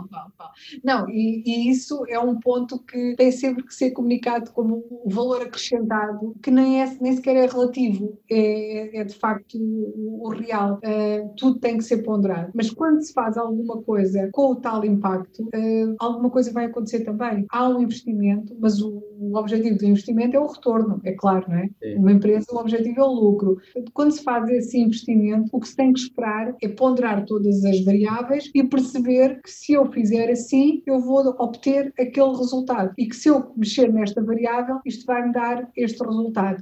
Não, e isso é um ponto que tem sempre que ser comunicado como um valor acrescentado, que nem sequer é relativo, é de facto o real. Tudo tem que ser ponderado. Mas quando se faz alguma coisa com o tal impacto, alguma coisa vai acontecer também. Há um investimento, mas o objetivo do investimento é o retorno, é claro, não é? Sim. Uma empresa, o objetivo é o lucro. Quando se faz esse investimento, o que se tem que esperar é ponderar todas as variáveis e perceber que se eu fizer assim, eu vou obter aquele resultado. E que se eu mexer nesta variável, isto vai-me dar este resultado.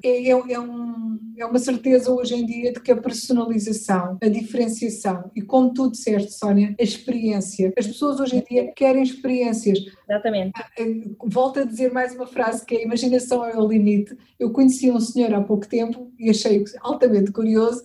É uma certeza hoje em dia de que a personalização, a diferenciação e, como tu disseste, Sónia, a experiência. As pessoas hoje em dia querem experiências. Exatamente. Volto a dizer mais uma frase que é: a imaginação é o limite. Eu conheci um senhor há pouco tempo e achei altamente curioso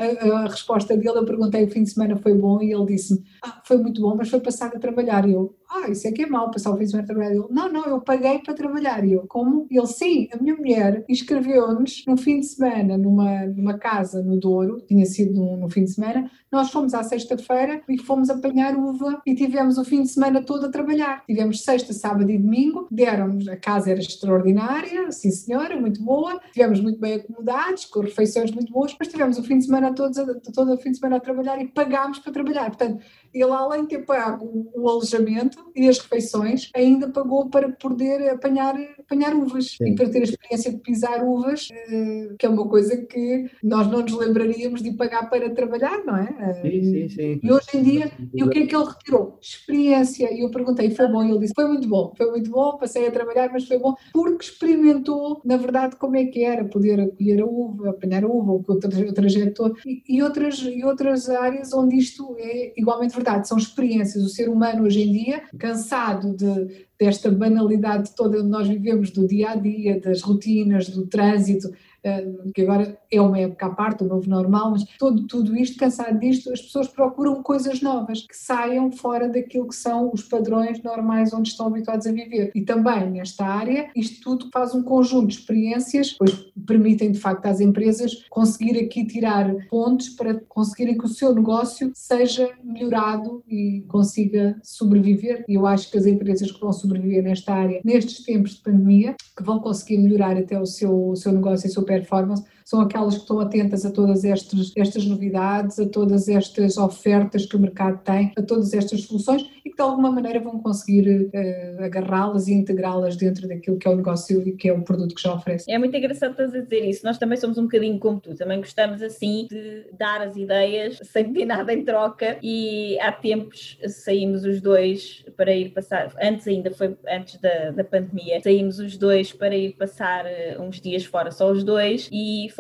a resposta dele. Eu perguntei: o fim de semana foi bom? E ele disse-me: foi muito bom, mas foi passado a trabalhar. E eu: isso é que é mau, passar o fim de semana a trabalhar. Ele: não, eu paguei para trabalhar. E eu: como? E ele: sim, a minha mulher inscreveu-nos num fim de semana numa casa no Douro, tinha sido no fim de semana. Nós fomos à sexta-feira e fomos apanhar uva e tivemos o fim de semana todo a trabalhar. Tivemos sexta, sábado e domingo, deram-nos, a casa era extraordinária, sim senhora, muito boa, estivemos muito bem acomodados, com refeições muito boas, mas tivemos o fim de semana todo o fim de semana a trabalhar e pagámos para trabalhar. Portanto, ele, além de ter pago o alojamento e as refeições, ainda pagou para poder apanhar uvas. Sim. E para ter a experiência de pisar uvas, que é uma coisa que nós não nos lembraríamos de pagar para trabalhar, não é? Sim. E hoje em dia, e o que é que ele retirou? Experiência. E eu perguntei: foi bom? E ele disse: foi muito bom, passei a trabalhar, mas foi bom, porque experimentou, na verdade, como é que era poder acolher a uva, apanhar a uva, o trajeto todo, e outras áreas onde isto é igualmente verdade, são experiências. O ser humano hoje em dia, cansado desta banalidade toda onde nós vivemos, do dia-a-dia, das rotinas, do trânsito, que agora é uma época à parte, o novo normal, mas tudo isto, cansado disto, as pessoas procuram coisas novas, que saiam fora daquilo que são os padrões normais onde estão habituados a viver. E também nesta área, isto tudo faz um conjunto de experiências, pois permitem de facto às empresas conseguir aqui tirar pontos para conseguirem que o seu negócio seja melhorado e consiga sobreviver. E eu acho que as empresas que vão sobreviver nesta área, nestes tempos de pandemia, que vão conseguir melhorar até o seu negócio e a sua performance, são aquelas que estão atentas a todas estas novidades, a todas estas ofertas que o mercado tem, a todas estas soluções e que de alguma maneira vão conseguir agarrá-las e integrá-las dentro daquilo que é o negócio e que é o produto que já oferece. É muito engraçado estás a dizer isso. Nós também somos um bocadinho como tu, também gostamos assim de dar as ideias sem ter nada em troca, e há tempos saímos os dois para ir passar, antes da pandemia, saímos os dois para ir passar uns dias fora, só os dois, e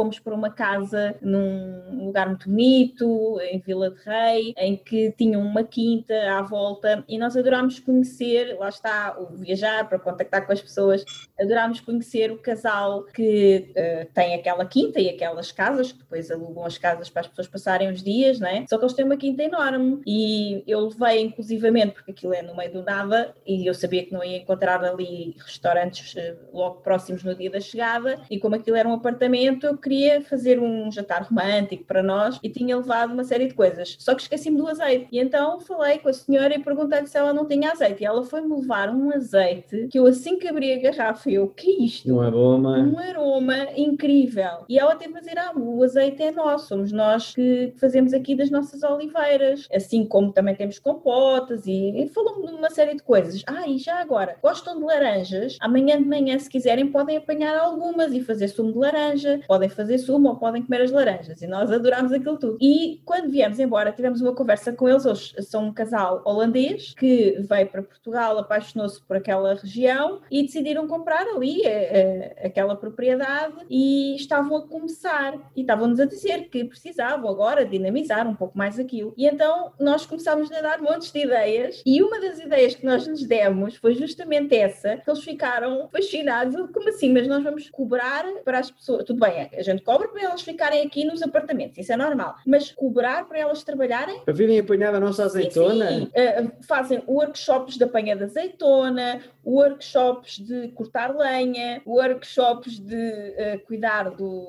fomos para uma casa num lugar muito bonito, em Vila de Rei, em que tinham uma quinta à volta, e nós adorámos conhecer, lá está, o viajar para contactar com as pessoas, adorámos conhecer o casal que tem aquela quinta e aquelas casas, que depois alugam as casas para as pessoas passarem os dias, né? Só que eles têm uma quinta enorme, e eu levei inclusivamente, porque aquilo é no meio do nada, e eu sabia que não ia encontrar ali restaurantes logo próximos no dia da chegada, e como aquilo era um apartamento, eu queria fazer um jantar romântico para nós, e tinha levado uma série de coisas, só que esqueci-me do azeite, e então falei com a senhora e perguntei-lhe se ela não tinha azeite, e ela foi-me levar um azeite, que eu assim que abri a garrafa, o que é isto? Um aroma incrível. E ela teve a dizer, o azeite é nosso, somos nós que fazemos aqui das nossas oliveiras, assim como também temos compotas, e falou-me de uma série de coisas. E já agora, gostam de laranjas? Amanhã de manhã, se quiserem, podem apanhar algumas e fazer sumo de laranja, podem fazer sumo ou podem comer as laranjas, e nós adorámos aquilo tudo. E quando viemos embora, tivemos uma conversa com eles, eles são um casal holandês, que veio para Portugal, apaixonou-se por aquela região, e decidiram comprar ali aquela propriedade, e estavam a começar, e estavam-nos a dizer que precisavam agora dinamizar um pouco mais aquilo. E então nós começámos a dar montes de ideias, e uma das ideias que nós lhes demos foi justamente essa, que eles ficaram fascinados. Como assim? Mas nós vamos cobrar para as pessoas? Tudo bem, a gente cobra para elas ficarem aqui nos apartamentos, isso é normal, mas cobrar para elas trabalharem? Para virem apanhar a nossa azeitona? Sim. Fazem workshops de apanha de azeitona, workshops de cortar lenha, workshops de cuidar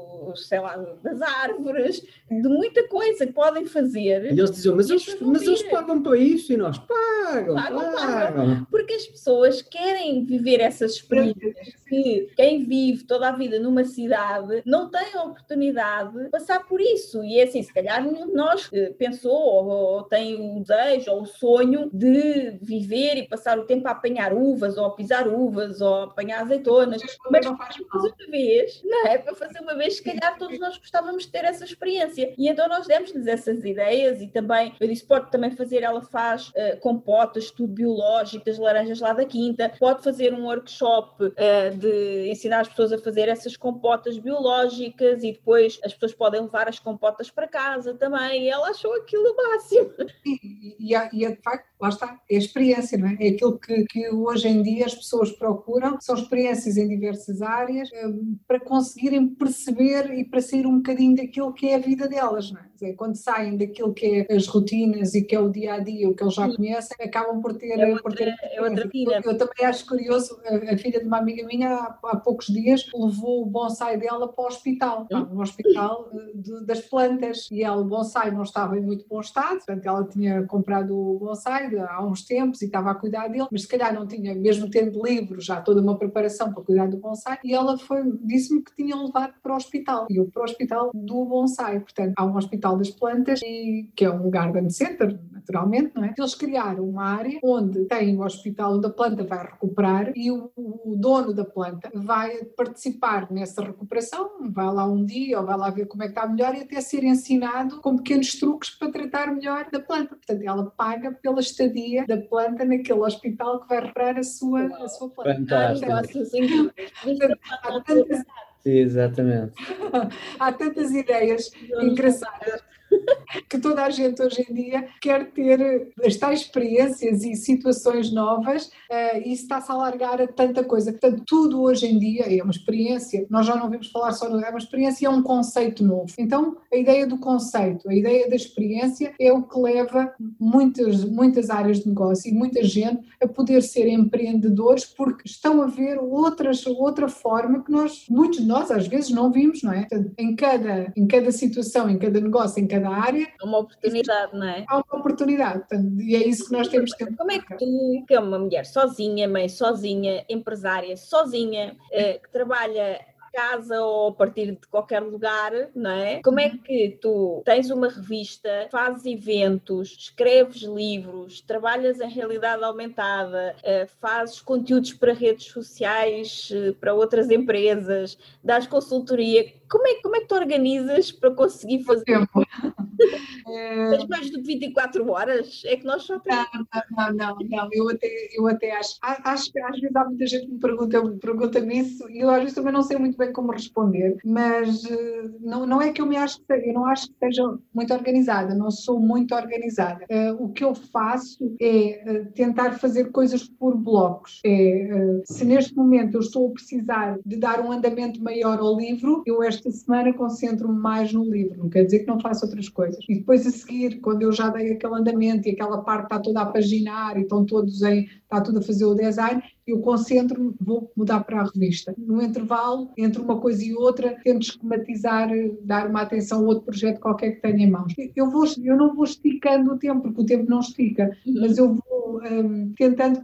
das árvores, de muita coisa que podem fazer. E eles diziam, mas eles pagam para isso, e nós pagam. Porque as pessoas querem viver essas experiências que quem vive toda a vida numa cidade não tem a oportunidade de passar por isso. E é assim, se calhar nenhum de nós pensou ou tem o desejo ou o sonho de viver e passar o tempo a apanhar uvas, ou a pisar uvas, ou a apanhar azeitonas. Mas para fazer uma vez, não é? Para fazer uma vez, se calhar todos nós gostávamos de ter essa experiência. E então nós demos-lhes essas ideias, e também, eu disse, pode também fazer, ela faz compotas, tudo biológico, das laranjas lá da quinta, pode fazer um workshop de ensinar as pessoas a fazer essas compotas biológicas, e depois as pessoas podem levar as compotas para casa também, e ela achou aquilo o máximo. E de facto, lá está, é a experiência, não é? É aquilo que hoje em dia as pessoas procuram, são experiências em diversas áreas, para conseguirem perceber e para sair um bocadinho daquilo que é a vida delas, não é? Quer dizer, quando saem daquilo que é as rotinas e que é o dia-a-dia, o que eles já conhecem, acabam por ter... outra vida. Eu também acho curioso, a filha de uma amiga minha, há poucos dias, levou o bonsai dela para o hospital, no hospital das plantas, e ela, o bonsai não estava em muito bom estado, portanto ela tinha comprado o bonsai há uns tempos e estava a cuidar dele, mas se calhar não tinha, mesmo tendo livro, já toda uma preparação para cuidar do bonsai, e ela disse-me que tinham levado para o hospital, e eu para o hospital do bonsai. Portanto, há um hospital das plantas, que é um garden center, naturalmente, não é? Eles criaram uma área onde tem o hospital onde a planta vai recuperar, e o dono da planta vai participar nessa recuperação, vai lá um dia ou vai lá ver como é que está melhor, e até ser ensinado com pequenos truques para tratar melhor da planta. Portanto, ela paga pela estadia da planta naquele hospital que vai recuperar a sua planta. Fantástico. Exatamente. Há tantas ideias engraçadas que toda a gente hoje em dia quer ter as tais experiências e situações novas, e isso está-se a alargar a tanta coisa. Portanto, tudo hoje em dia é uma experiência, nós já não vamos falar só é uma experiência, é um conceito novo. Então, a ideia do conceito, a ideia da experiência é o que leva muitas áreas de negócio e muita gente a poder ser empreendedores, porque estão a ver outra forma que muitos de nós às vezes não vimos, não é? Portanto, em cada situação, em cada negócio, em cada área, é uma oportunidade, não é? Há uma oportunidade, portanto, e é isso que nós temos que ter. Como é que tu, que é uma mulher sozinha, mãe sozinha, empresária sozinha, que trabalha casa ou a partir de qualquer lugar, não é? Como é que tu tens uma revista, fazes eventos, escreves livros, trabalhas em realidade aumentada, fazes conteúdos para redes sociais, para outras empresas, dás consultoria? como é que tu organizas para conseguir fazer tempo. Tens mais do que 24 horas? É que nós só temos... Não, eu até acho que às vezes há muita gente que me pergunta-me isso e eu às vezes também não sei muito bem como responder, mas não é que eu não acho que seja muito organizada, não sou muito organizada. O que eu faço é tentar fazer coisas por blocos. Se neste momento eu estou a precisar de dar um andamento maior ao livro, eu esta semana concentro-me mais no livro, não quer dizer que não faço outras coisas. E depois a seguir, quando eu já dei aquele andamento e aquela parte está toda a paginar e estão todos está tudo a fazer o design, eu concentro-me, vou mudar para a revista. No intervalo, entre uma coisa e outra, tento esquematizar, dar uma atenção a outro projeto qualquer que tenha em mãos. Eu não vou esticando o tempo, porque o tempo não estica, mas eu vou tentando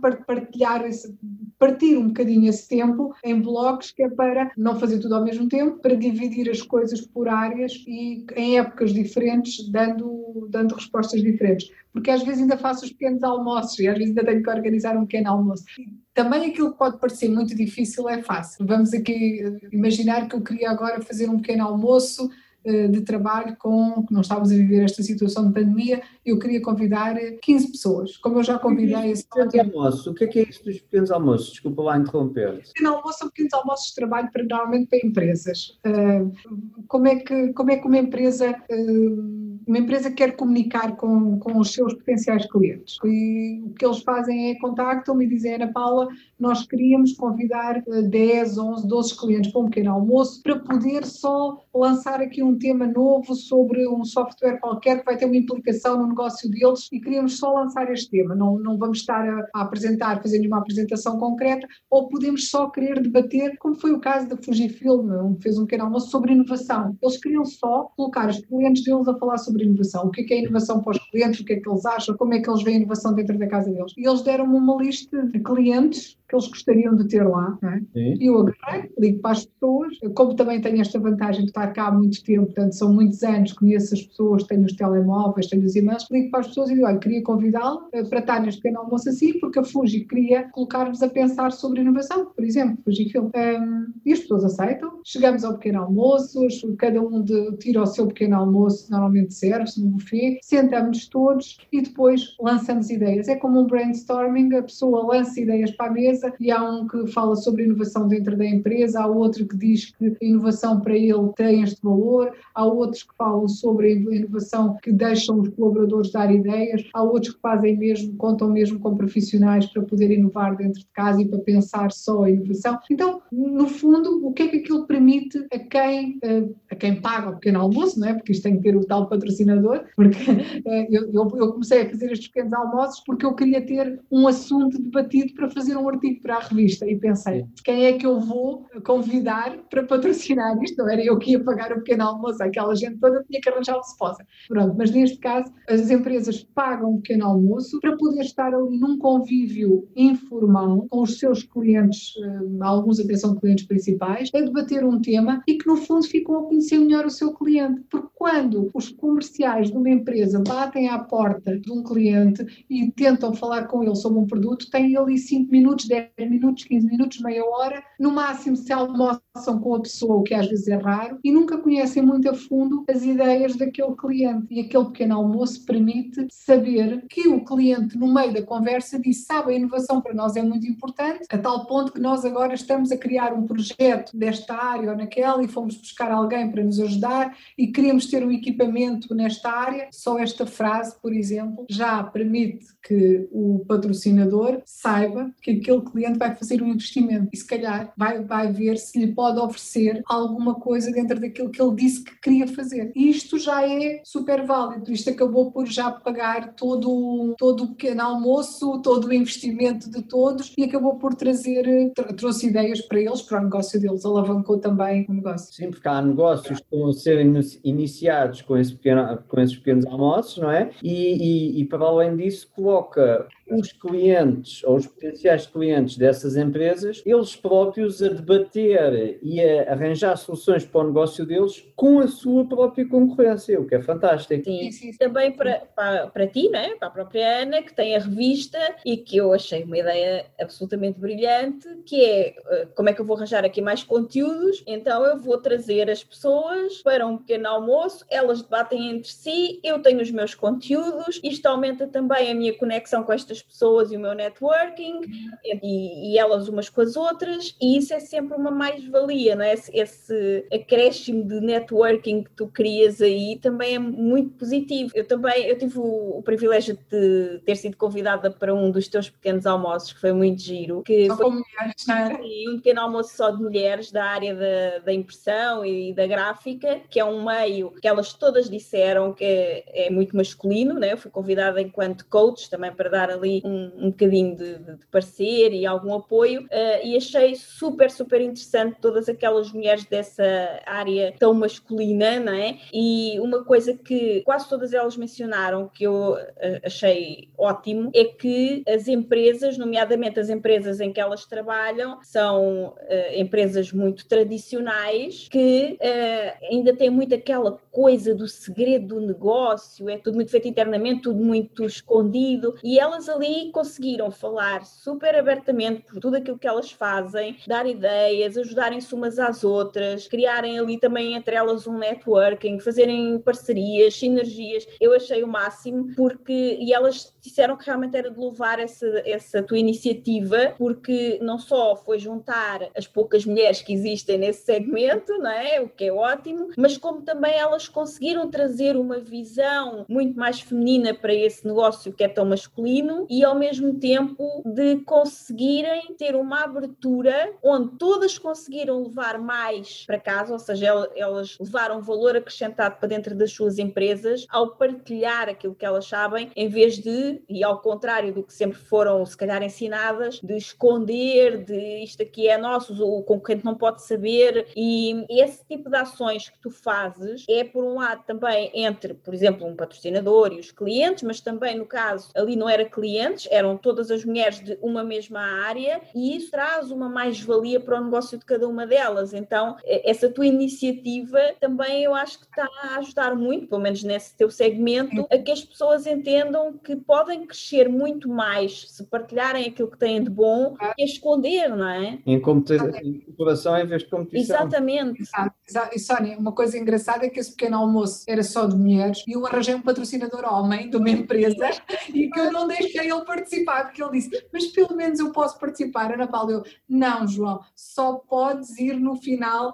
partir um bocadinho esse tempo em blocos, que é para não fazer tudo ao mesmo tempo, para dividir as coisas por áreas e em épocas diferentes, dando respostas diferentes. Porque às vezes ainda faço os pequenos almoços e às vezes ainda tenho que organizar um pequeno almoço. Também aquilo que pode parecer muito difícil é fácil. Vamos aqui imaginar que eu queria agora fazer um pequeno almoço de trabalho que não estávamos a viver esta situação de pandemia, eu queria convidar 15 pessoas, como eu já convidei esse almoço. O que é isso dos pequenos almoços? Desculpa lá interromper. Pequeno almoço são pequenos almoços de trabalho normalmente para empresas. Como é que uma empresa quer comunicar com os seus potenciais clientes? E o que eles fazem é contactam-me e dizem: Ana Paula, nós queríamos convidar 10, 11, 12 clientes para um pequeno almoço para poder só lançar aqui um tema novo sobre um software qualquer que vai ter uma implicação no negócio deles e queríamos só lançar este tema. Não vamos estar a apresentar, fazer nenhuma apresentação concreta, ou podemos só querer debater, como foi o caso da Fujifilm, fez um pequeno almoço sobre inovação. Eles queriam só colocar os clientes deles a falar sobre inovação. O que é inovação para os clientes, o que é que eles acham, como é que eles veem a inovação dentro da casa deles. E eles deram-me uma lista de clientes que eles gostariam de ter lá, não é? E eu agarrei, ligo para as pessoas, como também tenho esta vantagem de estar cá há muito tempo, portanto são muitos anos, conheço as pessoas, tenho os telemóveis, tenho os e-mails, ligo para as pessoas e digo: olha, queria convidá-lo para estar neste pequeno almoço assim, porque a Fuji queria colocar-vos a pensar sobre inovação, por exemplo, Fujifilm. E as pessoas aceitam, chegamos ao pequeno almoço, cada um tira o seu pequeno almoço, normalmente serve-se no buffet, sentamos todos e depois lançamos ideias. É como um brainstorming, a pessoa lança ideias para a mesa e há um que fala sobre inovação dentro da empresa, há outro que diz que a inovação para ele tem este valor, há outros que falam sobre a inovação que deixam os colaboradores dar ideias, há outros que fazem mesmo, contam mesmo com profissionais para poder inovar dentro de casa e para pensar só a inovação. Então, no fundo, o que é que aquilo permite a quem paga o pequeno almoço, não é? Porque isto tem que ter o tal patrocinador, porque eu comecei a fazer estes pequenos almoços porque eu queria ter um assunto debatido para fazer um artigo para a revista e pensei: quem é que eu vou convidar para patrocinar isto? Não era eu que ia pagar o pequeno almoço, aquela gente toda tinha que arranjar o sponsor. Pronto, mas neste caso as empresas pagam um pequeno almoço para poder estar ali num convívio informal com os seus clientes, alguns até são clientes principais, a debater um tema e que no fundo ficam a conhecer melhor o seu cliente, porque quando os comerciais de uma empresa batem à porta de um cliente e tentam falar com ele sobre um produto, têm ali 5 minutos, 10 minutos, 15 minutos, meia hora, no máximo se almoçam com a pessoa, o que às vezes é raro, e nunca conhecem muito a fundo as ideias daquele cliente. E aquele pequeno almoço permite saber que o cliente, no meio da conversa, diz: sabe, a inovação para nós é muito importante, a tal ponto que nós agora estamos a criar um projeto desta área ou naquela e fomos buscar alguém para nos ajudar e queremos ter um equipamento nesta área. Só esta frase, por exemplo, já permite que o patrocinador saiba que aquele cliente vai fazer um investimento e se calhar vai ver se lhe pode oferecer alguma coisa dentro daquilo que ele disse que queria fazer. E isto já é super válido. Isto acabou por já pagar todo o pequeno almoço, todo o investimento de todos e acabou por trouxe ideias para eles, para o negócio deles, alavancou também o negócio. Sim, porque há negócios que estão a ser iniciados com esse pequeno pequenos almoços, não é? E para além disso coloca os clientes ou os potenciais clientes dessas empresas, eles próprios a debater e a arranjar soluções para o negócio deles com a sua própria concorrência, o que é fantástico. Sim, também para ti, né? Para a própria Ana, que tem a revista e que eu achei uma ideia absolutamente brilhante, que é como é que eu vou arranjar aqui mais conteúdos, então eu vou trazer as pessoas para um pequeno almoço, elas debatem entre si, eu tenho os meus conteúdos, isto aumenta também a minha conexão com estas pessoas e o meu networking, e elas umas com as outras, e isso é sempre uma mais-valia, não é? Esse acréscimo de networking que tu crias aí também é muito positivo. Eu tive o privilégio de ter sido convidada para um dos teus pequenos almoços, que foi muito giro. Só com mulheres, não era? Um pequeno almoço só de mulheres da área da impressão e da gráfica, que é um meio que elas todas disseram que é muito masculino, né? Eu fui convidada enquanto coach também para dar ali um bocadinho de parecer e algum apoio, e achei super, super interessante todas aquelas mulheres dessa área tão masculina, não é? E uma coisa que quase todas elas mencionaram, que eu achei ótimo, é que as empresas, nomeadamente as empresas em que elas trabalham, são empresas muito tradicionais, que ainda têm muito aquela coisa do segredo do negócio, é tudo muito feito internamente, tudo muito escondido, e elas ali conseguiram falar super abertamente por tudo aquilo que elas fazem, dar ideias, ajudarem-se umas às outras, criarem ali também entre elas um networking, fazerem parcerias, sinergias. Eu achei o máximo, e elas disseram que realmente era de louvar essa tua iniciativa, porque não só foi juntar as poucas mulheres que existem nesse segmento, não é? O que é ótimo, mas como também elas conseguiram trazer uma visão muito mais feminina para esse negócio que é tão masculino, e ao mesmo tempo de conseguirem ter uma abertura onde todas conseguiram levar mais para casa, ou seja, elas levaram valor acrescentado para dentro das suas empresas ao partilhar aquilo que elas sabem, em vez de, e ao contrário do que sempre foram se calhar ensinadas, de esconder, de isto aqui é nosso, o concorrente não pode saber. E esse tipo de ações que tu fazes é, por um lado, também entre, por exemplo, um patrocinador e os clientes, mas também, no caso, ali não era clientes, eram todas as mulheres de uma mesma área, e isso traz uma mais-valia para o negócio de cada uma delas. Então, essa tua iniciativa também eu acho que está a ajudar muito, pelo menos nesse teu segmento, a que as pessoas entendam que podem crescer muito mais se partilharem aquilo que têm de bom e esconder, não é? Em cooperação em vez de competição. Exatamente. Exato. E Sónia, uma coisa engraçada é que esse pequeno almoço era só de mulheres e eu arranjei um patrocinador homem de uma empresa e que eu não deixei ele participar, porque ele disse, mas pelo menos eu posso participar. Ana Paula, eu, não, João, só podes ir no final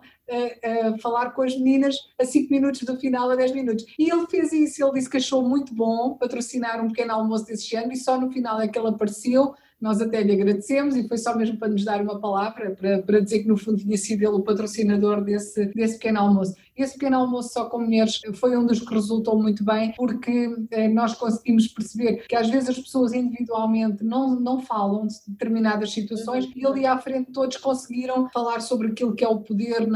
falar com as meninas a 5 minutos do final, a 10 minutos. E ele fez isso, ele disse que achou muito bom patrocinar um pequeno almoço desse género e só no final é que ele apareceu. Nós até lhe agradecemos e foi só mesmo para nos dar uma palavra, para dizer que no fundo tinha sido ele o patrocinador desse pequeno almoço. Esse pequeno almoço só com mulheres foi um dos que resultou muito bem, porque nós conseguimos perceber que às vezes as pessoas individualmente não falam de determinadas situações e ali à frente todos conseguiram falar sobre aquilo que é o poder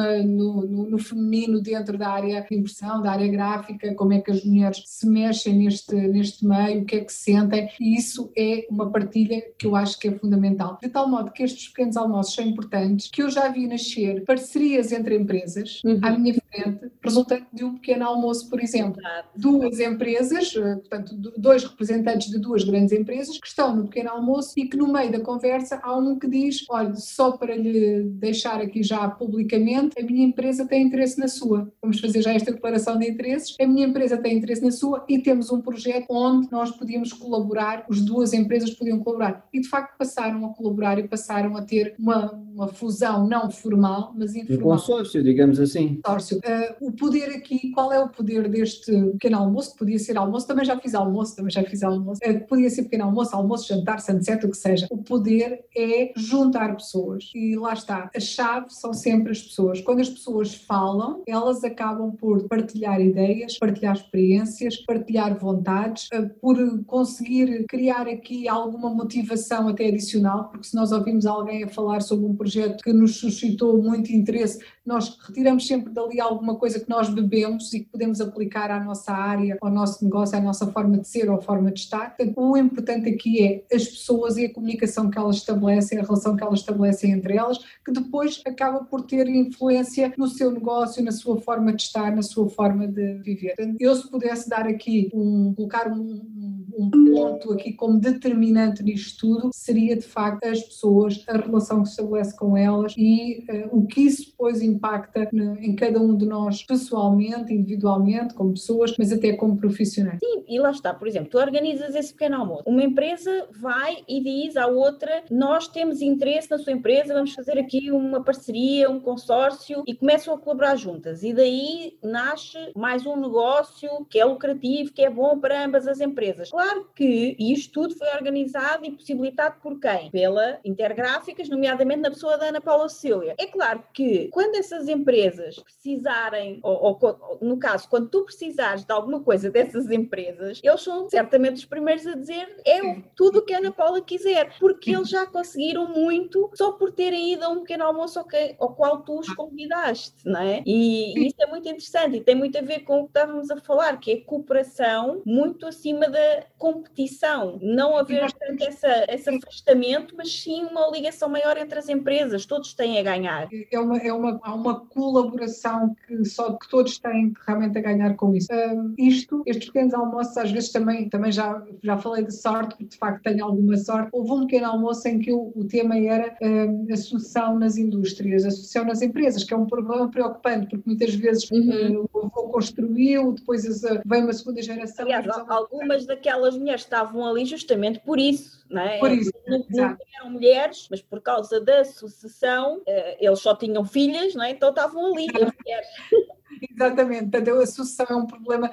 no feminino dentro da área de impressão, da área gráfica, como é que as mulheres se mexem neste meio, o que é que sentem, e isso é uma partilha que eu acho que é fundamental. De tal modo que estes pequenos almoços são importantes, que eu já vi nascer parcerias entre empresas à minha frente, resultante de um pequeno almoço, por exemplo. Duas empresas, portanto, dois representantes de duas grandes empresas que estão no pequeno almoço e que no meio da conversa há um que diz, olha, só para lhe deixar aqui já publicamente, a minha empresa tem interesse na sua. Vamos fazer já esta declaração de interesses. A minha empresa tem interesse na sua e temos um projeto onde nós podíamos colaborar, as duas empresas podiam colaborar. E de facto passaram a colaborar e passaram a ter uma fusão não formal, mas informal. Um consórcio, digamos assim. Consórcio. O poder aqui, qual é o poder deste pequeno almoço? Que podia ser almoço, também já fiz almoço. Podia ser pequeno almoço, jantar, sunset, o que seja. O poder é juntar pessoas. E lá está, a chave são sempre as pessoas. Quando as pessoas falam, elas acabam por partilhar ideias, partilhar experiências, partilhar vontades, por conseguir criar aqui alguma motivação até adicional, porque se nós ouvimos alguém a falar sobre um projeto que nos suscitou muito interesse, nós retiramos sempre dali alguma coisa que nós bebemos e que podemos aplicar à nossa área, ao nosso negócio, à nossa forma de ser ou à forma de estar. Portanto, o importante aqui é as pessoas e a comunicação que elas estabelecem, a relação que elas estabelecem entre elas, que depois acaba por ter influência no seu negócio, na sua forma de estar, na sua forma de viver. Portanto, eu se pudesse dar aqui, colocar um ponto aqui como determinante nisto tudo, seria de facto as pessoas, a relação que se estabelece com elas e o que isso depois impacta em cada um de nós pessoalmente, individualmente, como pessoas, mas até como profissionais. Sim, e lá está, por exemplo, tu organizas esse pequeno almoço. Uma empresa vai e diz à outra, nós temos interesse na sua empresa, vamos fazer aqui uma parceria, um consórcio, e começam a colaborar juntas. E daí nasce mais um negócio que é lucrativo, que é bom para ambas as empresas. Claro que isto tudo foi organizado e possibilitado por quem? Pela Intergráficas, nomeadamente na pessoa da Ana Paula Cecília. É claro que quando essas empresas precisarem, ou no caso, quando tu precisares de alguma coisa dessas empresas, eles são certamente os primeiros a dizer tudo o que a Ana Paula quiser, porque eles já conseguiram muito só por terem ido a um pequeno almoço ao qual tu os convidaste, não é? E isso é muito interessante e tem muito a ver com o que estávamos a falar, que é cooperação muito acima da competição. Não haver tanto esse afastamento, mas sim uma ligação maior entre as empresas. Todos têm a ganhar. Há uma colaboração que todos têm realmente a ganhar com isso. Estes pequenos almoços, às vezes também já falei de sorte, porque de facto tenho alguma sorte. Houve um pequeno almoço em que o tema era a sucessão nas indústrias, a sucessão nas empresas, que é um problema preocupante, porque muitas vezes o avô construiu, depois vem uma segunda geração. Aliás, algumas daquelas mulheres estavam ali justamente por isso, não é? Por isso, não eram mulheres, mas por causa da sucessão, eles só tinham filhas, não é? Então estavam ali as mulheres. Exatamente, portanto, a sucessão é um problema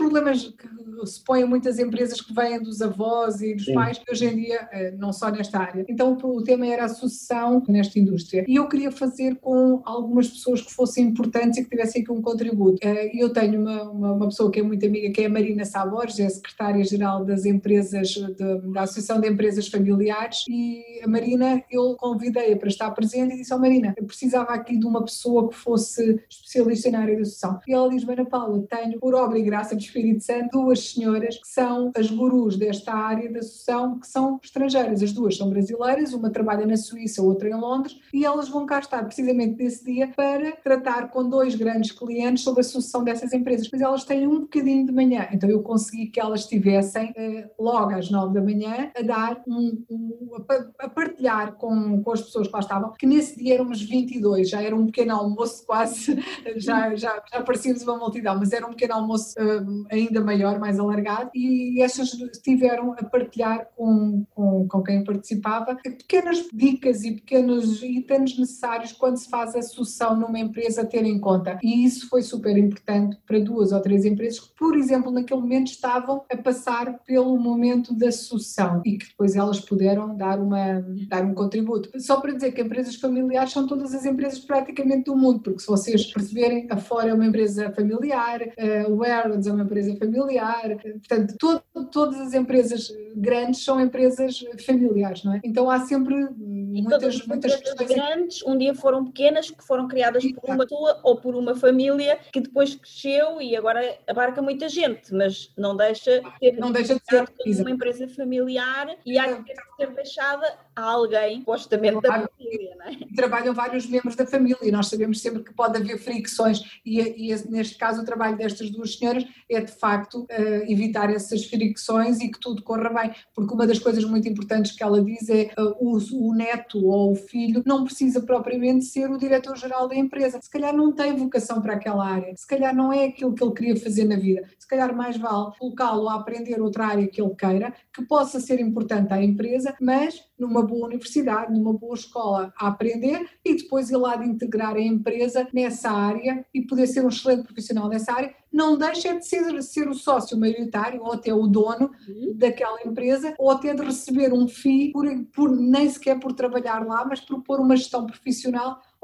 que se põe em muitas empresas que vêm dos avós e dos pais, hoje em dia, não só nesta área. Então o tema era a sucessão nesta indústria. E eu queria fazer com algumas pessoas que fossem importantes e que tivessem aqui um contributo. Eu tenho uma pessoa que é muito amiga, que é a Marina Sabores, é a secretária-geral das empresas, da Associação de Empresas Familiares, e a Marina, eu convidei-a para estar presente e disse ao Marina, eu precisava aqui de uma pessoa que fosse especialista na área da sucessão. E ela diz, Ana Paula, tenho, por obra e graça do Espírito Santo, duas senhoras que são as gurus desta área da sucessão, que são estrangeiras. As duas são brasileiras, uma trabalha na Suíça, outra em Londres, e elas vão cá estar precisamente nesse dia para tratar com dois grandes clientes sobre a sucessão dessas empresas. Mas elas têm um bocadinho de manhã, então eu consegui que elas estivessem logo às 9 da manhã a dar a partilhar com as pessoas que lá estavam, que nesse dia éramos 22, já era um pequeno almoço quase, já parecíamos uma multidão, mas era um pequeno almoço ainda maior, mais alargado, e essas estiveram a partilhar com quem participava pequenas dicas e pequenos itens necessários quando se faz a sucessão numa empresa a ter em conta. E isso foi super importante para 2 ou 3 empresas que, por exemplo, naquele momento estavam a passar pelo momento da sucessão e que depois elas puderam dar um contributo. Só para dizer que empresas familiares são todas as empresas praticamente do mundo, porque se vocês perceberem, a Fora é uma empresa familiar, o Airlands é uma empresa familiar, portanto, todas as empresesas grandes são empresas familiares, não é? Então há sempre muitas questões grandes, um dia foram pequenas, que foram criadas por uma pessoa ou por uma família que depois cresceu e agora abarca muita gente, mas não deixa de ser uma empresa familiar e há que ser deixada a alguém, supostamente da família, não é? Trabalham vários membros da família e nós sabemos sempre que pode haver fricções e neste caso o trabalho destas duas senhoras é de facto evitar essas fricções e que tudo corra bem, porque uma das coisas muito importantes que ela diz é o neto ou o filho não precisa propriamente ser o diretor-geral da empresa, se calhar não tem vocação para aquela área, se calhar não é aquilo que ele queria fazer na vida, se calhar mais vale colocá-lo a aprender outra área que ele queira, que possa ser importante à empresa, mas numa boa universidade, numa boa escola a aprender e depois ele há de integrar a empresa nessa área e poder ser um excelente profissional nessa área, não deixa de ser o sócio maioritário ou até o dono daquela empresa ou até de receber um FII nem sequer por trabalhar lá, mas por pôr uma gestão profissional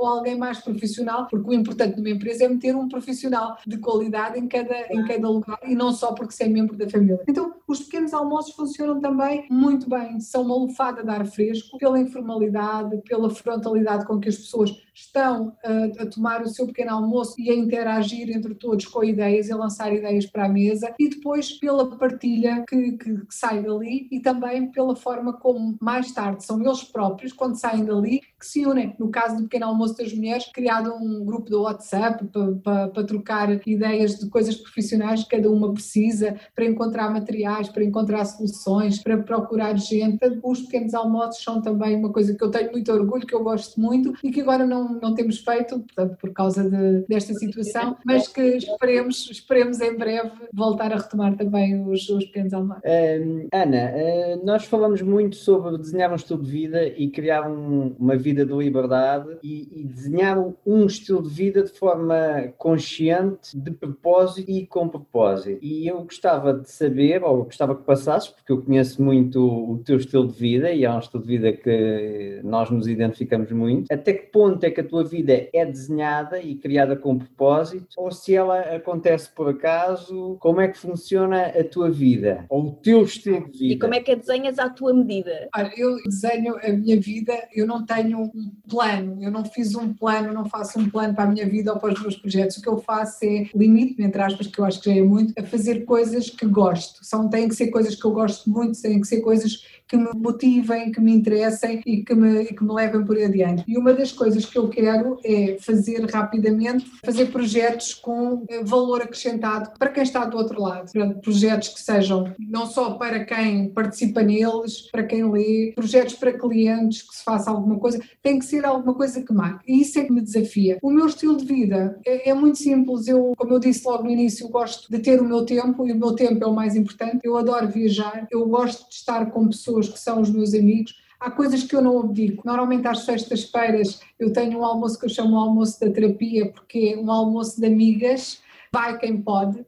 ou alguém mais profissional, porque o importante numa empresa é meter um profissional de qualidade em cada lugar e não só porque se é membro da família. Então, os pequenos almoços funcionam também muito bem, são uma lufada de ar fresco, pela informalidade, pela frontalidade com que as pessoas estão a tomar o seu pequeno almoço e a interagir entre todos com ideias e a lançar ideias para a mesa, e depois pela partilha que sai dali e também pela forma como mais tarde são eles próprios, quando saem dali, que se unem. No caso do pequeno almoço das mulheres, criado um grupo do WhatsApp para trocar ideias de coisas profissionais que cada uma precisa, para encontrar materiais, para encontrar soluções, para procurar gente. Os pequenos almoços são também uma coisa que eu tenho muito orgulho, que eu gosto muito e que agora não temos feito, portanto, por causa desta situação, mas que esperemos em breve voltar a retomar também os pequenos almoços. Ana, nós falamos muito sobre desenhar um estilo de vida e criar uma vida de liberdade e desenhar um estilo de vida de forma consciente, de propósito e com propósito. E eu gostava de saber, ou gostava que passasses, porque eu conheço muito o teu estilo de vida e é um estilo de vida que nós nos identificamos muito, até que ponto é que a tua vida é desenhada e criada com propósito, ou se ela acontece por acaso, como é que funciona a tua vida, ou o teu estilo de vida? E como é que a desenhas à tua medida? Olha, eu desenho a minha vida, eu não tenho um plano, eu não fiz um plano, não faço um plano para a minha vida ou para os meus projetos. O que eu faço é limite-me, entre aspas, que eu acho que já é muito, a fazer coisas que gosto. Têm que ser coisas que eu gosto muito, têm que ser coisas que me motivem, que me interessem e que me levem por aí adiante. E uma das coisas que eu quero é fazer rapidamente, fazer projetos com valor acrescentado para quem está do outro lado. Projetos que sejam não só para quem participa neles, para quem lê, projetos para clientes, que se faça alguma coisa, tem que ser alguma coisa que marque. E isso é que me desafia. O meu estilo de vida é muito simples. Como eu disse logo no início, eu gosto de ter o meu tempo e o meu tempo é o mais importante. Eu adoro viajar, eu gosto de estar com pessoas que são os meus amigos. Há coisas que eu não abdico. Normalmente às sextas-feiras eu tenho um almoço que eu chamo o almoço da terapia, porque é um almoço de amigas. Vai quem pode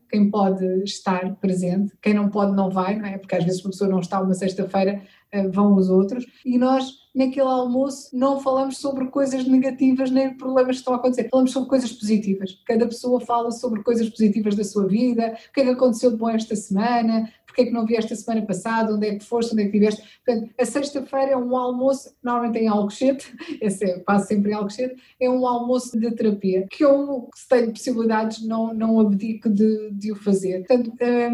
estar presente, quem não pode não vai, não é? Porque às vezes uma pessoa não está uma sexta-feira, vão os outros, e nós naquele almoço não falamos sobre coisas negativas nem problemas que estão a acontecer, falamos sobre coisas positivas. Cada pessoa fala sobre coisas positivas da sua vida, o que é que aconteceu de bom esta semana, porque é que não vieste a semana passada, onde é que foste, onde é que estiveste. Portanto, a sexta-feira é um almoço, normalmente em Alcochete, quase sempre em Alcochete, é um almoço de terapia, que eu, se tenho possibilidades, não abdico de o fazer. Portanto,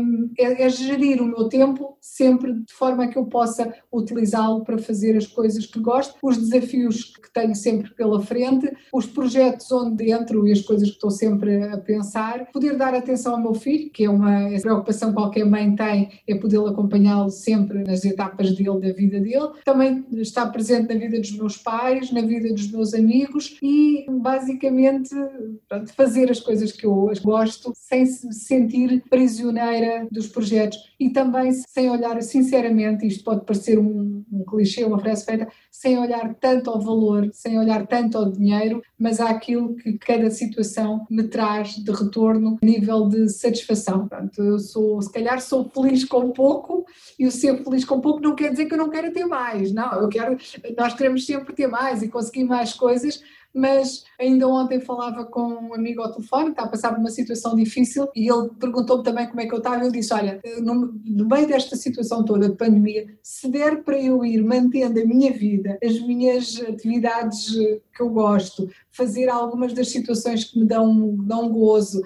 é gerir o meu tempo sempre de forma a que eu possa utilizá-lo para fazer as coisas que gosto, os desafios que tenho sempre pela frente, os projetos onde entro e as coisas que estou sempre a pensar, poder dar atenção ao meu filho, que é uma preocupação que qualquer mãe tem, é poder acompanhá-lo sempre nas etapas dele, da vida dele, também estar presente na vida dos meus pais, na vida dos meus amigos e basicamente fazer as coisas que eu gosto sem se sentir prisioneira dos projetos e também sem olhar, sinceramente, isto pode parecer um clichê, uma frase feita, sem olhar tanto ao valor, sem olhar tanto ao dinheiro, mas àquilo que cada situação me traz de retorno, nível de satisfação. Portanto, eu se calhar sou feliz com pouco, e o ser feliz com pouco não quer dizer que eu não quero ter mais, não, nós queremos sempre ter mais e conseguir mais coisas, mas ainda ontem falava com um amigo ao telefone que está a passar por uma situação difícil e ele perguntou-me também como é que eu estava e eu disse, olha, no meio desta situação toda de pandemia, se der para eu ir mantendo a minha vida, as minhas atividades que eu gosto, fazer algumas das situações que me dão gozo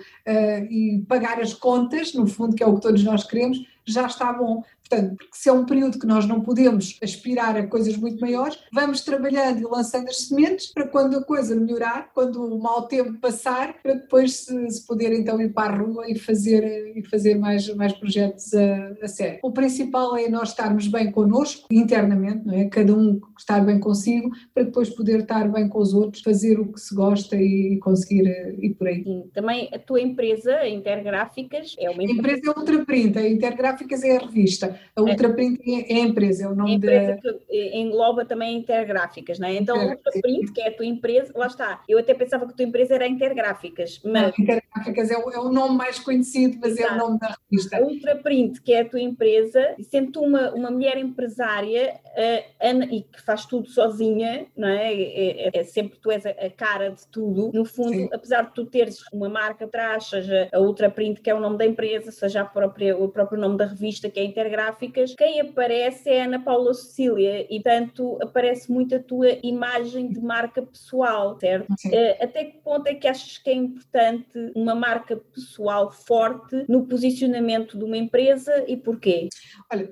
e pagar as contas, no fundo, que é o que todos nós queremos, já está bom. Portanto, porque se é um período que nós não podemos aspirar a coisas muito maiores, vamos trabalhando e lançando as sementes para quando a coisa melhorar, quando o mau tempo passar, para depois se poder então ir para a rua e fazer mais projetos a sério. O principal é nós estarmos bem connosco, internamente, não é? Cada um estar bem consigo, para depois poder estar bem com os outros, fazer o que se gosta e conseguir ir por aí. Sim. Também a tua empresa, a Intergráficas, é uma empresa. A empresa é Ultraprint, a Intergráficas é a revista. A Ultraprint é a empresa, é o nome a empresa que engloba também a Intergráficas, não é? Então a Ultraprint, que é a tua empresa, lá está. Eu até pensava que a tua empresa era a Intergráficas, mas... Não, Intergráficas é o nome mais conhecido, mas é o nome da revista. A Ultraprint, que é a tua empresa, sendo tu uma mulher empresária e que faz tudo sozinha, não é? Sempre tu és a cara de tudo. No fundo, sim, apesar de tu teres uma marca atrás, seja a Ultraprint, que é o nome da empresa, seja o próprio nome da revista, que é Intergráficas, quem aparece é a Ana Paula Cecília e, portanto, aparece muito a tua imagem de marca pessoal, certo? Até que ponto é que achas que é importante uma marca pessoal forte no posicionamento de uma empresa e porquê? Olha,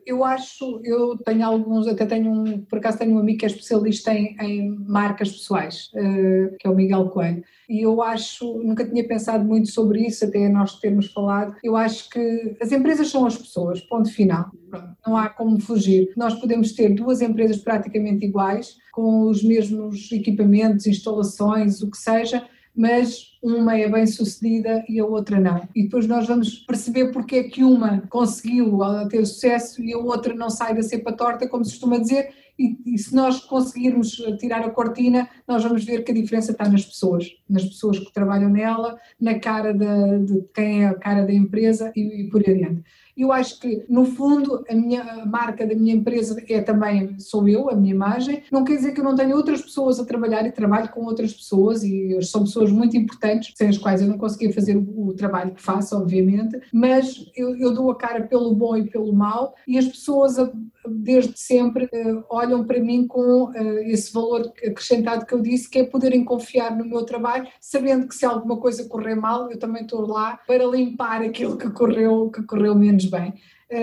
eu tenho alguns, até por acaso tenho um amigo que é especialista em marcas pessoais, que é o Miguel Coelho, e eu nunca tinha pensado muito sobre isso, até nós termos falado, eu acho que as empresas são as pessoas, ponto final, pronto, não há como fugir. Nós podemos ter duas empresas praticamente iguais, com os mesmos equipamentos, instalações, o que seja, mas uma é bem sucedida e a outra não. E depois nós vamos perceber porque é que uma conseguiu ter sucesso e a outra não sai da cepa torta, como se costuma dizer, e se nós conseguirmos tirar a cortina, nós vamos ver que a diferença está nas pessoas que trabalham nela, na cara de quem é a cara da empresa e por aí adiante. Eu acho que, no fundo, a marca da minha empresa sou eu, a minha imagem. Não quer dizer que eu não tenha outras pessoas a trabalhar, e trabalho com outras pessoas, e são pessoas muito importantes, sem as quais eu não conseguia fazer o trabalho que faço, obviamente, mas eu dou a cara pelo bom e pelo mau, e as pessoas, desde sempre, olham para mim com esse valor acrescentado que eu disse, que é poderem confiar no meu trabalho, sabendo que se alguma coisa correr mal, eu também estou lá para limpar aquilo que correu menos bem.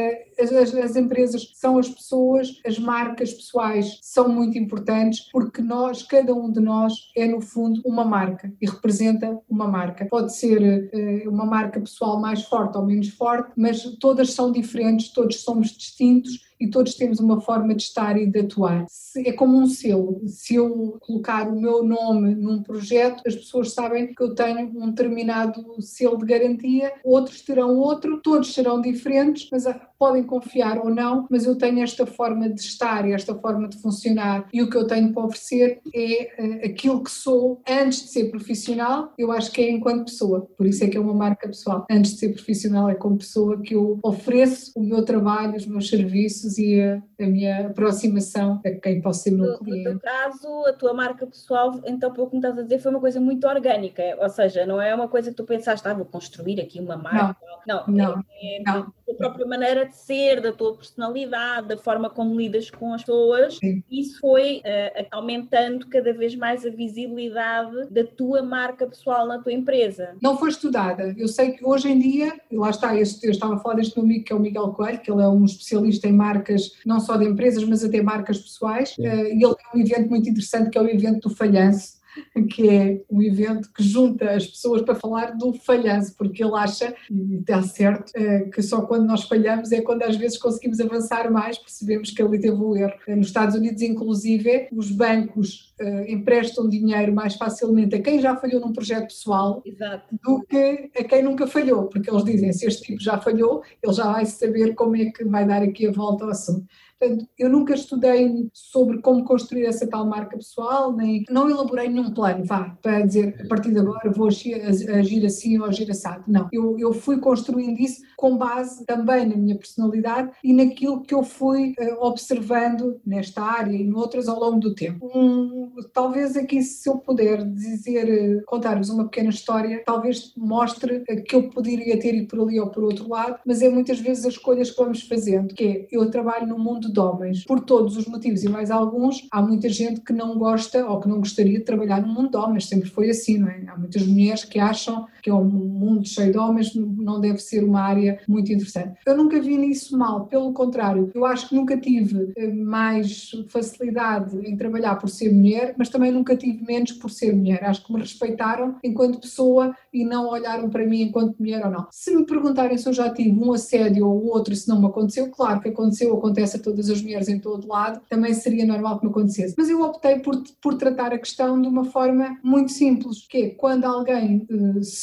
As empresas são as pessoas, as marcas pessoais são muito importantes porque cada um de nós é no fundo uma marca e representa uma marca. Pode ser uma marca pessoal mais forte ou menos forte, mas todas são diferentes, todos somos distintos e todos temos uma forma de estar e de atuar. É como um selo. Se eu colocar o meu nome num projeto, as pessoas sabem que eu tenho um determinado selo de garantia, outros terão outro, todos serão diferentes, mas podem confiar ou não, mas eu tenho esta forma de estar e esta forma de funcionar, e o que eu tenho para oferecer é aquilo que sou antes de ser profissional. Eu acho que é enquanto pessoa, por isso é que é uma marca pessoal. Antes de ser profissional é como pessoa que eu ofereço o meu trabalho, os meus serviços e a minha aproximação a quem possa ser meu cliente. No teu caso, a tua marca pessoal, então, pelo que me estás a dizer, foi uma coisa muito orgânica, ou seja, não é uma coisa que tu pensaste, vou construir aqui uma marca. Não. É da tua própria maneira de ser, da tua personalidade, da forma como lidas com as pessoas. Sim. Isso foi aumentando cada vez mais a visibilidade da tua marca pessoal na tua empresa. Não foi estudada. Eu sei que hoje em dia, lá está, eu estava a falar deste meu amigo que é o Miguel Coelho, que ele é um especialista em marcas, não só de empresas, mas até marcas pessoais, e ele tem um evento muito interessante que é o evento do falhanço, que é um evento que junta as pessoas para falar do falhanço, porque ele acha, e está certo, que só quando nós falhamos é quando às vezes conseguimos avançar mais, percebemos que ali teve o erro. Nos Estados Unidos, inclusive, os bancos emprestam dinheiro mais facilmente a quem já falhou num projeto pessoal. Exato. Do que a quem nunca falhou, porque eles dizem, se este tipo já falhou, ele já vai saber como é que vai dar aqui a volta ao assunto. Portanto, eu nunca estudei sobre como construir essa tal marca pessoal, nem não elaborei nenhum plano, para dizer, a partir de agora vou agir assim ou agir assado. Não, eu fui construindo isso com base também na minha personalidade e naquilo que eu fui observando nesta área e noutras ao longo do tempo. Talvez aqui, se eu puder contar-vos uma pequena história, talvez mostre que eu poderia ter ido por ali ou por outro lado, mas é muitas vezes as escolhas que vamos fazendo, que é, eu trabalho no mundo de homens, por todos os motivos e mais alguns. Há muita gente que não gosta ou que não gostaria de trabalhar no mundo de homens, sempre foi assim, não é? Há muitas mulheres que acham que é um mundo cheio de homens, não deve ser uma área muito interessante. Eu nunca vi nisso mal, pelo contrário, eu acho que nunca tive mais facilidade em trabalhar por ser mulher, mas também nunca tive menos por ser mulher. Acho que me respeitaram enquanto pessoa e não olharam para mim enquanto mulher ou não. Se me perguntarem se eu já tive um assédio ou outro, se não me aconteceu, claro que acontece a todas as mulheres em todo lado, também seria normal que me acontecesse. Mas eu optei por tratar a questão de uma forma muito simples, que é quando alguém se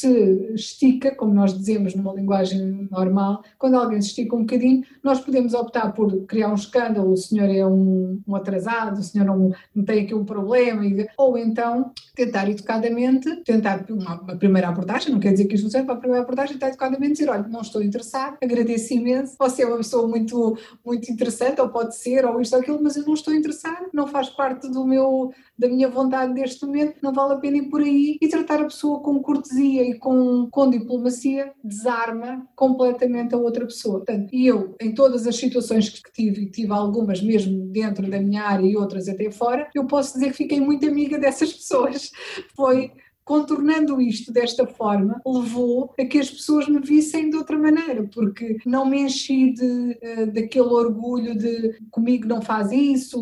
se estica, como nós dizemos numa linguagem normal, quando alguém se estica um bocadinho, nós podemos optar por criar um escândalo, o senhor é um atrasado, o senhor não tem aqui um problema, ou então tentar educadamente, tentar uma primeira abordagem, não quer dizer que isto não serve para a primeira abordagem, tentar educadamente dizer, olha, não estou interessado, agradeço imenso, você é uma pessoa muito, muito interessante, ou pode ser, ou isto ou aquilo, mas eu não estou interessado, não faz parte da minha vontade neste momento, não vale a pena ir por aí, e tratar a pessoa com cortesia e com diplomacia desarma completamente a outra pessoa. Portanto, e eu, em todas as situações que tive, e tive algumas mesmo dentro da minha área e outras até fora, eu posso dizer que fiquei muito amiga dessas pessoas. Foi contornando isto desta forma, levou a que as pessoas me vissem de outra maneira, porque não me enchi daquele orgulho de comigo não faz isso,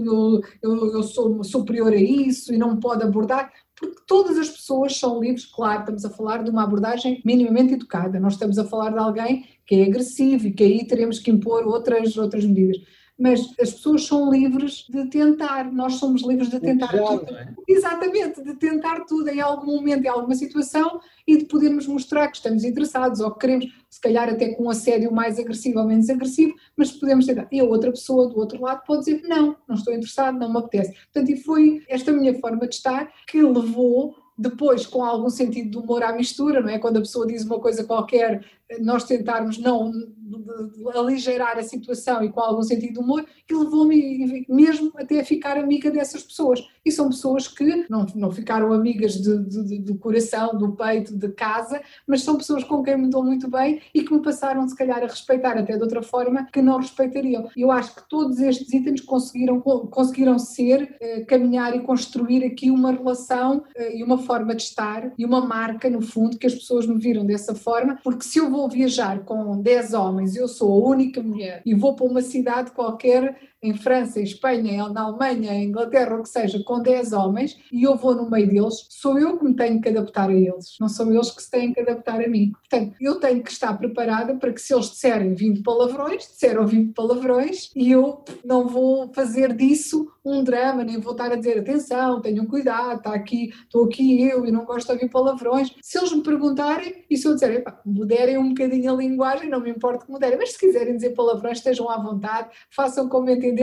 eu sou superior a isso e não me pode abordar, porque todas as pessoas são livres. Claro, estamos a falar de uma abordagem minimamente educada, nós estamos a falar de alguém que é agressivo e que aí teremos que impor outras medidas. Mas as pessoas são livres de tentar, nós somos livres de tentar tudo. Não é? Exatamente, de tentar tudo em algum momento, em alguma situação, e de podermos mostrar que estamos interessados ou que queremos, se calhar até com um assédio mais agressivo ou menos agressivo, mas podemos tentar. E a outra pessoa do outro lado pode dizer não estou interessado, não me apetece. Portanto, e foi esta minha forma de estar que levou, depois com algum sentido de humor à mistura, não é? Quando a pessoa diz uma coisa qualquer, nós tentarmos não aligeirar a situação e com algum sentido de humor, que levou-me mesmo até a ficar amiga dessas pessoas. E são pessoas que não ficaram amigas do coração, do peito, de casa, mas são pessoas com quem me dou muito bem e que me passaram, se calhar, a respeitar até de outra forma que não respeitariam. E eu acho que todos estes itens conseguiram caminhar e construir aqui uma relação e uma forma de estar e uma marca, no fundo, que as pessoas me viram dessa forma, porque se eu vou viajar com 10 homens, eu sou a única mulher e vou para uma cidade qualquer em França, em Espanha, na Alemanha, em Inglaterra, o que seja, com 10 homens, e eu vou no meio deles, sou eu que me tenho que adaptar a eles, não são eles que se têm que adaptar a mim. Portanto, eu tenho que estar preparada para que, se eles disserem 20 palavrões, disseram 20 palavrões, e eu não vou fazer disso um drama, nem vou estar a dizer, atenção, tenham cuidado, estou aqui eu e não gosto de ouvir palavrões. Se eles me perguntarem, e se eu disser, moderem um bocadinho a linguagem, não me importa que moderem, mas se quiserem dizer palavrões, estejam à vontade, façam como entender,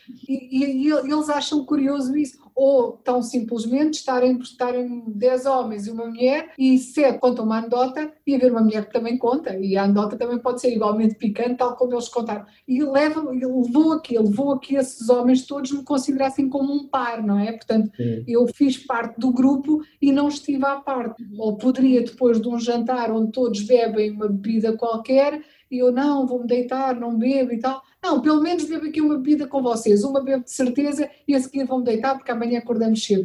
e eles acham curioso isso. Ou tão simplesmente estarem 10 homens e uma mulher e 7 contam uma anedota e haver uma mulher que também conta, e a anedota também pode ser igualmente picante, tal como eles contaram. E levou aqui esses homens todos me considerassem como um par, não é? Portanto, eu fiz parte do grupo e não estive à parte. Ou poderia, depois de um jantar onde todos bebem uma bebida qualquer, e eu não, vou-me deitar, não bebo e tal. Não, pelo menos bebo aqui uma bebida com vocês, uma bebo de certeza e a seguir vou-me deitar porque amanhã acordamos cedo.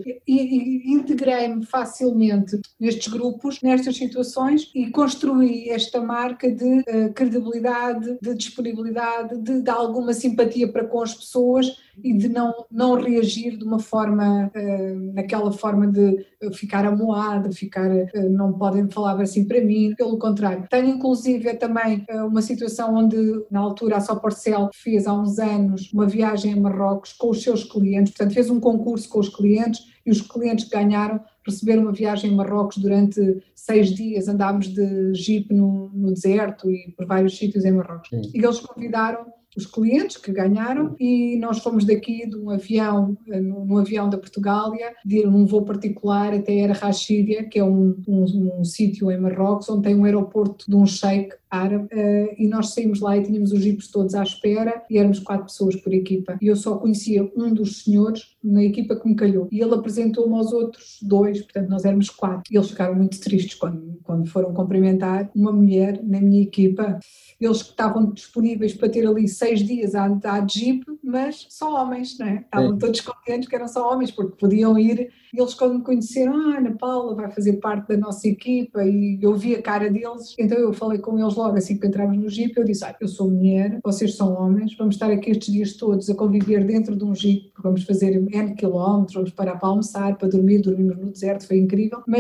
E integrei-me facilmente nestes grupos, nestas situações, e construí esta marca de credibilidade, de disponibilidade, de alguma simpatia para com as pessoas e de não reagir de uma forma, naquela forma de ficar amoada, não podem falar assim para mim, pelo contrário. Tenho inclusive também uma situação onde, na altura, a Soporcel fez há uns anos uma viagem a Marrocos com os seus clientes, portanto fez um concurso com os clientes e os clientes que ganharam receberam uma viagem a Marrocos durante 6 dias, andámos de jeep no deserto e por vários sítios em Marrocos. E eles convidaram os clientes que ganharam e nós fomos daqui de um avião, num avião da Portugália, num voo particular até Era Rachídia, que é um sítio em Marrocos, onde tem um aeroporto de um sheik árabe, e nós saímos lá e tínhamos os jipes todos à espera e éramos 4 pessoas por equipa. E eu só conhecia um dos senhores na equipa que me calhou. E ele apresentou-me aos outros 2, portanto nós éramos 4. E eles ficaram muito tristes quando foram cumprimentar uma mulher na minha equipa. Eles que estavam disponíveis para ter ali 6 dias a andar de jeep, mas só homens, não é? Estavam todos contentes que eram só homens, porque podiam ir. E eles, quando me conheceram, Ana Paula vai fazer parte da nossa equipa, e eu vi a cara deles. Então eu falei com eles logo assim que entramos no jeep. Eu disse, eu sou mulher, vocês são homens, vamos estar aqui estes dias todos a conviver dentro de um jeep, vamos fazer N quilómetros, vamos parar para almoçar, para dormir, dormimos no deserto, foi incrível, mas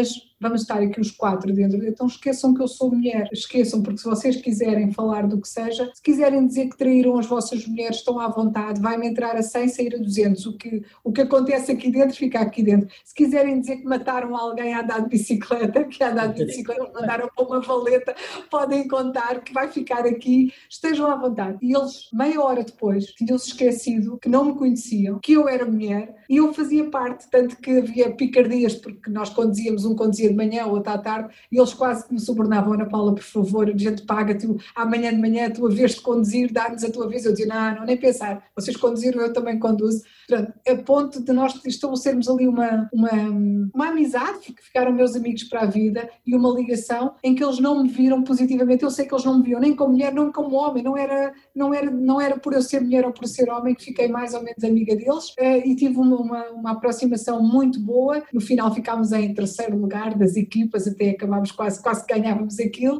vamos estar aqui os 4 dentro, então esqueçam que eu sou mulher, esqueçam, porque se vocês quiserem falar do que seja, se quiserem dizer que traíram as vossas mulheres, estão à vontade, vai-me entrar a 100, sair a 200, o que acontece aqui dentro fica aqui dentro. Se quiserem dizer que mataram alguém a andar de bicicleta, que a andar de bicicleta mandaram para uma valeta, podem contar, que vai ficar aqui, estejam à vontade. E eles, meia hora depois, tinham-se esquecido que não me conheciam, que eu era mulher e eu fazia parte, tanto que havia picardias, porque nós conduzíamos, um conduzia de manhã, o outro à tarde, e eles quase que me subornavam: Ana Paula, por favor, a gente paga-te amanhã de manhã a tua vez de conduzir, dá-nos a tua vez. Eu dizia: não, nem pensar, vocês conduziram, eu também conduzo. Portanto, a ponto de nós estabelecermos ali uma amizade, que ficaram meus amigos para a vida, e uma ligação em que eles não me viram positivamente. Eu sei que eles não me viam nem como mulher, nem como homem, não era por eu ser mulher ou por ser homem que fiquei mais ou menos amiga deles, e tive uma aproximação muito boa. No final ficámos em terceiro lugar das equipas, até acabámos quase que ganhávamos aquilo,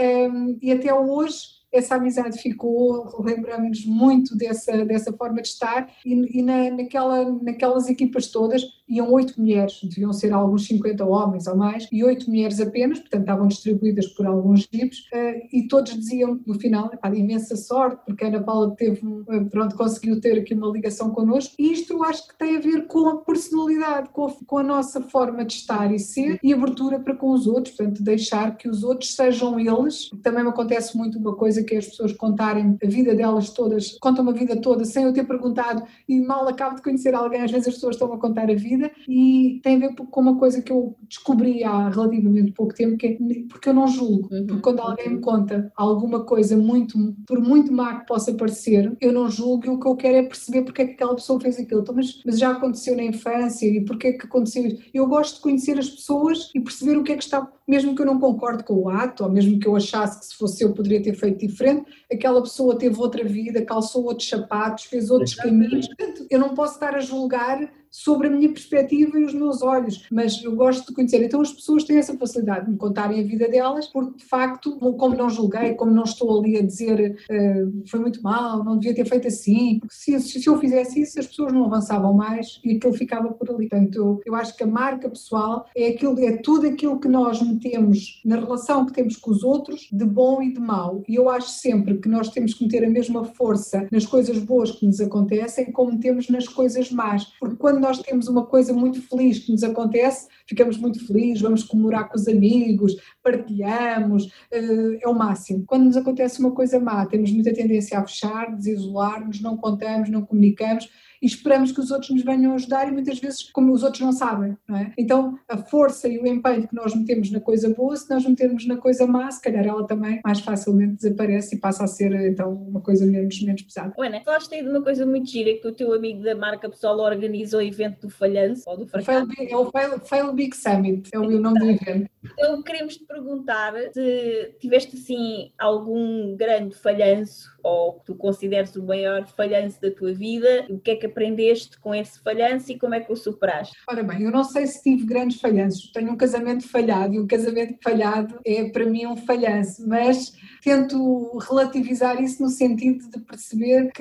e até hoje essa amizade ficou, lembramos-nos muito dessa forma de estar, e naquelas equipas todas iam 8 mulheres, deviam ser alguns 50 homens ou mais, e 8 mulheres apenas, portanto estavam distribuídas por alguns jipes, e todos diziam no final: imensa sorte, porque a Ana Paula conseguiu ter aqui uma ligação connosco. E isto eu acho que tem a ver com a personalidade, com a nossa forma de estar e ser, e abertura para com os outros, portanto deixar que os outros sejam eles. Também me acontece muito uma coisa, que é as pessoas contarem a vida delas todas, contam a vida toda sem eu ter perguntado, e mal acabo de conhecer alguém, às vezes as pessoas estão a contar a vida, e tem a ver com uma coisa que eu descobri há relativamente pouco tempo, que é porque eu não julgo, porque quando alguém me conta alguma coisa por muito má que possa parecer, eu não julgo, e o que eu quero é perceber porque é que aquela pessoa fez aquilo. Então, mas já aconteceu na infância, e porque é que aconteceu isso? Eu gosto de conhecer as pessoas e perceber o que é que está, mesmo que eu não concorde com o ato, ou mesmo que eu achasse que se fosse eu poderia ter feito diferente, aquela pessoa teve outra vida, calçou outros sapatos, fez outros caminhos. Portanto, eu não posso estar a julgar sobre a minha perspectiva e os meus olhos, mas eu gosto de conhecer. Então as pessoas têm essa facilidade de me contarem a vida delas, porque de facto, como não julguei, como não estou ali a dizer foi muito mal, não devia ter feito assim, porque se eu fizesse isso, as pessoas não avançavam mais e aquilo ficava por ali. Portanto, eu acho que a marca pessoal é tudo aquilo que nós metemos na relação que temos com os outros, de bom e de mau. E eu acho sempre que nós temos que meter a mesma força nas coisas boas que nos acontecem como temos nas coisas más, porque quando nós temos uma coisa muito feliz que nos acontece, ficamos muito felizes, vamos comemorar com os amigos, partilhamos, é o máximo. Quando nos acontece uma coisa má, temos muita tendência a fechar, desisolar-nos, não contamos, não comunicamos, e esperamos que os outros nos venham ajudar, e muitas vezes, como os outros não sabem, não é? Então, a força e o empenho que nós metemos na coisa boa, se nós metermos na coisa má, se calhar ela também mais facilmente desaparece e passa a ser, então, uma coisa menos pesada. Ana, falaste aí de uma coisa muito gira, que o teu amigo da marca pessoal organizou o evento do falhanço, ou do fracasso. É o Fail Big Summit, é o nome do evento. Então, queremos te perguntar se tiveste, assim, algum grande falhanço, ou que tu consideres o maior falhanço da tua vida, o que é que aprendeste com esse falhanço e como é que o superaste? Ora bem, eu não sei se tive grandes falhanços, tenho um casamento falhado, e um casamento falhado é para mim um falhanço, mas tento relativizar isso no sentido de perceber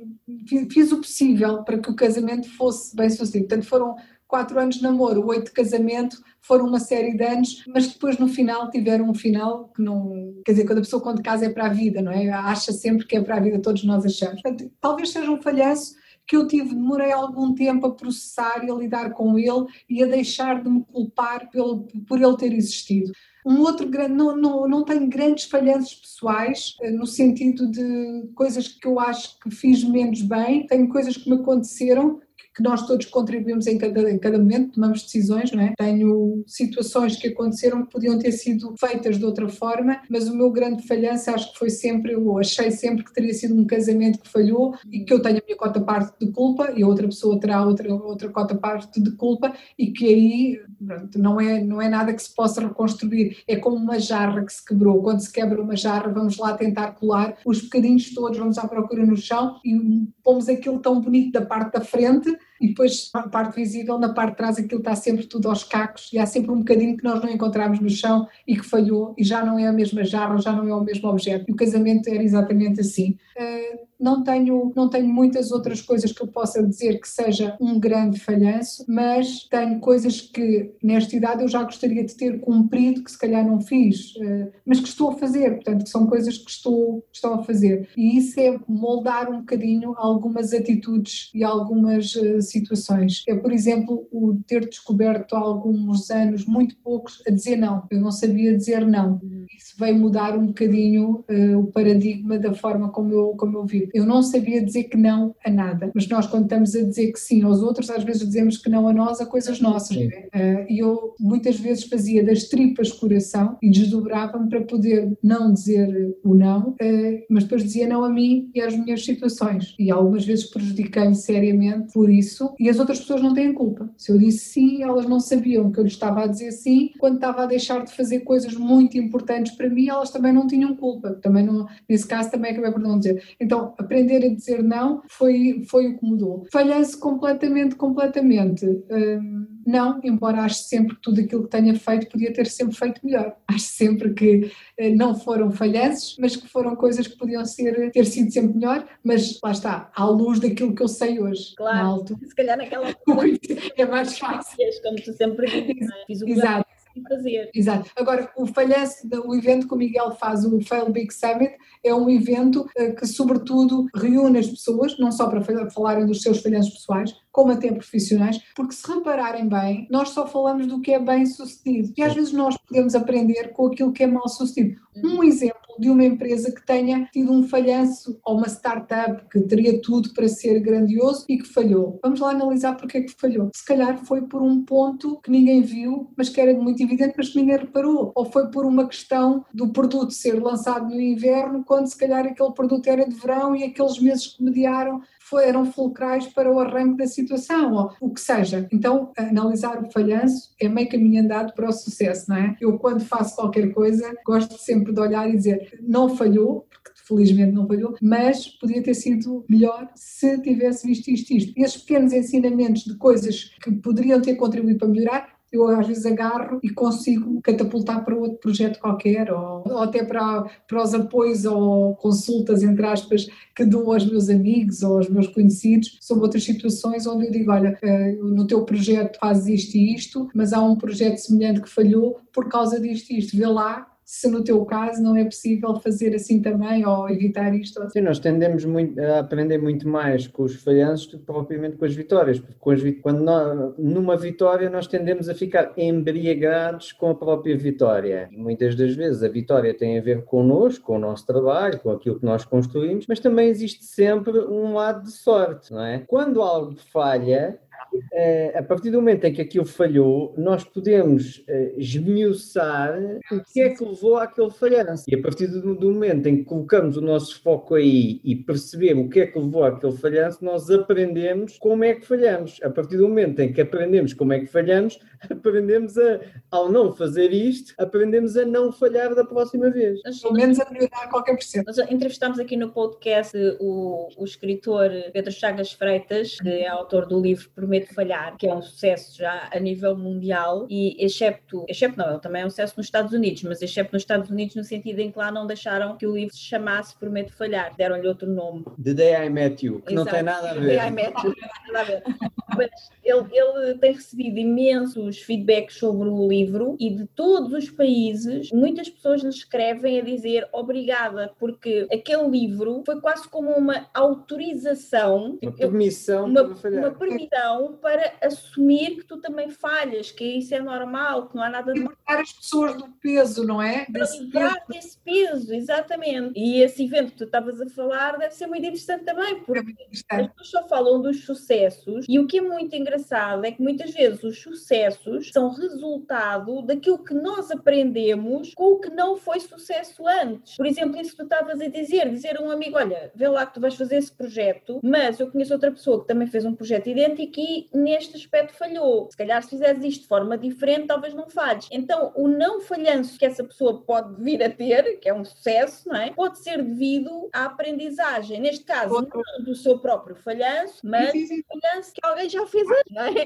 que fiz o possível para que o casamento fosse bem sucedido. Portanto, foram 4 anos de namoro, 8 de casamento, foram uma série de anos, mas depois no final tiveram um final que não... Quer dizer, quando a pessoa conta casa é para a vida, não é? Acha sempre que é para a vida, todos nós achamos. Portanto, talvez seja um falhanço que eu demorei algum tempo a processar e a lidar com ele e a deixar de me culpar por ele ter existido. Um outro grande, não tenho grandes falhanços pessoais, no sentido de coisas que eu acho que fiz menos bem, tenho coisas que me aconteceram, que nós todos contribuímos em cada momento, tomamos decisões, não é? Tenho situações que aconteceram que podiam ter sido feitas de outra forma, mas o meu grande falhanço acho que foi sempre, eu achei sempre que teria sido um casamento que falhou e que eu tenho a minha cota-parte de culpa e a outra pessoa terá outra cota-parte de culpa, e que aí pronto, não é nada que se possa reconstruir, é como uma jarra que se quebrou. Quando se quebra uma jarra, vamos lá tentar colar os bocadinhos todos, vamos à procura no chão e pomos aquilo tão bonito da parte da frente, e depois a parte visível, na parte de trás aquilo está sempre tudo aos cacos, e há sempre um bocadinho que nós não encontramos no chão e que falhou, e já não é a mesma jarra, já não é o mesmo objeto. E o casamento era exatamente assim. não tenho muitas outras coisas que eu possa dizer que seja um grande falhanço, mas tenho coisas que nesta idade eu já gostaria de ter cumprido, que se calhar não fiz, mas que estou a fazer, portanto que são coisas que estou a fazer, e isso é moldar um bocadinho algumas atitudes e algumas situações. É, por exemplo, o ter descoberto há alguns anos, muito poucos, a dizer não. Eu não sabia dizer não. Isso veio mudar um bocadinho o paradigma da forma como eu vivo. Eu não sabia dizer que não a nada, mas nós quando estamos a dizer que sim aos outros, às vezes dizemos que não a nós, a coisas nossas. E eu muitas vezes fazia das tripas coração e desdobrava-me para poder não dizer o não, mas depois dizia não a mim e às minhas situações. E algumas vezes prejudiquei-me seriamente por isso, e as outras pessoas não têm culpa. Se eu disse sim, elas não sabiam que eu lhes estava a dizer sim, quando estava a deixar de fazer coisas muito importantes para mim, elas também não tinham culpa. Também não, nesse caso também acabei por não dizer. Então, aprender a dizer não foi o que mudou. Falhei-se completamente. Não, embora ache sempre que tudo aquilo que tenha feito podia ter sempre feito melhor. Acho sempre que não foram falhanços, mas que foram coisas que podiam ter sido sempre melhor, mas lá está, à luz daquilo que eu sei hoje. Claro, se calhar naquela altura é mais fácil. Como tu sempre dizes, não é? Fiz o Exato. Fazer. Exato. Agora, o evento que o Miguel faz, o Fail Big Summit, é um evento que sobretudo reúne as pessoas, não só para falarem dos seus falhanços pessoais, como até profissionais, porque se repararem bem, nós só falamos do que é bem sucedido e às vezes nós podemos aprender com aquilo que é mal sucedido. Um exemplo de uma empresa que tenha tido um falhanço, ou uma startup que teria tudo para ser grandioso e que falhou. Vamos lá analisar porque é que falhou. Se calhar foi por um ponto que ninguém viu, mas que era muito evidente, mas que ninguém reparou. Ou foi por uma questão do produto ser lançado no inverno, quando se calhar aquele produto era de verão e aqueles meses que mediaram eram fulcrais para o arranque da situação, ou o que seja. Então, analisar o falhanço é meio caminho andado para o sucesso, não é? Eu, quando faço qualquer coisa, gosto sempre de olhar e dizer, não falhou, porque felizmente não falhou, mas podia ter sido melhor se tivesse visto isto. E esses pequenos ensinamentos de coisas que poderiam ter contribuído para melhorar, eu às vezes agarro e consigo catapultar para outro projeto qualquer, ou até para os apoios ou consultas, entre aspas, que dou aos meus amigos ou aos meus conhecidos sobre outras situações onde eu digo, olha, no teu projeto fazes isto e isto, mas há um projeto semelhante que falhou por causa disto e isto, vê lá se no teu caso não é possível fazer assim também ou evitar isto. Sim, nós tendemos a aprender muito mais com os falhanços do que propriamente com as vitórias, porque numa vitória nós tendemos a ficar embriagados com a própria vitória. E muitas das vezes a vitória tem a ver connosco, com o nosso trabalho, com aquilo que nós construímos, mas também existe sempre um lado de sorte, não é? Quando algo falha, a partir do momento em que aquilo falhou, nós podemos esmiuçar o que é que levou àquele falhanço. E a partir do momento em que colocamos o nosso foco aí e percebemos o que é que levou àquele falhanço, nós aprendemos como é que falhamos. A partir do momento em que aprendemos como é que falhamos, aprendemos ao não fazer isto, aprendemos a não falhar da próxima vez. Pelo menos a melhorar qualquer %. Nós entrevistámos aqui no podcast o escritor Pedro Chagas Freitas, que é autor do livro Prometo Falhar, que é um sucesso já a nível mundial, e excepto não, ele também é um sucesso nos Estados Unidos, mas excepto nos Estados Unidos no sentido em que lá não deixaram que o livro se chamasse Prometo Falhar, deram-lhe outro nome. The Day I Met You, que Exato. Não tem nada a ver. The Day I Met You, não tem nada a ver. Mas ele tem recebido imensos feedbacks sobre o livro e de todos os países, muitas pessoas lhe escrevem a dizer obrigada, porque aquele livro foi quase como uma autorização, uma permissão para falhar. Uma permissão para assumir que tu também falhas, que isso é normal, que não há nada de... Libertar as pessoas do peso, não é? Para livrar desse peso, exatamente. E esse evento que tu estavas a falar deve ser muito interessante também, porque as pessoas só falam dos sucessos, e o que é muito engraçado é que muitas vezes os sucessos são resultado daquilo que nós aprendemos com o que não foi sucesso antes. Por exemplo, isso que tu estavas a dizer a um amigo, olha, vê lá que tu vais fazer esse projeto, mas eu conheço outra pessoa que também fez um projeto idêntico e neste aspecto falhou. Se calhar se fizeres isto de forma diferente, talvez não falhes. Então, o não falhanço que essa pessoa pode vir a ter, que é um sucesso, não é? Pode ser devido à aprendizagem. Neste caso, não do seu próprio falhanço, mas do falhanço que alguém já fez antes, não é? Claro.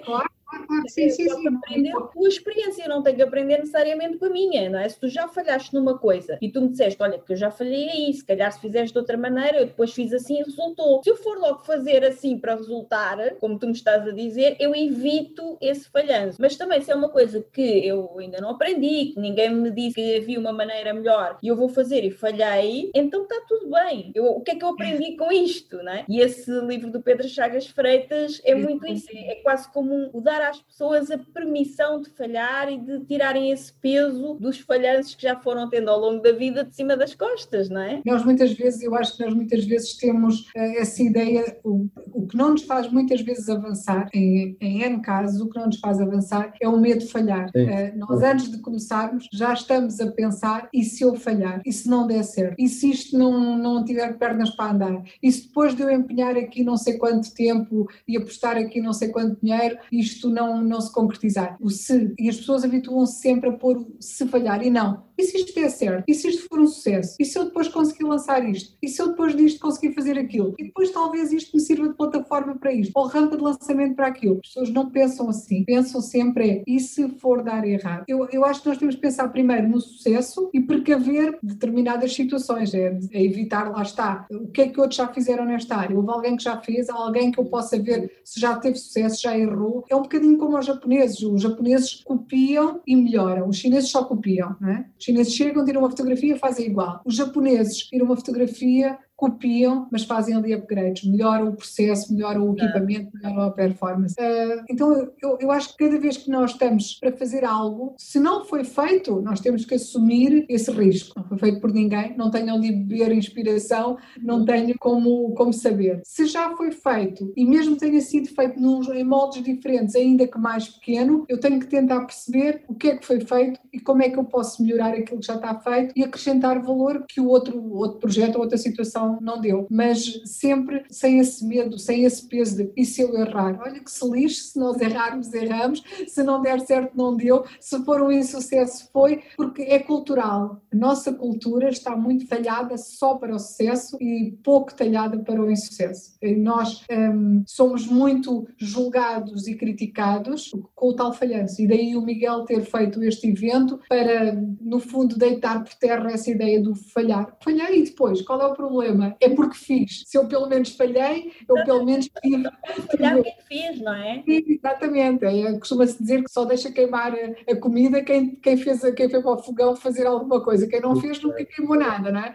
Claro que sim, sim, Eu posso sim. aprender com a tua experiência, eu não tenho que aprender necessariamente com a minha, não é? Se tu já falhaste numa coisa e tu me disseste, olha, que eu já falhei aí, se calhar se fizeste de outra maneira, eu depois fiz assim e resultou. Se eu for logo fazer assim para resultar, como tu me estás a dizer, eu evito esse falhanço. Mas também se é uma coisa que eu ainda não aprendi, que ninguém me disse que havia uma maneira melhor e eu vou fazer e falhei, então está tudo bem. O que é que eu aprendi com isto, não é? E esse livro do Pedro Chagas Freitas é muito isso, é quase como dar às pessoas a permissão de falhar e de tirarem esse peso dos falhanços que já foram tendo ao longo da vida de cima das costas, não é? Nós muitas vezes, eu acho que nós muitas vezes temos essa ideia, o que não nos faz muitas vezes avançar, em N casos, o que não nos faz avançar é o medo de falhar. Nós antes de começarmos já estamos a pensar, e se eu falhar? E se não der certo? E se isto não tiver pernas para andar? E se depois de eu empenhar aqui não sei quanto tempo e apostar aqui não sei quanto dinheiro, isto não se concretizar? O se, e as pessoas habituam-se sempre a pôr o se falhar, e não. E se isto der certo? E se isto for um sucesso? E se eu depois conseguir lançar isto? E se eu depois disto conseguir fazer aquilo? E depois talvez isto me sirva de plataforma para isto, ou rampa de lançamento para aquilo. As pessoas não pensam assim, pensam sempre e se for dar errado? Eu acho que nós temos que pensar primeiro no sucesso e precaver determinadas situações, é evitar, lá está, o que é que outros já fizeram nesta área? Houve alguém que já fez, há alguém que eu possa ver se já teve sucesso, já errou. É um bocadinho como os japoneses copiam e melhoram, os chineses só copiam, não é? Os chineses chegam, tiram uma fotografia, fazem igual. Os japoneses tiram uma fotografia, copiam, mas fazem ali upgrades, melhoram o processo, melhoram o equipamento, melhoram a performance. Então eu acho que cada vez que nós estamos para fazer algo, se não foi feito, nós temos que assumir esse risco. Não foi feito por ninguém, não tenho ali beber inspiração, não tenho como saber. Se já foi feito, e mesmo tenha sido feito em moldes diferentes, ainda que mais pequeno, eu tenho que tentar perceber o que é que foi feito e como é que eu posso melhorar aquilo que já está feito e acrescentar valor que o outro projeto ou outra situação não deu, mas sempre sem esse medo, sem esse peso de e se eu errar? Olha que se lixe, se nós errarmos, erramos, se não der certo, não deu, se for um insucesso, foi, porque é cultural. A nossa cultura está muito talhada só para o sucesso e pouco talhada para o insucesso. E nós somos muito julgados e criticados com o tal falhanço, e daí o Miguel ter feito este evento para, no fundo, deitar por terra essa ideia do falhar. Falhei e depois, qual é o problema? É porque fiz. Se eu pelo menos falhei, eu pelo menos tive. Falhar quem fez, não é? Exatamente. Costuma-se dizer que só deixa queimar a comida quem foi para o fogão fazer alguma coisa. Quem não fez nunca queimou nada, não é?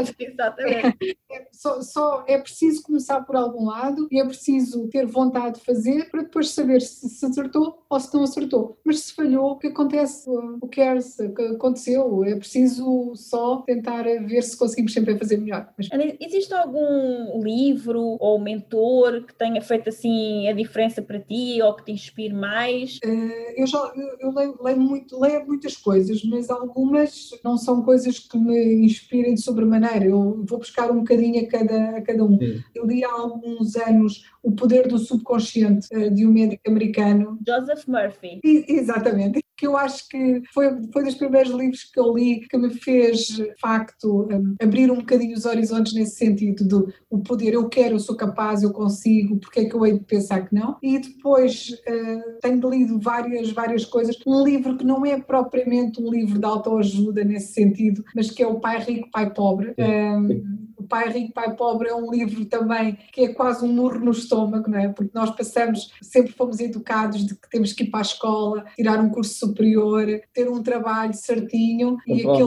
Exatamente. Só é preciso começar por algum lado e é preciso ter vontade de fazer para depois saber se acertou ou se não acertou. Mas se falhou, o que acontece? O que aconteceu? É preciso só tentar ver se conseguimos sempre fazer melhor. Mas existe algum livro ou mentor que tenha feito assim a diferença para ti ou que te inspire mais? Eu leio muitas coisas, mas algumas não são coisas que me inspirem de sobremaneira. Eu vou buscar um bocadinho a cada um. Eu li há alguns anos O Poder do Subconsciente, de um médico americano. Joseph Murphy. Exatamente. Que eu acho que foi dos primeiros livros que eu li que me fez, de facto, abrir um bocadinho os horizontes nesse sentido do o poder, eu quero, eu sou capaz, eu consigo, porque é que eu hei de pensar que não? E depois tenho lido várias coisas. Um livro que não é propriamente um livro de autoajuda nesse sentido, mas que é O Pai Rico, Pai Pobre. O Pai Rico, Pai Pobre é um livro também que é quase um murro no estômago, não é? Porque nós sempre fomos educados de que temos que ir para a escola, tirar um curso superior, ter um trabalho certinho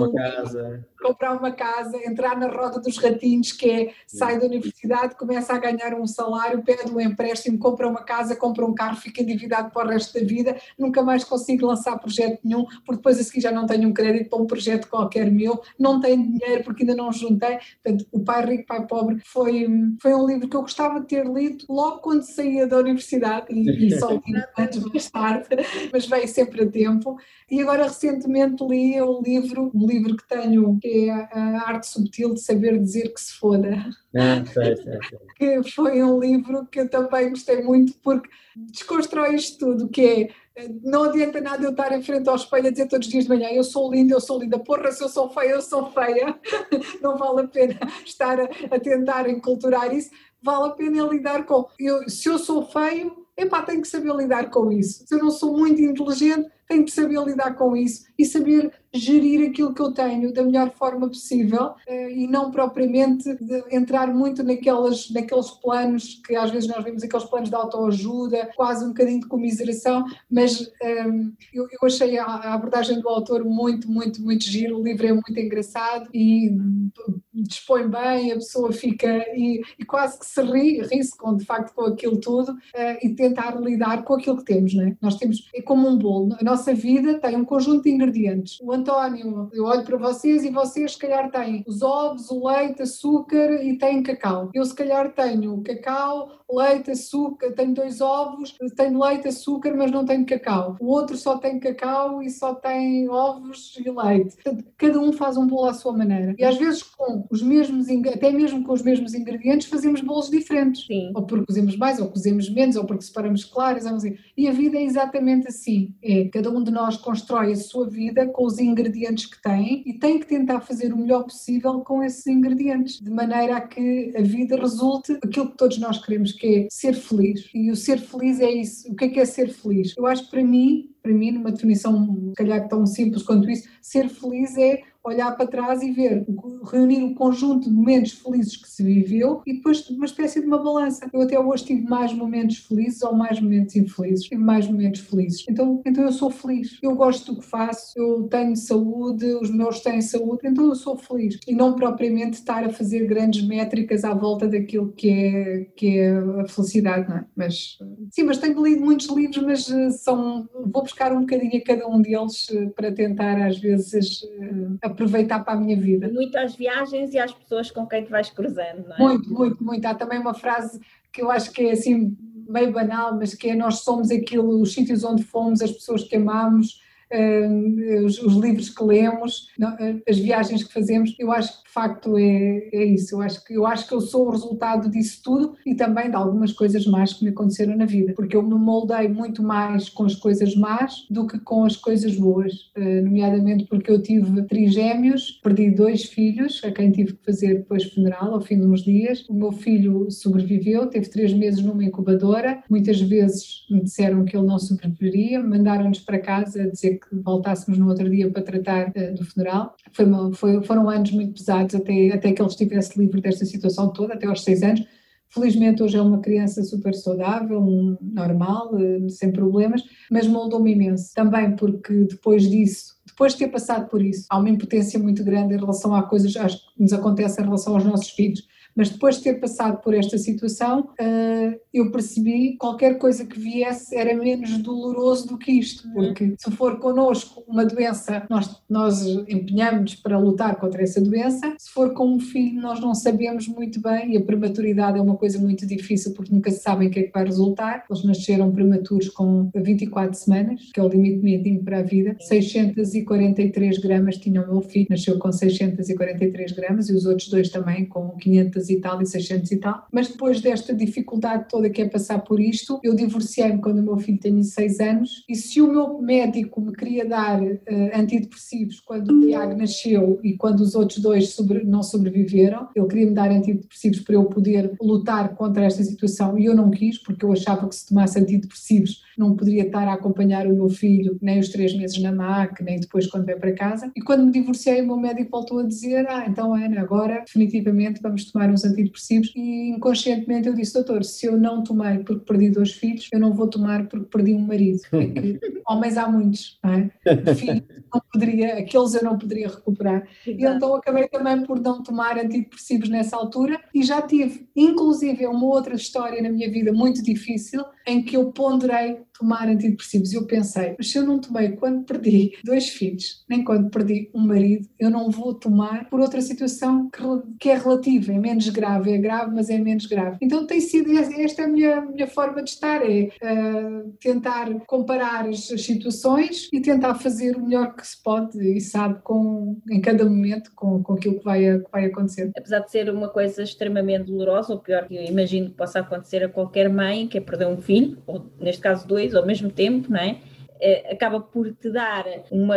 comprar uma casa, entrar na roda dos ratinhos, que é sai da universidade, começa a ganhar um salário, pede um empréstimo, compra uma casa, compra um carro, fica endividado para o resto da vida, nunca mais consigo lançar projeto nenhum, porque depois a seguir já não tenho um crédito para um projeto qualquer meu, não tenho dinheiro porque ainda não juntei. Portanto, O Pai Rico, Pai Pobre foi um livro que eu gostava de ter lido logo quando saía da universidade e só li anos mais tarde, mas veio sempre a tempo. E agora recentemente li um livro que tenho, que é A Arte Subtil de Saber Dizer que se foda. Sei. Que foi um livro que eu também gostei muito porque desconstrói isto tudo, que é, não adianta nada eu estar em frente ao espelho a dizer todos os dias de manhã eu sou linda, porra, se eu sou feia, não vale a pena estar a tentar enculturar isso, vale a pena lidar com, se eu sou feio, tenho que saber lidar com isso. Se eu não sou muito inteligente, tenho que saber lidar com isso e saber gerir aquilo que eu tenho da melhor forma possível e não propriamente entrar muito naqueles planos que às vezes nós vemos, aqueles planos de autoajuda, quase um bocadinho de comiseração, mas eu achei a abordagem do autor muito, muito, muito giro, o livro é muito engraçado e dispõe bem, a pessoa fica e quase que se ri-se de facto com aquilo tudo e tentar lidar com aquilo que temos, não é? Nós temos, é como um bolo, a nossa vida tem um conjunto de ingredientes. O António, eu olho para vocês e vocês se calhar têm os ovos, o leite, açúcar e têm cacau. Eu se calhar tenho cacau, leite, açúcar, tenho 2 ovos, tenho leite, açúcar, mas não tenho cacau. O outro só tem cacau e só tem ovos e leite. Portanto, cada um faz um bolo à sua maneira. E às vezes com os mesmos, até mesmo com os mesmos ingredientes, fazemos bolos diferentes. Sim. Ou porque cozemos mais, ou cozemos menos, ou porque separamos claras. E a vida é exatamente assim. Cada um de nós constrói a sua vida com os ingredientes que tem e tem que tentar fazer o melhor possível com esses ingredientes, de maneira a que a vida resulte aquilo que todos nós queremos, que é ser feliz. E o ser feliz é isso. O que é ser feliz? Eu acho que para mim, numa definição se calhar tão simples quanto isso, ser feliz é olhar para trás e ver, reunir o conjunto de momentos felizes que se viveu e depois uma espécie de uma balança. Eu até hoje tive mais momentos felizes ou mais momentos infelizes. Tive mais momentos felizes. Então eu sou feliz. Eu gosto do que faço, eu tenho saúde, os meus têm saúde, então eu sou feliz. E não propriamente estar a fazer grandes métricas à volta daquilo que é a felicidade, não é? Mas tenho lido muitos livros, mas vou buscar um bocadinho a cada um deles para tentar às vezes aproveitar para a minha vida. Muito às viagens e às pessoas com quem te vais cruzando, não é? Muito, muito, muito. Há também uma frase que eu acho que é assim meio banal, mas que é: nós somos aquilo, os sítios onde fomos, as pessoas que amamos, os livros que lemos, as viagens que fazemos. Eu acho que de facto é isso. Eu acho que eu sou o resultado disso tudo e também de algumas coisas más que me aconteceram na vida, porque eu me moldei muito mais com as coisas más do que com as coisas boas, nomeadamente porque eu tive trigémeos, perdi 2 filhos a quem tive que fazer depois funeral ao fim de uns dias. O meu filho sobreviveu, teve 3 meses numa incubadora, muitas vezes me disseram que ele não sobreviveria, mandaram-nos para casa a dizer que voltássemos no outro dia para tratar do funeral. Foram anos muito pesados até que ele estivesse livre desta situação toda, até aos 6 anos. Felizmente hoje é uma criança super saudável, normal, sem problemas, mas moldou-me imenso. Também porque depois de ter passado por isso, há uma impotência muito grande em relação a coisas que nos acontecem em relação aos nossos filhos. Mas depois de ter passado por esta situação, eu percebi que qualquer coisa que viesse era menos doloroso do que isto, porque se for connosco uma doença, nós empenhamos para lutar contra essa doença. Se for com um filho, nós não sabemos muito bem, e a prematuridade é uma coisa muito difícil porque nunca se sabe o que é que vai resultar. Eles nasceram prematuros com 24 semanas, que é o limite mínimo para a vida. 643 gramas tinha o meu filho, nasceu com 643 gramas e os outros 2 também com 500 e tal e 600 e tal, mas depois desta dificuldade toda que é passar por isto, eu divorciei-me quando o meu filho tinha 6 anos e se o meu médico me queria dar antidepressivos quando o Tiago nasceu e quando os outros 2 não sobreviveram, ele queria-me dar antidepressivos para eu poder lutar contra esta situação e eu não quis, porque eu achava que se tomasse antidepressivos não poderia estar a acompanhar o meu filho nem os 3 meses na MAC, nem depois quando veio para casa. E quando me divorciei, o meu médico voltou a dizer: então Ana, agora definitivamente vamos tomar uns antidepressivos. E inconscientemente eu disse: doutor, se eu não tomei porque perdi 2 filhos, eu não vou tomar porque perdi um marido. É que homens há muitos, não é? Filhos aqueles eu não poderia recuperar. E então acabei também por não tomar antidepressivos nessa altura e já tive, inclusive, uma outra história na minha vida muito difícil em que eu ponderei tomar antidepressivos. Eu pensei: mas se eu não tomei quando perdi 2 filhos, nem quando perdi um marido, eu não vou tomar por outra situação que é relativa, é menos grave, é grave, mas é menos grave. Então tem sido, esta é a minha forma de estar, tentar comparar as situações e tentar fazer o melhor que se pode e sabe em cada momento com aquilo que vai acontecer. Apesar de ser uma coisa extremamente dolorosa, ou pior que eu imagino que possa acontecer a qualquer mãe, que é perder um filho, ou neste caso 2 ao mesmo tempo, não é? acaba por te dar uma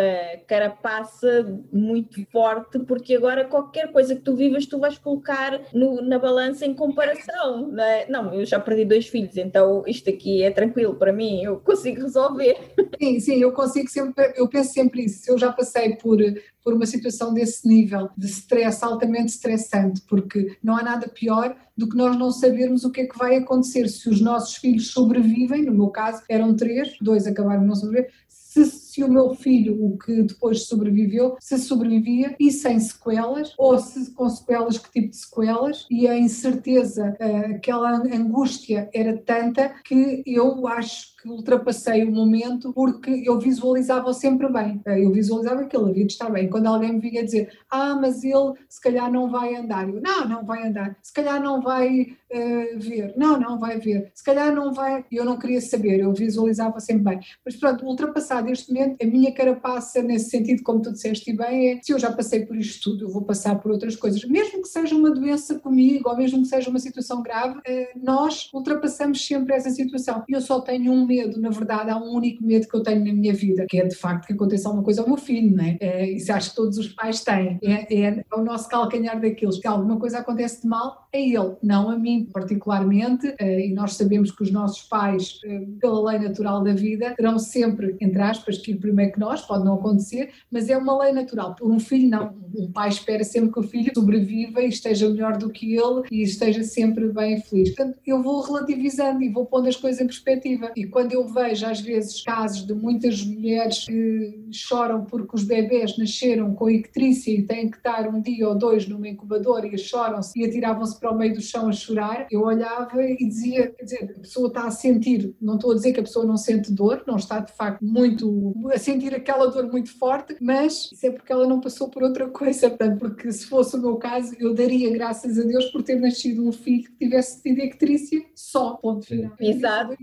carapaça muito forte, porque agora qualquer coisa que tu vivas, tu vais colocar na balança em comparação, não é? Não, eu já perdi 2 filhos, então isto aqui é tranquilo para mim, eu consigo resolver. Sim, eu consigo sempre, eu penso sempre isso. Eu já passei por uma situação desse nível de stress, altamente estressante, porque não há nada pior do que nós não sabermos o que é que vai acontecer se os nossos filhos sobrevivem. No meu caso eram 3, 2 acabaram de não sobreviver. Se o meu filho, o que depois sobreviveu, se sobrevivia e sem sequelas, ou se com sequelas, que tipo de sequelas, e a incerteza, aquela angústia era tanta que eu acho que ultrapassei o momento, porque eu visualizava sempre bem, eu visualizava que ele havia de estar bem. Quando alguém me vinha dizer, mas ele se calhar não vai andar, eu, não vai andar, se calhar não vai ver, não vai ver, se calhar não vai, eu não queria saber, eu visualizava sempre bem. Mas pronto, ultrapassado este momento, a minha carapaça nesse sentido, como tu disseste bem, é, se eu já passei por isto tudo, eu vou passar por outras coisas, mesmo que seja uma doença comigo, ou mesmo que seja uma situação grave, nós ultrapassamos sempre essa situação. E eu só tenho um medo, na verdade, há um único medo que eu tenho na minha vida, que é de facto que aconteça alguma coisa ao meu filho, não é? Isso acho que todos os pais têm, é o nosso calcanhar daqueles, que alguma coisa acontece de mal a ele, não a mim particularmente, e nós sabemos que os nossos pais, pela lei natural da vida, terão sempre, entre aspas, que ir primeiro que nós, pode não acontecer, mas é uma lei natural. Por um filho, não. Um pai espera sempre que o filho sobreviva e esteja melhor do que ele e esteja sempre bem feliz. Portanto, eu vou relativizando e vou pondo as coisas em perspectiva. E quando eu vejo, às vezes, casos de muitas mulheres que choram porque os bebés nasceram com ictrícia e têm que estar 1 dia ou 2 numa incubadora e choram-se e atiravam-se para o meio do chão a chorar, eu olhava e dizia, quer dizer, a pessoa está a sentir, não estou a dizer que a pessoa não sente dor, não está de facto muito a sentir aquela dor muito forte, mas isso é porque ela não passou por outra coisa, portanto, porque se fosse o meu caso, eu daria graças a Deus por ter nascido um filho que tivesse tido ictrícia só, ponto final. Exato.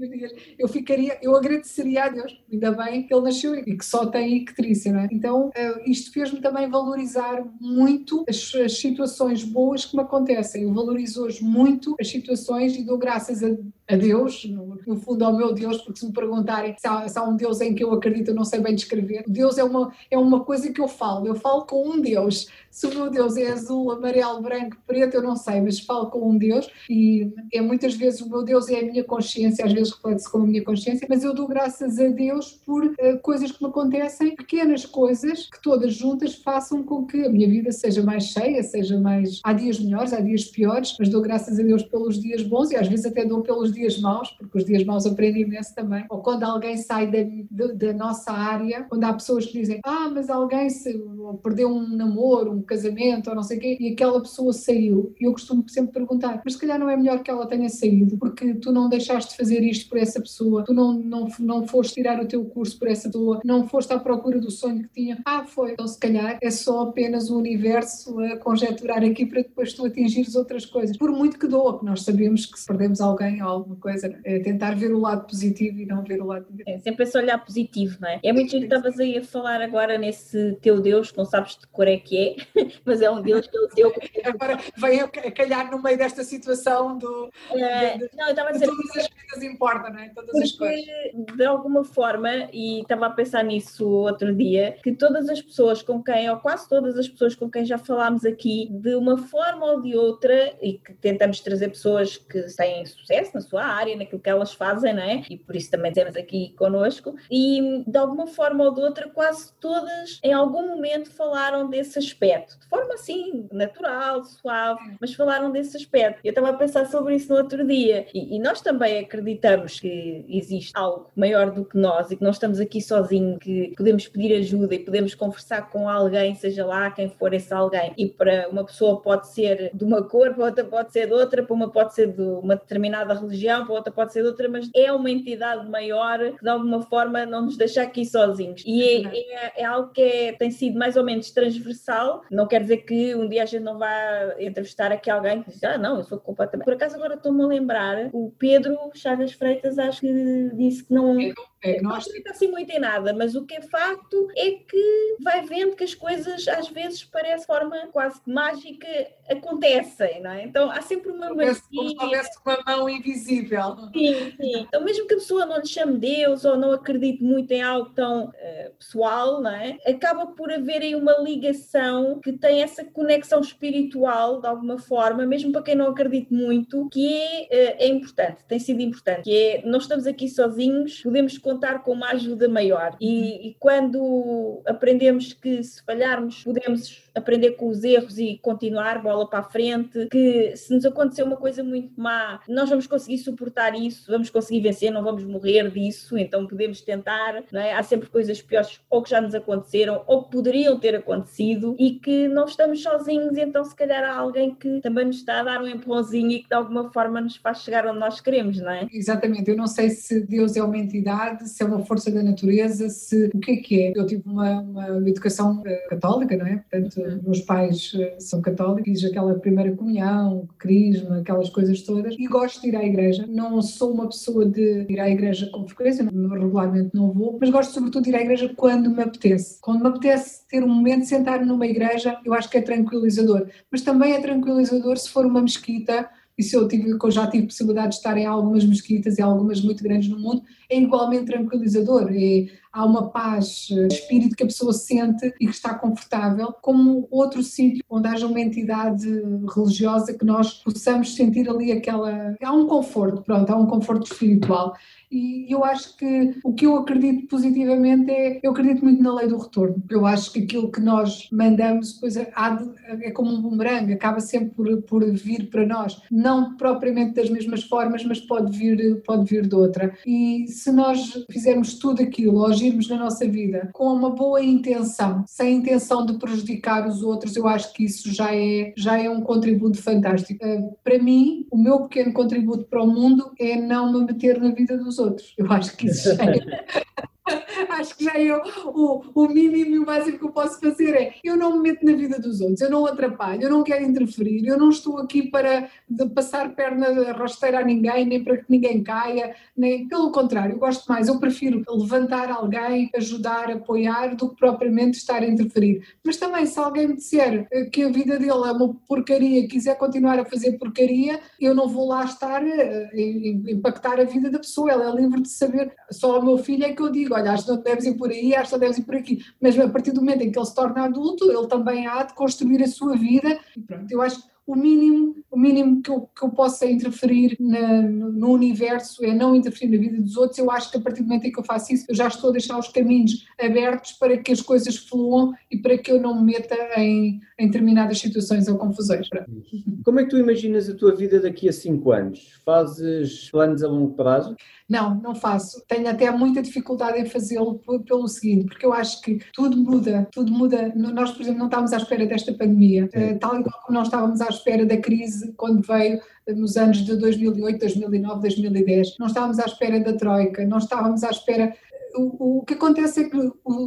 Eu agradeceria a Deus, ainda bem que ele nasceu e que só tem ictrícia, não é? Então, isto fez-me também valorizar muito as situações boas que me acontecem. Eu valorizo hoje muito as situações e dou graças a Deus, no fundo ao meu Deus, porque se me perguntarem se há um Deus em que eu acredito, eu não sei bem descrever. Deus é uma coisa que eu falo com um Deus. Se o meu Deus é azul, amarelo, branco, preto, eu não sei, mas falo com um Deus e muitas vezes o meu Deus é a minha consciência, às vezes reflete-se com a minha consciência, mas eu dou graças a Deus por coisas que me acontecem, pequenas coisas que todas juntas façam com que a minha vida seja mais cheia, seja mais... Há dias melhores, há dias piores, mas dou graças a Deus pelos dias bons e às vezes até dou pelos dias maus, porque os dias maus aprendo imenso também. Ou quando alguém sai da nossa área, quando há pessoas que dizem, mas alguém perdeu um namoro, um casamento ou não sei o quê, e aquela pessoa saiu. E eu costumo sempre perguntar, mas se calhar não é melhor que ela tenha saído, porque tu não deixaste de fazer isto por essa pessoa, tu não foste tirar o teu curso por essa pessoa, não foste à procura do sonho que tinha. Foi. Então se calhar é só apenas o universo a conjecturar aqui para depois tu atingires outras coisas. Por muito que doa, que nós sabemos que se perdemos alguém ou alguma coisa, é tentar ver o lado positivo e não ver o lado negativo. É sempre esse olhar positivo, não é? É muito que estavas aí a falar agora nesse teu Deus, que não sabes de cor é que é, mas é um Deus que é o teu. Agora vem a calhar no meio desta situação não, eu estava a dizer, todas as coisas importam, não é? Todas as coisas. De alguma forma, e estava a pensar nisso outro dia, que todas as pessoas com quem, ou quase todas as pessoas com quem já falámos aqui, de uma forma ou de outra, e que tentamos trazer pessoas que têm sucesso na sua área, naquilo que elas fazem, não é? E por isso também temos aqui connosco, e de alguma forma ou de outra, quase todas em algum momento falaram desse aspecto, de forma assim, natural, suave, mas falaram desse aspecto. Eu estava a pensar sobre isso no outro dia, e nós também acreditamos que existe algo maior do que nós e que não estamos aqui sozinhos, que podemos pedir ajuda e podemos conversar com alguém, seja lá quem for esse alguém, e para uma pessoa pode ser de uma cor, para outra pode ser de outra, para uma pode ser de uma determinada religião, para outra pode ser de outra, mas é uma entidade maior que de alguma forma não nos deixa aqui sozinhos. E é algo que tem sido mais ou menos transversal. Não quer dizer que um dia a gente não vá entrevistar aqui alguém que diz, não, eu sou completamente... Por acaso agora estou-me a lembrar, o Pedro Chagas Freitas acho que disse que não... Não acredita assim muito em nada, mas o que é facto é que vai vendo que as coisas às vezes parece de forma quase que mágica acontecem, não é? Então há sempre uma Como se houvesse uma mão invisível. Sim. Então mesmo que a pessoa não lhe chame Deus ou não acredite muito em algo tão pessoal, não é? Acaba por haver aí uma ligação que tem essa conexão espiritual de alguma forma, mesmo para quem não acredite muito, que é importante, tem sido importante, que é, não estamos aqui sozinhos, podemos contar com uma ajuda maior e quando aprendemos que se falharmos podemos aprender com os erros e continuar, bola para a frente, que se nos acontecer uma coisa muito má, nós vamos conseguir suportar isso, vamos conseguir vencer, não vamos morrer disso, então podemos tentar, não é? Há sempre coisas piores ou que já nos aconteceram ou que poderiam ter acontecido e que não estamos sozinhos, então se calhar há alguém que também nos está a dar um empurrãozinho e que de alguma forma nos faz chegar onde nós queremos, não é? Exatamente, eu não sei se Deus é uma entidade, se é uma força da natureza, o que é. Eu tive uma educação católica, não é? Portanto, meus pais são católicos, fiz aquela primeira comunhão, crisma, aquelas coisas todas, e gosto de ir à igreja. Não sou uma pessoa de ir à igreja com frequência, regularmente não vou, mas gosto sobretudo de ir à igreja quando me apetece. Quando me apetece ter um momento de sentar numa igreja, eu acho que é tranquilizador, mas também é tranquilizador se for uma mesquita. Isso eu já tive possibilidade de estar em algumas mesquitas e algumas muito grandes no mundo, é igualmente tranquilizador, há uma paz de espírito que a pessoa sente e que está confortável, como outro sítio onde haja uma entidade religiosa que nós possamos sentir ali há um conforto, há um conforto espiritual. E eu acho que o que eu acredito positivamente eu acredito muito na lei do retorno. Eu acho que aquilo que nós mandamos depois é como um bumerangue, acaba sempre por vir para nós, não propriamente das mesmas formas, mas pode vir de outra. E se nós fizermos tudo aquilo, ou agirmos na nossa vida com uma boa intenção, sem intenção de prejudicar os outros, eu acho que isso já é um contributo fantástico. Para mim, o meu pequeno contributo para o mundo é não me meter na vida dos outros. Eu acho que isso já acho que já é o mínimo e o máximo que eu posso fazer eu não me meto na vida dos outros, eu não atrapalho, eu não quero interferir, eu não estou aqui para passar perna rasteira a ninguém, nem para que ninguém caia, nem pelo contrário, eu gosto mais, eu prefiro levantar alguém, ajudar, apoiar, do que propriamente estar a interferir. Mas também se alguém me disser que a vida dele é uma porcaria, quiser continuar a fazer porcaria, eu não vou lá estar a impactar a vida da pessoa, ela é livre de saber. Só ao meu filho é que eu digo, olha, acho que não deves ir por aí, acho que não deves ir por aqui, mas a partir do momento em que ele se torna adulto, ele também há de construir a sua vida e pronto, eu acho que o mínimo que eu possa interferir no universo é não interferir na vida dos outros. Eu acho que a partir do momento em que eu faço isso, eu já estou a deixar os caminhos abertos para que as coisas fluam e para que eu não me meta em determinadas situações ou confusões. Como é que tu imaginas a tua vida daqui a 5 anos? Fazes planos a longo prazo? Não faço. Tenho até muita dificuldade em fazê-lo pelo seguinte, porque eu acho que tudo muda. Nós, por exemplo, não estávamos à espera desta pandemia, tal e qual como não estávamos à espera da crise quando veio nos anos de 2008, 2009, 2010. Não estávamos à espera da Troika, não estávamos à espera... O que acontece é que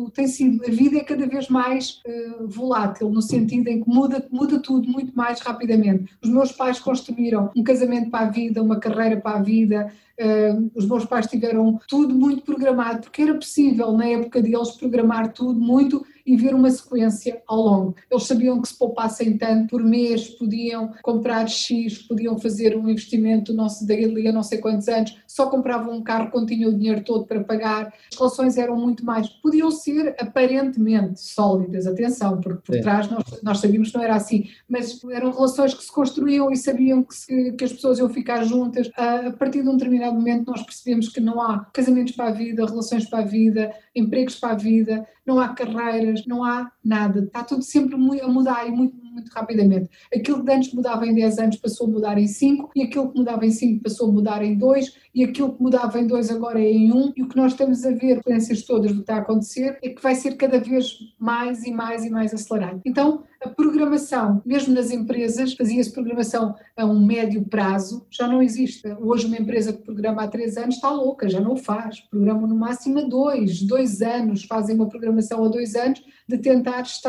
a vida é cada vez mais volátil, no sentido em que muda tudo muito mais rapidamente. Os meus pais construíram um casamento para a vida, uma carreira para a vida, os meus pais tiveram tudo muito programado, porque era possível na época deles programar tudo muito e ver uma sequência ao longo. Eles sabiam que se poupassem tanto por mês, podiam comprar X, podiam fazer um investimento dali a não sei quantos anos, só compravam um carro quando tinham o dinheiro todo para pagar. As relações eram muito mais, podiam ser aparentemente sólidas, atenção, porque por trás nós sabíamos que não era assim, mas eram relações que se construíam e sabiam que as pessoas iam ficar juntas. A partir de um determinado momento nós percebemos que não há casamentos para a vida, relações para a vida, empregos para a vida, não há carreiras, não há nada, está tudo sempre a mudar e muito rapidamente. Aquilo que antes mudava em 10 anos passou a mudar em 5, e aquilo que mudava em 5 passou a mudar em 2, e aquilo que mudava em 2 agora é em 1, e o que nós estamos a ver, experiências todas do que está a acontecer, é que vai ser cada vez mais e mais e mais acelerado. Então, a programação, mesmo nas empresas, fazia-se programação a um médio prazo, já não existe. Hoje uma empresa que programa há 3 anos está louca, já não o faz. Programam no máximo a 2 anos, fazem uma programação a 2 anos de tentar estar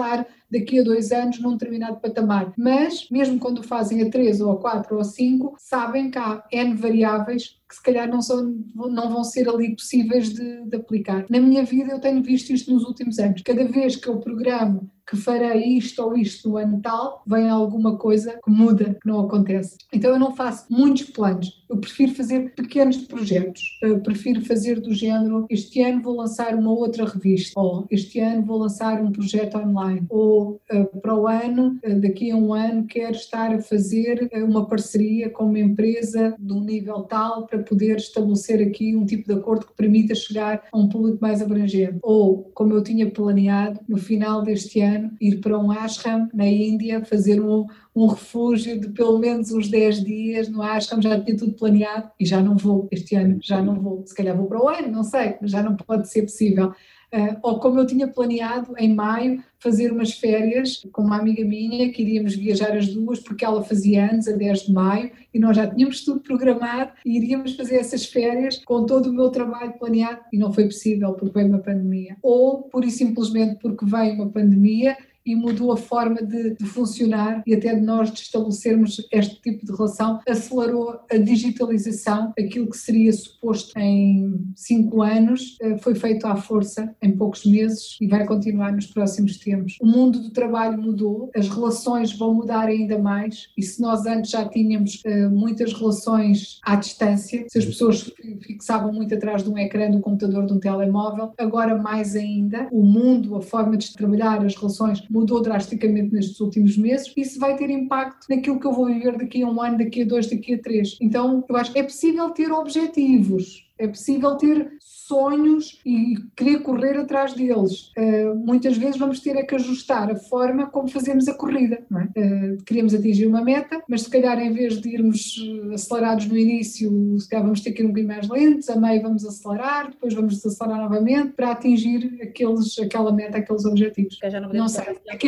daqui a 2 anos num determinado patamar. Mas, mesmo quando o fazem a 3 ou a 4 ou a 5, sabem que há N variáveis que se calhar não vão ser ali possíveis de aplicar. Na minha vida eu tenho visto isto nos últimos anos. Cada vez que eu programo que farei isto ou isto no ano tal, vem alguma coisa que muda, que não acontece. Então eu não faço muitos planos, eu prefiro fazer pequenos projetos, eu prefiro fazer do género, este ano vou lançar uma outra revista, ou este ano vou lançar um projeto online, ou para o ano, daqui a um ano quero estar a fazer uma parceria com uma empresa de um nível tal para poder estabelecer aqui um tipo de acordo que permita chegar a um público mais abrangente. Ou, como eu tinha planeado, no final deste ano, ir para um ashram na Índia, fazer um refúgio de pelo menos uns 10 dias no ashram, já tinha tudo planeado e já não vou, este ano já não vou, se calhar vou para o ano, não sei, mas já não pode ser possível. Ou como eu tinha planeado em maio fazer umas férias com uma amiga minha que iríamos viajar as duas porque ela fazia anos a 10 de maio e nós já tínhamos tudo programado e iríamos fazer essas férias com todo o meu trabalho planeado e não foi possível porque veio uma pandemia. Ou pura e simplesmente porque veio uma pandemia e mudou a forma de funcionar e até de nós de estabelecermos este tipo de relação, acelerou a digitalização, aquilo que seria suposto em 5 anos, foi feito à força em poucos meses e vai continuar nos próximos tempos. O mundo do trabalho mudou, as relações vão mudar ainda mais e se nós antes já tínhamos muitas relações à distância, se as pessoas fixavam muito atrás de um ecrã, de um computador, de um telemóvel, agora mais ainda, o mundo, a forma de trabalhar, as relações mudou drasticamente nestes últimos meses e isso vai ter impacto naquilo que eu vou viver daqui a 1 ano, daqui a 2, daqui a 3. Então, eu acho que é possível ter objetivos, é possível ter sonhos e querer correr atrás deles. Muitas vezes vamos ter que ajustar a forma como fazemos a corrida. Não é? Queremos atingir uma meta, mas se calhar em vez de irmos acelerados no início, se calhar vamos ter que ir um bocadinho mais lentos, a meio vamos acelerar, depois vamos desacelerar novamente para atingir aquela meta, aqueles objetivos. Não sei, daqui a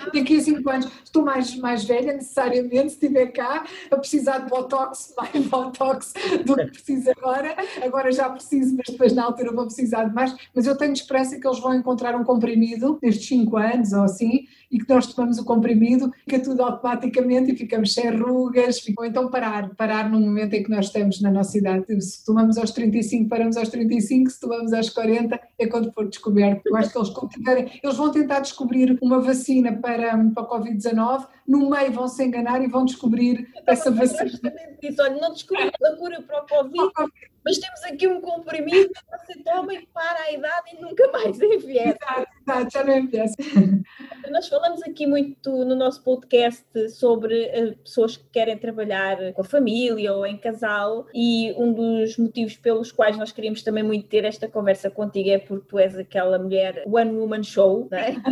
5 anos estou mais velha necessariamente, se estiver cá a precisar de botox, mais botox do que preciso agora já preciso, mas depois na altura vou precisar de mais, mas eu tenho esperança que eles vão encontrar um comprimido nestes 5 anos ou assim, e que nós tomamos o comprimido, fica tudo automaticamente e ficamos sem rugas, ou então parar no momento em que nós estamos na nossa idade. Se tomamos aos 35, paramos aos 35, se tomamos aos 40, é quando for descoberto. Eu acho que eles vão tentar descobrir uma vacina para a Covid-19, no meio vão se enganar e vão descobrir essa vacina. Olha, não descobriram a cura para o Covid, mas temos aqui um comprimido que você toma e para a idade e nunca mais envelhece. Exato, já não envelhece. Nós falamos aqui muito no nosso podcast sobre pessoas que querem trabalhar com a família ou em casal e um dos motivos pelos quais nós queríamos também muito ter esta conversa contigo é porque tu és aquela mulher one woman show, não é?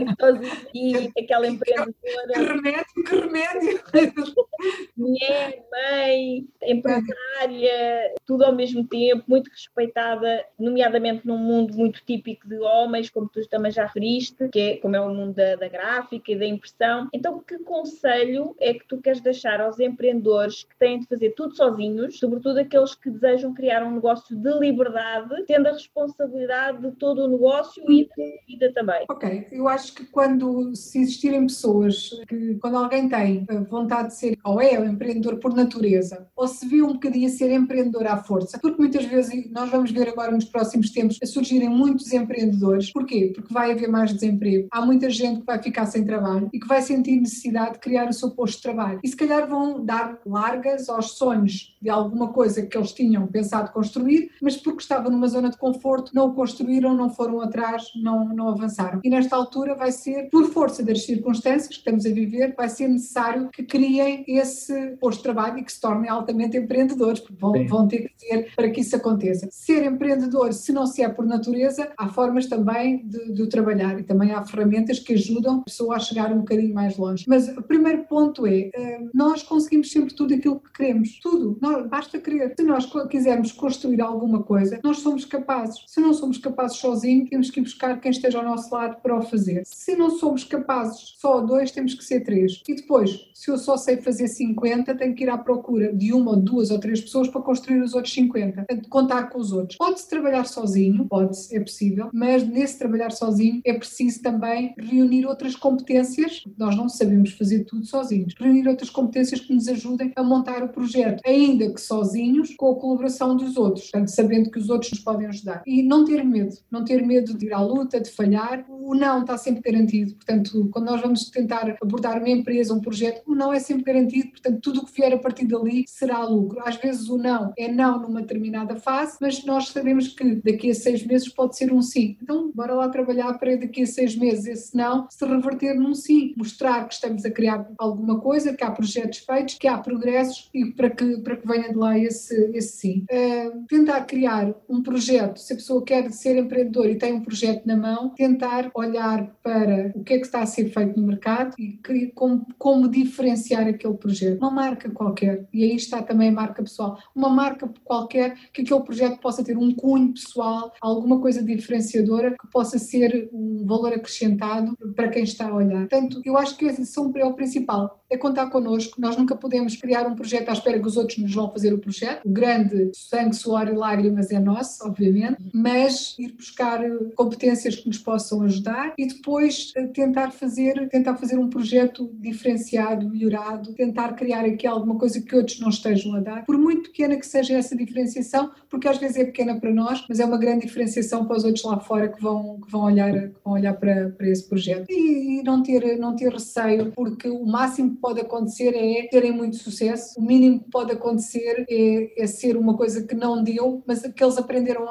E aquela empreendedora. Que remédio! Mulher, mãe, empresária, tudo ao mesmo tempo, muito respeitada, nomeadamente num mundo muito típico de homens, como tu também já referiste, que é como é o mundo da gráfica e da impressão. Então, que conselho é que tu queres deixar aos empreendedores que têm de fazer tudo sozinhos, sobretudo aqueles que desejam criar um negócio de liberdade, tendo a responsabilidade de todo o negócio e da vida também? Ok, eu acho que se existirem pessoas que, quando alguém tem vontade de ser, ou é um empreendedor por natureza, ou se viu um bocadinho a ser empreendedor à força, porque muitas vezes, nós vamos ver agora nos próximos tempos, a surgirem muitos empreendedores. Porquê? Porque vai haver mais desemprego. Há muita gente que vai ficar sem trabalho e que vai sentir necessidade de criar o seu posto de trabalho. E se calhar vão dar largas aos sonhos de alguma coisa que eles tinham pensado construir, mas porque estavam numa zona de conforto, não o construíram, não foram atrás, não avançaram. E nesta altura vai ser, por força das circunstâncias que estamos a viver, vai ser necessário que criem esse posto de trabalho e que se tornem altamente empreendedores, porque vão ter que ter para que isso aconteça. Ser empreendedor, se não se é por natureza, há formas também de trabalhar e também há ferramentas que ajudam a pessoa a chegar um bocadinho mais longe. Mas o primeiro ponto é, nós conseguimos sempre tudo aquilo que queremos. Tudo. Basta querer. Se nós quisermos construir alguma coisa, nós somos capazes. Se não somos capazes sozinhos, temos que ir buscar quem esteja ao nosso lado para o fazer. Se não somos capazes só 2, temos que ser 3. E depois, se eu só sei fazer 50, tenho que ir à procura de 1 ou 2 ou 3 pessoas para construir os outros 50. Portanto, contar com os outros. Pode-se trabalhar sozinho, é possível, mas nesse trabalhar sozinho é preciso também reunir outras outras competências, nós não sabemos fazer tudo sozinhos, reunir outras competências que nos ajudem a montar o projeto, ainda que sozinhos, com a colaboração dos outros, portanto, sabendo que os outros nos podem ajudar. E não ter medo de ir à luta, de falhar. O não está sempre garantido, portanto, quando nós vamos tentar abordar uma empresa, um projeto, o não é sempre garantido, portanto, tudo o que vier a partir dali será lucro. Às vezes o não é não numa determinada fase, mas nós sabemos que daqui a 6 meses pode ser um sim. Então, bora lá trabalhar para daqui a 6 meses esse não se reverter num sim. Mostrar que estamos a criar alguma coisa, que há projetos feitos, que há progressos e para que venha de lá esse sim. Tentar criar um projeto, se a pessoa quer ser empreendedor e tem um projeto na mão, tentar olhar para o que é que está a ser feito no mercado e como diferenciar aquele projeto. Uma marca qualquer, e aí está também a marca pessoal, uma marca qualquer que aquele projeto possa ter um cunho pessoal, alguma coisa diferenciadora que possa ser um valor acrescentado para quem está a olhar. Portanto, eu acho que esse é o principal, é contar connosco. Nós nunca podemos criar um projeto à espera que os outros nos vão fazer o projeto. O grande sangue, suor e lágrimas é nosso, obviamente, mas ir buscar competências que nos possam ajudar e depois tentar fazer um projeto diferenciado, melhorado, tentar criar aqui alguma coisa que outros não estejam a dar, por muito pequena que seja essa diferenciação, porque às vezes é pequena para nós, mas é uma grande diferenciação para os outros lá fora que vão olhar para esse projeto. E não ter receio, porque o máximo que pode acontecer é terem muito sucesso, o mínimo que pode acontecer é ser uma coisa que não deu, mas que eles aprenderam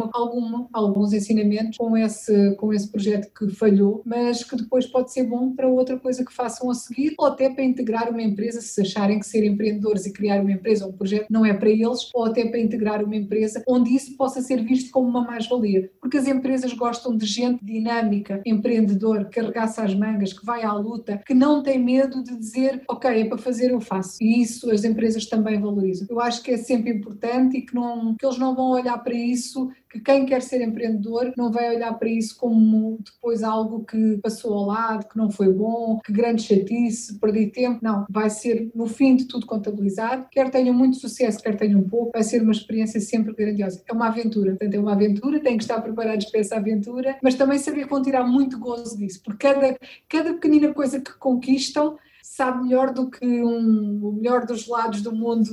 alguns ensinamentos com esse projeto que falhou, mas que depois pode ser bom para outra coisa que façam a seguir, ou até para integrar uma empresa, se acharem que ser empreendedores e criar uma empresa ou um projeto não é para eles, ou até para integrar uma empresa onde isso possa ser visto como uma mais-valia, porque as empresas gostam de gente dinâmica, empreendedor, que arregaça as mangas, que vai à luta, que não tem medo de dizer, ok, é para fazer, eu faço. E isso as empresas também valorizam. Eu acho que é sempre importante e que eles não vão olhar para isso, que quem quer ser empreendedor não vai olhar para isso como depois algo que passou ao lado, que não foi bom, que grande chatice, perdi tempo. Não, vai ser no fim de tudo contabilizado, quer tenham muito sucesso, quer tenham pouco, vai ser uma experiência sempre grandiosa. É uma aventura, portanto é uma aventura, têm que estar preparados para essa aventura, mas também saber que vão tirar muito gozo disso, porque cada pequenina coisa que conquistam sabe melhor do que o melhor dos gelados do mundo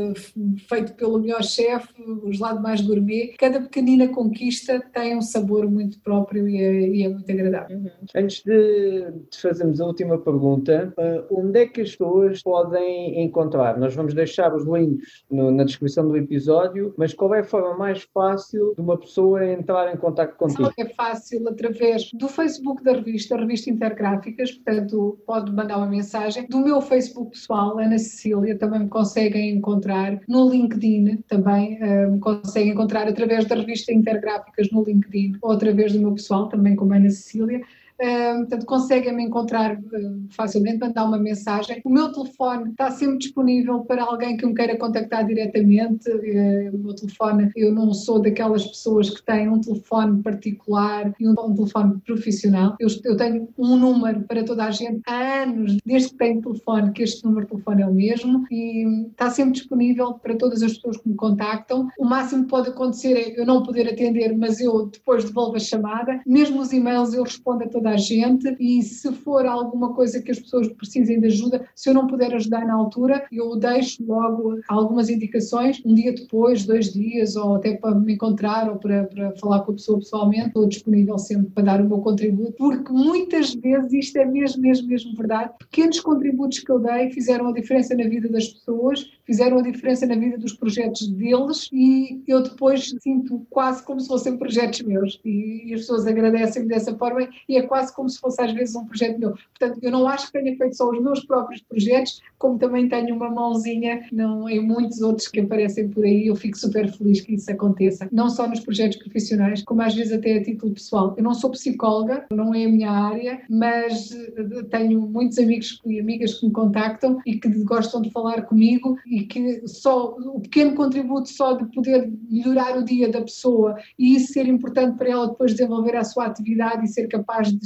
feito pelo melhor chefe, o gelado mais gourmet. Cada pequenina conquista tem um sabor muito próprio e é muito agradável. Antes de fazermos a última pergunta, onde é que as pessoas podem encontrar? Nós vamos deixar os links na descrição do episódio, mas qual é a forma mais fácil de uma pessoa entrar em contato contigo? É fácil através do Facebook da revista Intergráficas, portanto pode mandar uma mensagem. Do meu Facebook pessoal, Ana Cecília, também me conseguem encontrar no LinkedIn, também me conseguem encontrar através da revista Intergráficas no LinkedIn ou através do meu pessoal, também como Ana Cecília. Portanto, conseguem-me encontrar facilmente, mandar uma mensagem. O meu telefone está sempre disponível para alguém que me queira contactar diretamente. O meu telefone, eu não sou daquelas pessoas que têm um telefone particular e um telefone profissional. Eu tenho um número para toda a gente há anos, desde que tenho telefone, que este número de telefone é o mesmo e está sempre disponível para todas as pessoas que me contactam. O máximo que pode acontecer é eu não poder atender, mas eu depois devolvo a chamada. Mesmo os e-mails eu respondo a toda a gente e se for alguma coisa que as pessoas precisem de ajuda, se eu não puder ajudar na altura, eu deixo logo algumas indicações, um dia depois, 2 dias, ou até para me encontrar ou para falar com a pessoa pessoalmente. Estou disponível sempre para dar o meu contributo, porque muitas vezes isto é mesmo verdade. Pequenos contributos que eu dei fizeram a diferença na vida das pessoas, fizeram a diferença na vida dos projetos deles e eu depois sinto quase como se fossem projetos meus e as pessoas agradecem-me dessa forma e é quase como se fosse às vezes um projeto meu. Portanto, eu não acho que tenha feito só os meus próprios projetos, como também tenho uma mãozinha em muitos outros que aparecem por aí. Eu fico super feliz que isso aconteça, não só nos projetos profissionais, como às vezes até a título pessoal. Eu não sou psicóloga, não é a minha área, mas tenho muitos amigos e amigas que me contactam e que gostam de falar comigo e que só o pequeno contributo só de poder melhorar o dia da pessoa e isso ser importante para ela depois desenvolver a sua atividade e ser capaz de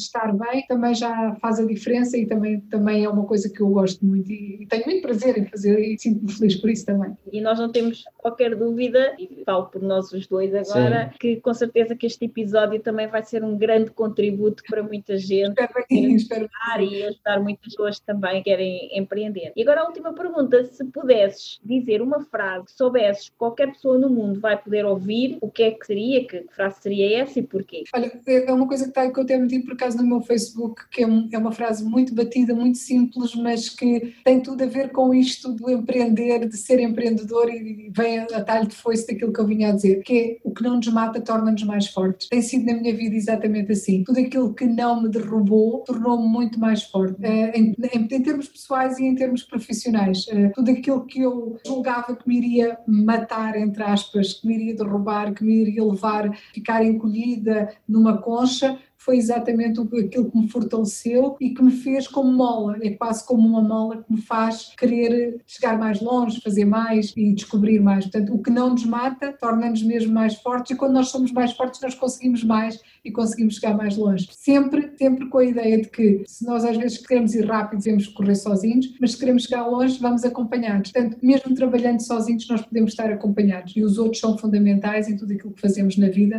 estar bem, também já faz a diferença e também é uma coisa que eu gosto muito e tenho muito prazer em fazer e sinto-me feliz por isso também. E nós não temos qualquer dúvida, e falo por nós os dois agora, sim, que com certeza que este episódio também vai ser um grande contributo para muita gente. Espero. E ajudar muitas pessoas que também querem empreender. E agora a última pergunta, se pudesses dizer uma frase que soubesses que qualquer pessoa no mundo vai poder ouvir, o que é que seria? Que frase seria essa e porquê? Olha, é uma coisa que eu até meti por acaso no meu Facebook, que é uma frase muito batida, muito simples, mas que tem tudo a ver com isto do empreender, de ser empreendedor e vem a talho de foice daquilo que eu vinha a dizer, que é o que não nos mata torna-nos mais fortes. Tem sido na minha vida exatamente assim. Tudo aquilo que não me derrubou tornou-me muito mais forte, em termos pessoais e em termos profissionais. Tudo aquilo que eu julgava que me iria matar, entre aspas, que me iria derrubar, que me iria levar a ficar encolhida numa concha, foi exatamente aquilo que me fortaleceu e que me fez como mola, é quase como uma mola que me faz querer chegar mais longe, fazer mais e descobrir mais. Portanto, o que não nos mata torna-nos mesmo mais fortes e quando nós somos mais fortes nós conseguimos mais e conseguimos chegar mais longe. Sempre com a ideia de que se nós às vezes queremos ir rápido, devemos correr sozinhos, mas se queremos chegar longe, vamos acompanhados. Portanto, mesmo trabalhando sozinhos, nós podemos estar acompanhados e os outros são fundamentais em tudo aquilo que fazemos na vida,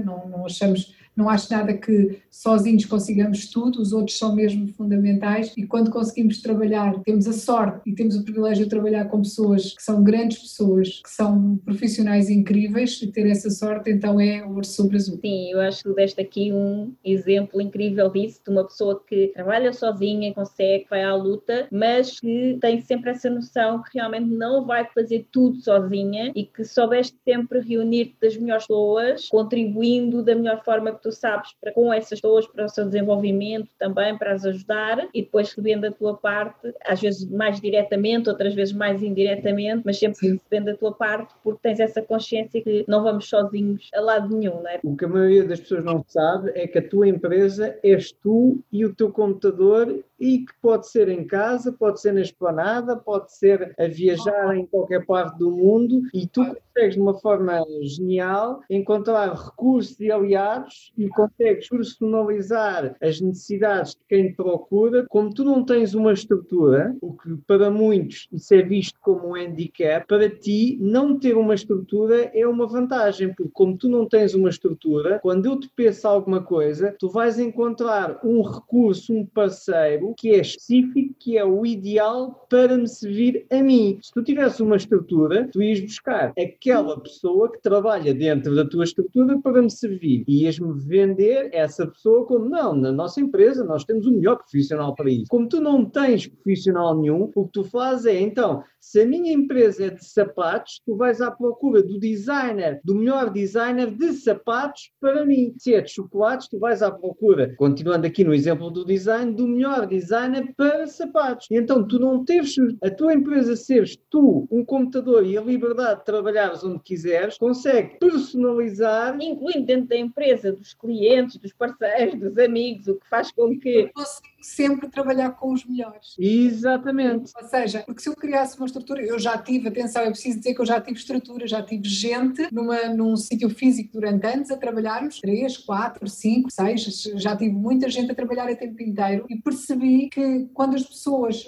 não acho nada que sozinhos consigamos tudo, os outros são mesmo fundamentais e quando conseguimos trabalhar, temos a sorte e temos o privilégio de trabalhar com pessoas que são grandes pessoas, que são profissionais incríveis e ter essa sorte então é ouro sobre azul. Sim, eu acho que tu deste aqui um exemplo incrível disso, de uma pessoa que trabalha sozinha, consegue, vai à luta, mas que tem sempre essa noção que realmente não vai fazer tudo sozinha e que soubeste sempre reunir-te das melhores pessoas, contribuindo da melhor forma que tu sabes com essas pessoas, para o seu desenvolvimento também, para as ajudar e depois recebendo a tua parte, às vezes mais diretamente, outras vezes mais indiretamente, mas sempre recebendo a tua parte porque tens essa consciência que não vamos sozinhos a lado nenhum, não é? O que a maioria das pessoas não sabe é que a tua empresa és tu e o teu computador e que pode ser em casa, pode ser na esplanada, pode ser a viajar em qualquer parte do mundo e tu consegues de uma forma genial encontrar recursos e aliados e consegues personalizar as necessidades de quem te procura. Como tu não tens uma estrutura, o que para muitos isso é visto como um handicap, para ti não ter uma estrutura é uma vantagem, porque como tu não tens uma estrutura, quando eu te peço alguma coisa, tu vais encontrar um recurso, um parceiro que é específico, que é o ideal para me servir a mim. Se tu tivesse uma estrutura, tu ias buscar aquela pessoa que trabalha dentro da tua estrutura para me servir e ias-me vender essa pessoa como, não, na nossa empresa nós temos o melhor profissional para isso. Como tu não tens profissional nenhum, o que tu fazes é, então, se a minha empresa é de sapatos, tu vais à procura do designer, do melhor designer de sapatos para mim. Se é de chocolates, tu vais à procura, continuando aqui no exemplo do design, do melhor designer para sapatos. E então tu não teres a tua empresa seres tu, um computador e a liberdade de trabalhares onde quiseres, consegue personalizar, incluindo dentro da empresa, dos clientes, dos parceiros, dos amigos, o que faz com que... Eu consigo sempre trabalhar com os melhores. Exatamente. Ou seja, porque se eu criasse uma estrutura, eu já tive, atenção, é preciso dizer que eu já tive estrutura, já tive gente num sítio físico durante anos a trabalharmos, 3, 4, 5, 6, já tive muita gente a trabalhar a tempo inteiro e percebi que quando as pessoas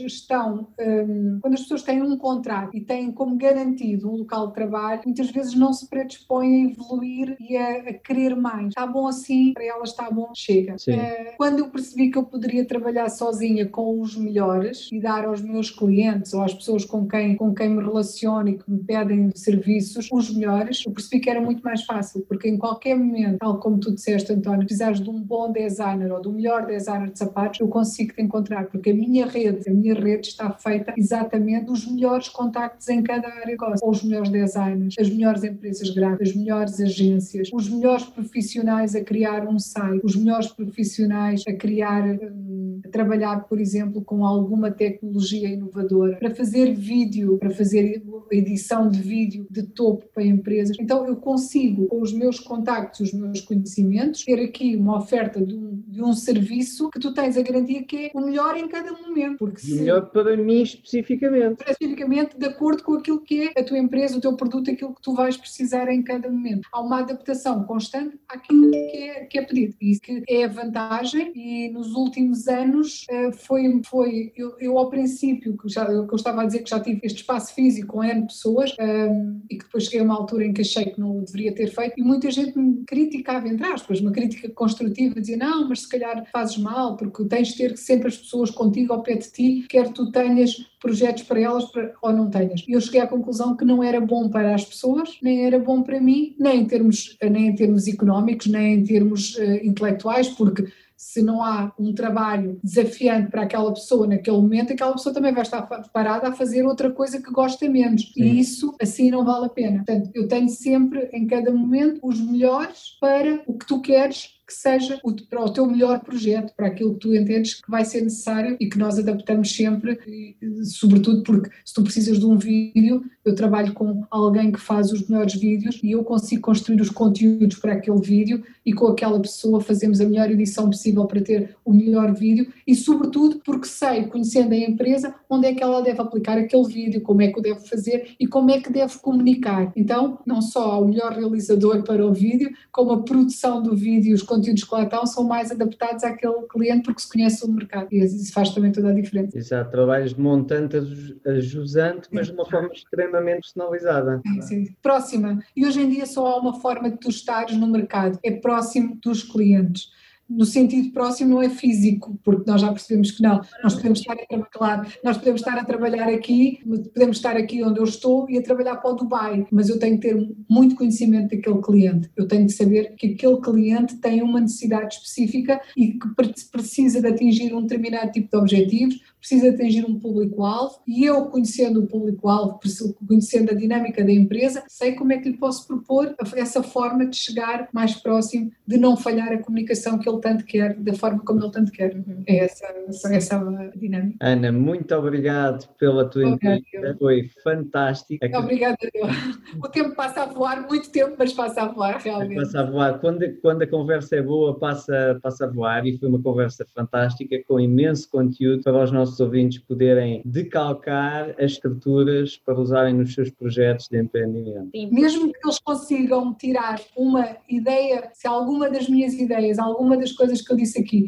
têm um contrato e têm como garantido um local de trabalho, muitas vezes não se predispõem a evoluir e a querer mais. Está bom assim, para elas está bom, chega. Quando eu percebi que eu poderia trabalhar sozinha com os melhores e dar aos meus clientes ou às pessoas com quem me relaciono e que me pedem serviços, os melhores, eu percebi que era muito mais fácil, porque em qualquer momento, tal como tu disseste, António, precisares de um bom designer ou do melhor designer de sapatos, eu consigo te encontrar, porque a minha rede está feita exatamente dos melhores contactos em cada área de negócio, os melhores designers, as melhores empresas gráficas, as melhores agências, os melhores profissionais a criar um site, os melhores profissionais a criar trabalhar, por exemplo, com alguma tecnologia inovadora, para fazer vídeo, para fazer edição de vídeo de topo para empresas. Então eu consigo, com os meus contactos, os meus conhecimentos, ter aqui uma oferta de um serviço que tu tens a garantia que é o melhor em cada momento. Porque E o melhor para mim especificamente. de acordo com aquilo que é a tua empresa, o teu produto, aquilo que tu vais precisar em cada momento. Há uma adaptação constante àquilo que é pedido. Isso que é a vantagem, e nos últimos anos eu ao princípio, que eu estava a dizer que já tive este espaço físico com N pessoas, e que depois cheguei a uma altura em que achei que não o deveria ter feito, e muita gente me criticava, entre aspas, uma crítica construtiva, dizia, não, mas se calhar fazes mal, porque tens de ter sempre as pessoas contigo ao pé de ti, quer tu tenhas projetos para elas ou não tenhas. E eu cheguei à conclusão que não era bom para as pessoas, nem era bom para mim, nem em termos económicos, nem em termos intelectuais, porque se não há um trabalho desafiante para aquela pessoa naquele momento, aquela pessoa também vai estar parada a fazer outra coisa que gosta menos. Sim. E isso assim não vale a pena. Portanto, eu tenho sempre em cada momento os melhores para o que tu queres que seja para o teu melhor projeto, para aquilo que tu entendes que vai ser necessário, e que nós adaptamos sempre, sobretudo porque se tu precisas de um vídeo, eu trabalho com alguém que faz os melhores vídeos e eu consigo construir os conteúdos para aquele vídeo, e com aquela pessoa fazemos a melhor edição possível para ter o melhor vídeo, e sobretudo porque sei, conhecendo a empresa, onde é que ela deve aplicar aquele vídeo, como é que o deve fazer e como é que deve comunicar. Então, não só há o melhor realizador para o vídeo, como a produção do vídeo, os conteúdos que lá estão são mais adaptados àquele cliente, porque se conhece o mercado, e isso faz também toda a diferença. Exato, trabalhos de montante a jusante, mas de uma forma extremamente personalizada. Sim. Próxima, e hoje em dia só há uma forma de tu estares no mercado, é próximo dos clientes. No sentido próximo não é físico, porque nós já percebemos que não, nós podemos estar a trabalhar aqui, podemos estar aqui onde eu estou e a trabalhar para o Dubai, mas eu tenho que ter muito conhecimento daquele cliente, eu tenho que saber que aquele cliente tem uma necessidade específica e que precisa de atingir um determinado tipo de objetivos, precisa de atingir um público-alvo, e eu, conhecendo o público-alvo, conhecendo a dinâmica da empresa, sei como é que lhe posso propor essa forma de chegar mais próximo, de não falhar a comunicação que ele tanto quer, da forma como ele tanto quer. É essa a dinâmica. Ana, muito obrigado pela tua entrevista, foi fantástico. Obrigada. O tempo passa a voar, muito tempo, mas passa a voar, realmente. Passa a voar. Quando a conversa é boa, passa a voar, e foi uma conversa fantástica, com imenso conteúdo para os nossos ouvintes poderem decalcar as estruturas para usarem nos seus projetos de empreendimento. Mesmo que eles consigam tirar uma ideia, se alguma das minhas ideias, alguma das coisas que eu disse aqui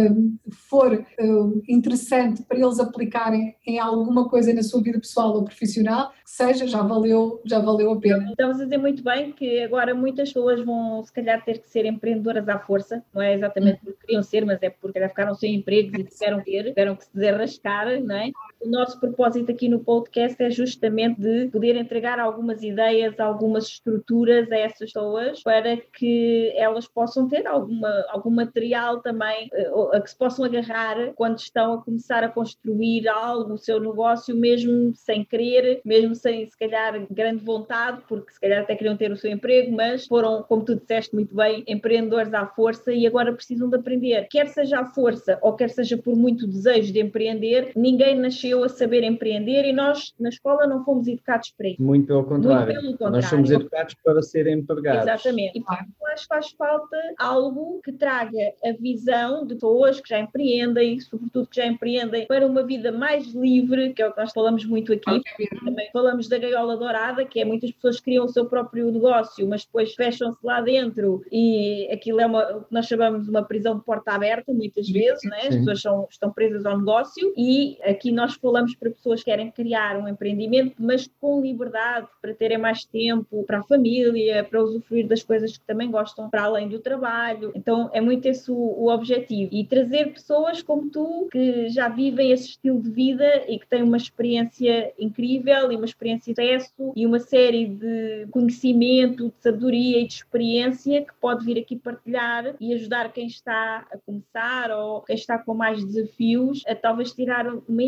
for interessante para eles aplicarem em alguma coisa na sua vida pessoal ou profissional, que seja, já valeu a pena. Estamos a dizer muito bem que agora muitas pessoas vão se calhar ter que ser empreendedoras à força, não é exatamente porque queriam ser, mas é porque já ficaram sem empregos e tiveram que se desarrascar, não é? O nosso propósito aqui no podcast é justamente de poder entregar algumas ideias, algumas estruturas a essas pessoas para que elas possam ter algum material também a que se possam agarrar quando estão a começar a construir algo, o seu negócio, mesmo sem querer, mesmo sem se calhar grande vontade, porque se calhar até queriam ter o seu emprego, mas foram, como tu disseste muito bem, empreendedores à força e agora precisam de aprender. Quer seja à força ou quer seja por muito desejo de empreender, ninguém nasceu a saber empreender e nós na escola não fomos educados para isso. Muito pelo contrário. Nós somos educados para ser empregados. Exatamente. E portanto, faz falta algo que traga a visão de pessoas que já empreendem, sobretudo que já empreendem para uma vida mais livre, que é o que nós falamos muito aqui. Também falamos da gaiola dourada, que é muitas pessoas que criam o seu próprio negócio, mas depois fecham-se lá dentro e aquilo é o que nós chamamos uma prisão de porta aberta, muitas vezes, né? As pessoas estão presas ao negócio, e aqui nós falamos para pessoas que querem criar um empreendimento, mas com liberdade, para terem mais tempo para a família, para usufruir das coisas que também gostam, para além do trabalho. Então é muito esse o objetivo. E trazer pessoas como tu, que já vivem esse estilo de vida e que têm uma experiência incrível e uma experiência de sucesso e uma série de conhecimento, de sabedoria e de experiência que pode vir aqui partilhar e ajudar quem está a começar ou quem está com mais desafios a talvez tirar uma ideia,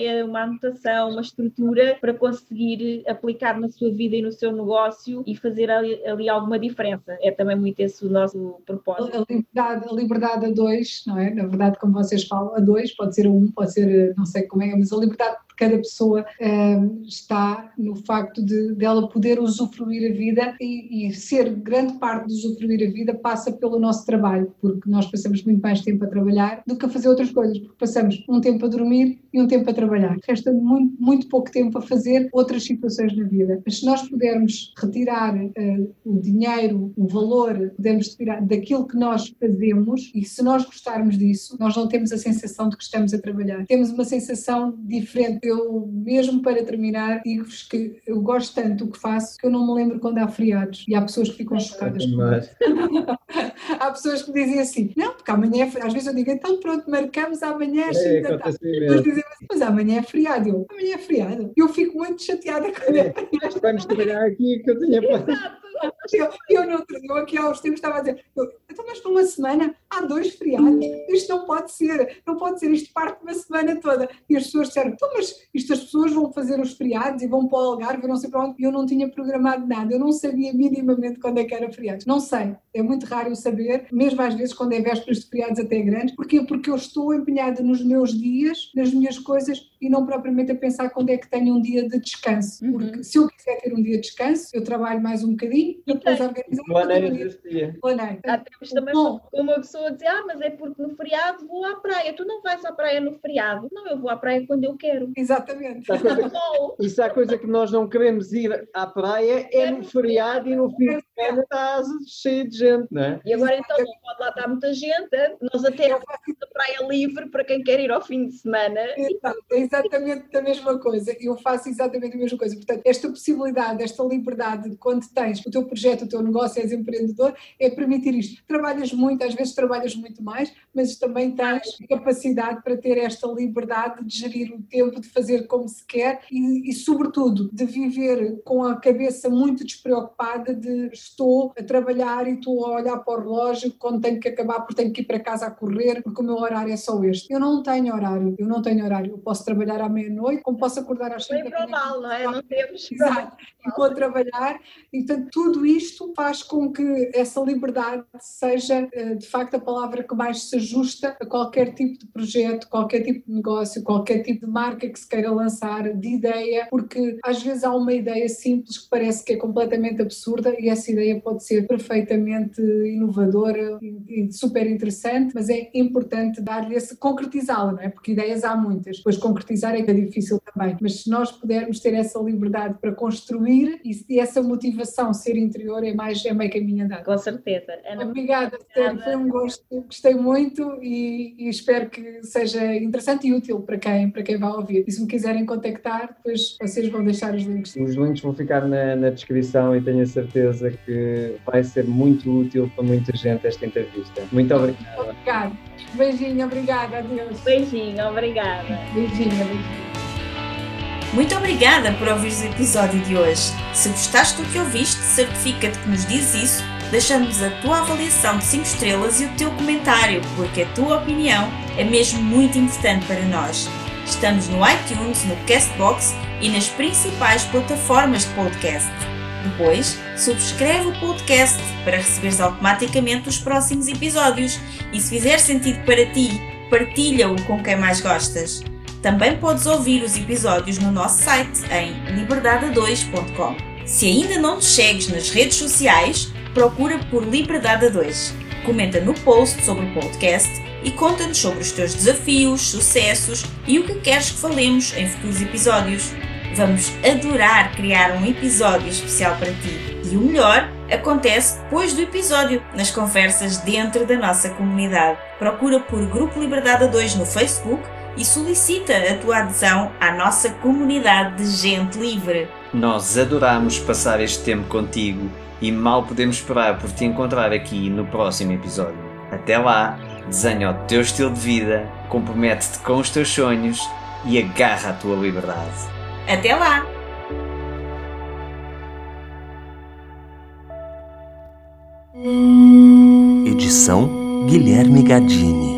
ideia, uma anotação, uma estrutura para conseguir aplicar na sua vida e no seu negócio e fazer ali alguma diferença. É também muito esse o nosso propósito. A liberdade a dois, não é? Na verdade, como vocês falam, a dois, pode ser a um, pode ser, não sei como é, mas a liberdade de cada pessoa está no facto de ela poder usufruir a vida e ser grande parte de usufruir a vida passa pelo nosso trabalho, porque nós passamos muito mais tempo a trabalhar do que a fazer outras coisas, porque passamos um tempo a dormir e um tempo a trabalhar. Resta muito, muito pouco tempo a fazer outras situações na vida. Mas se nós pudermos retirar o dinheiro, o valor, podemos retirar daquilo que nós fazemos, e se nós gostarmos disso, nós não temos a sensação de que estamos a trabalhar. Temos uma sensação diferente. Eu, mesmo para terminar, digo-vos que eu gosto tanto do que faço que eu não me lembro quando há feriados. E há pessoas que ficam chocadas com isso. Há pessoas que dizem assim, não, porque amanhã é feriado. Às vezes eu digo, então pronto, marcamos amanhã às 5 da tarde. Eles dizem assim, mas amanhã é feriado. Eu, amanhã é feriado. Eu fico muito chateada quando é feriado. Vamos trabalhar aqui que eu tinha Eu aqui há uns tempos estava a dizer, então mas por uma semana há 2 feriados, isto não pode ser, isto parte de uma semana toda. E as pessoas disseram, então mas isto as pessoas vão fazer os feriados e vão para o Algarve, eu não sei para onde, e eu não tinha programado nada, eu não sabia minimamente quando é que era feriados. Não sei, é muito raro eu saber, mesmo às vezes quando é vésperas de feriados até grandes. Porquê? Porque eu estou empenhada nos meus dias, nas minhas coisas e não propriamente a pensar quando é que tenho um dia de descanso. Porque se eu quiser ter um dia de descanso, eu trabalho mais um bocadinho e depois organizo um dia. Há tempos também uma pessoa dizer, mas é porque no feriado vou à praia. Tu não vais à praia no feriado? Não, eu vou à praia quando eu quero. Exatamente. E se há coisa que nós não queremos ir à praia é no feriado e no fim de semana está cheio de gente, não é? E agora então não pode lá estar muita gente, nós até fazemos a praia livre para quem quer ir ao fim de semana. É exatamente a mesma coisa, eu faço exatamente a mesma coisa. Portanto, esta possibilidade, esta liberdade de quando tens o teu projeto, o teu negócio, és empreendedor, é permitir isto. Trabalhas muito, às vezes trabalhas muito mais, mas também tens capacidade para ter esta liberdade de gerir o tempo, de fazer como se quer e sobretudo, de viver com a cabeça muito despreocupada de estou a trabalhar e estou a olhar para o relógio quando tenho que acabar porque tenho que ir para casa a correr, porque o meu horário é só este. Eu não tenho horário. Eu posso trabalhar à meia-noite, como posso acordar às 5 da manhã. Mal, não é? Não temos. Exato. E vou trabalhar. E, portanto, tudo isto faz com que essa liberdade seja, de facto, a palavra que mais se ajusta a qualquer tipo de projeto, qualquer tipo de negócio, qualquer tipo de marca que se queira lançar, de ideia, porque às vezes há uma ideia simples que parece que é completamente absurda e essa ideia pode ser perfeitamente inovadora e super interessante, mas é importante dar-lhe concretizá-la, não é? Porque ideias há muitas, depois concretizar é que é difícil também, mas se nós pudermos ter essa liberdade para construir e essa motivação ser interior é meio caminho andado. Com certeza. Ana, obrigada, foi um gosto, gostei muito e espero que seja interessante e útil para quem vai ouvir. E se me quiserem contactar, depois vocês vão deixar os links. Os links vão ficar na descrição e tenho a certeza que vai ser muito útil para muita gente esta entrevista. Muito obrigada. Obrigada. Beijinho, obrigada, adeus. Beijinho, obrigada. Beijinho. Muito obrigada por ouvires o episódio de hoje. Se gostaste do que ouviste, certifica-te que nos dizes isso, deixando-nos a tua avaliação de 5 estrelas e o teu comentário, porque a tua opinião é mesmo muito importante para nós. Estamos no iTunes, no Castbox e nas principais plataformas de podcast. Depois, subscreve o podcast para receberes automaticamente os próximos episódios e, se fizer sentido para ti, partilha-o com quem mais gostas. Também podes ouvir os episódios no nosso site em liberdade2.com. Se ainda não nos segues nas redes sociais, procura por Liberdade 2. Comenta no post sobre o podcast e conta-nos sobre os teus desafios, sucessos e o que queres que falemos em futuros episódios. Vamos adorar criar um episódio especial para ti. E o melhor acontece depois do episódio, nas conversas dentro da nossa comunidade. Procura por Grupo Liberdade 2 no Facebook e solicita a tua adesão à nossa comunidade de gente livre. Nós adoramos passar este tempo contigo e mal podemos esperar por te encontrar aqui no próximo episódio. Até lá, desenha o teu estilo de vida, compromete-te com os teus sonhos e agarra a tua liberdade. Até lá! Edição Guilherme Gadini.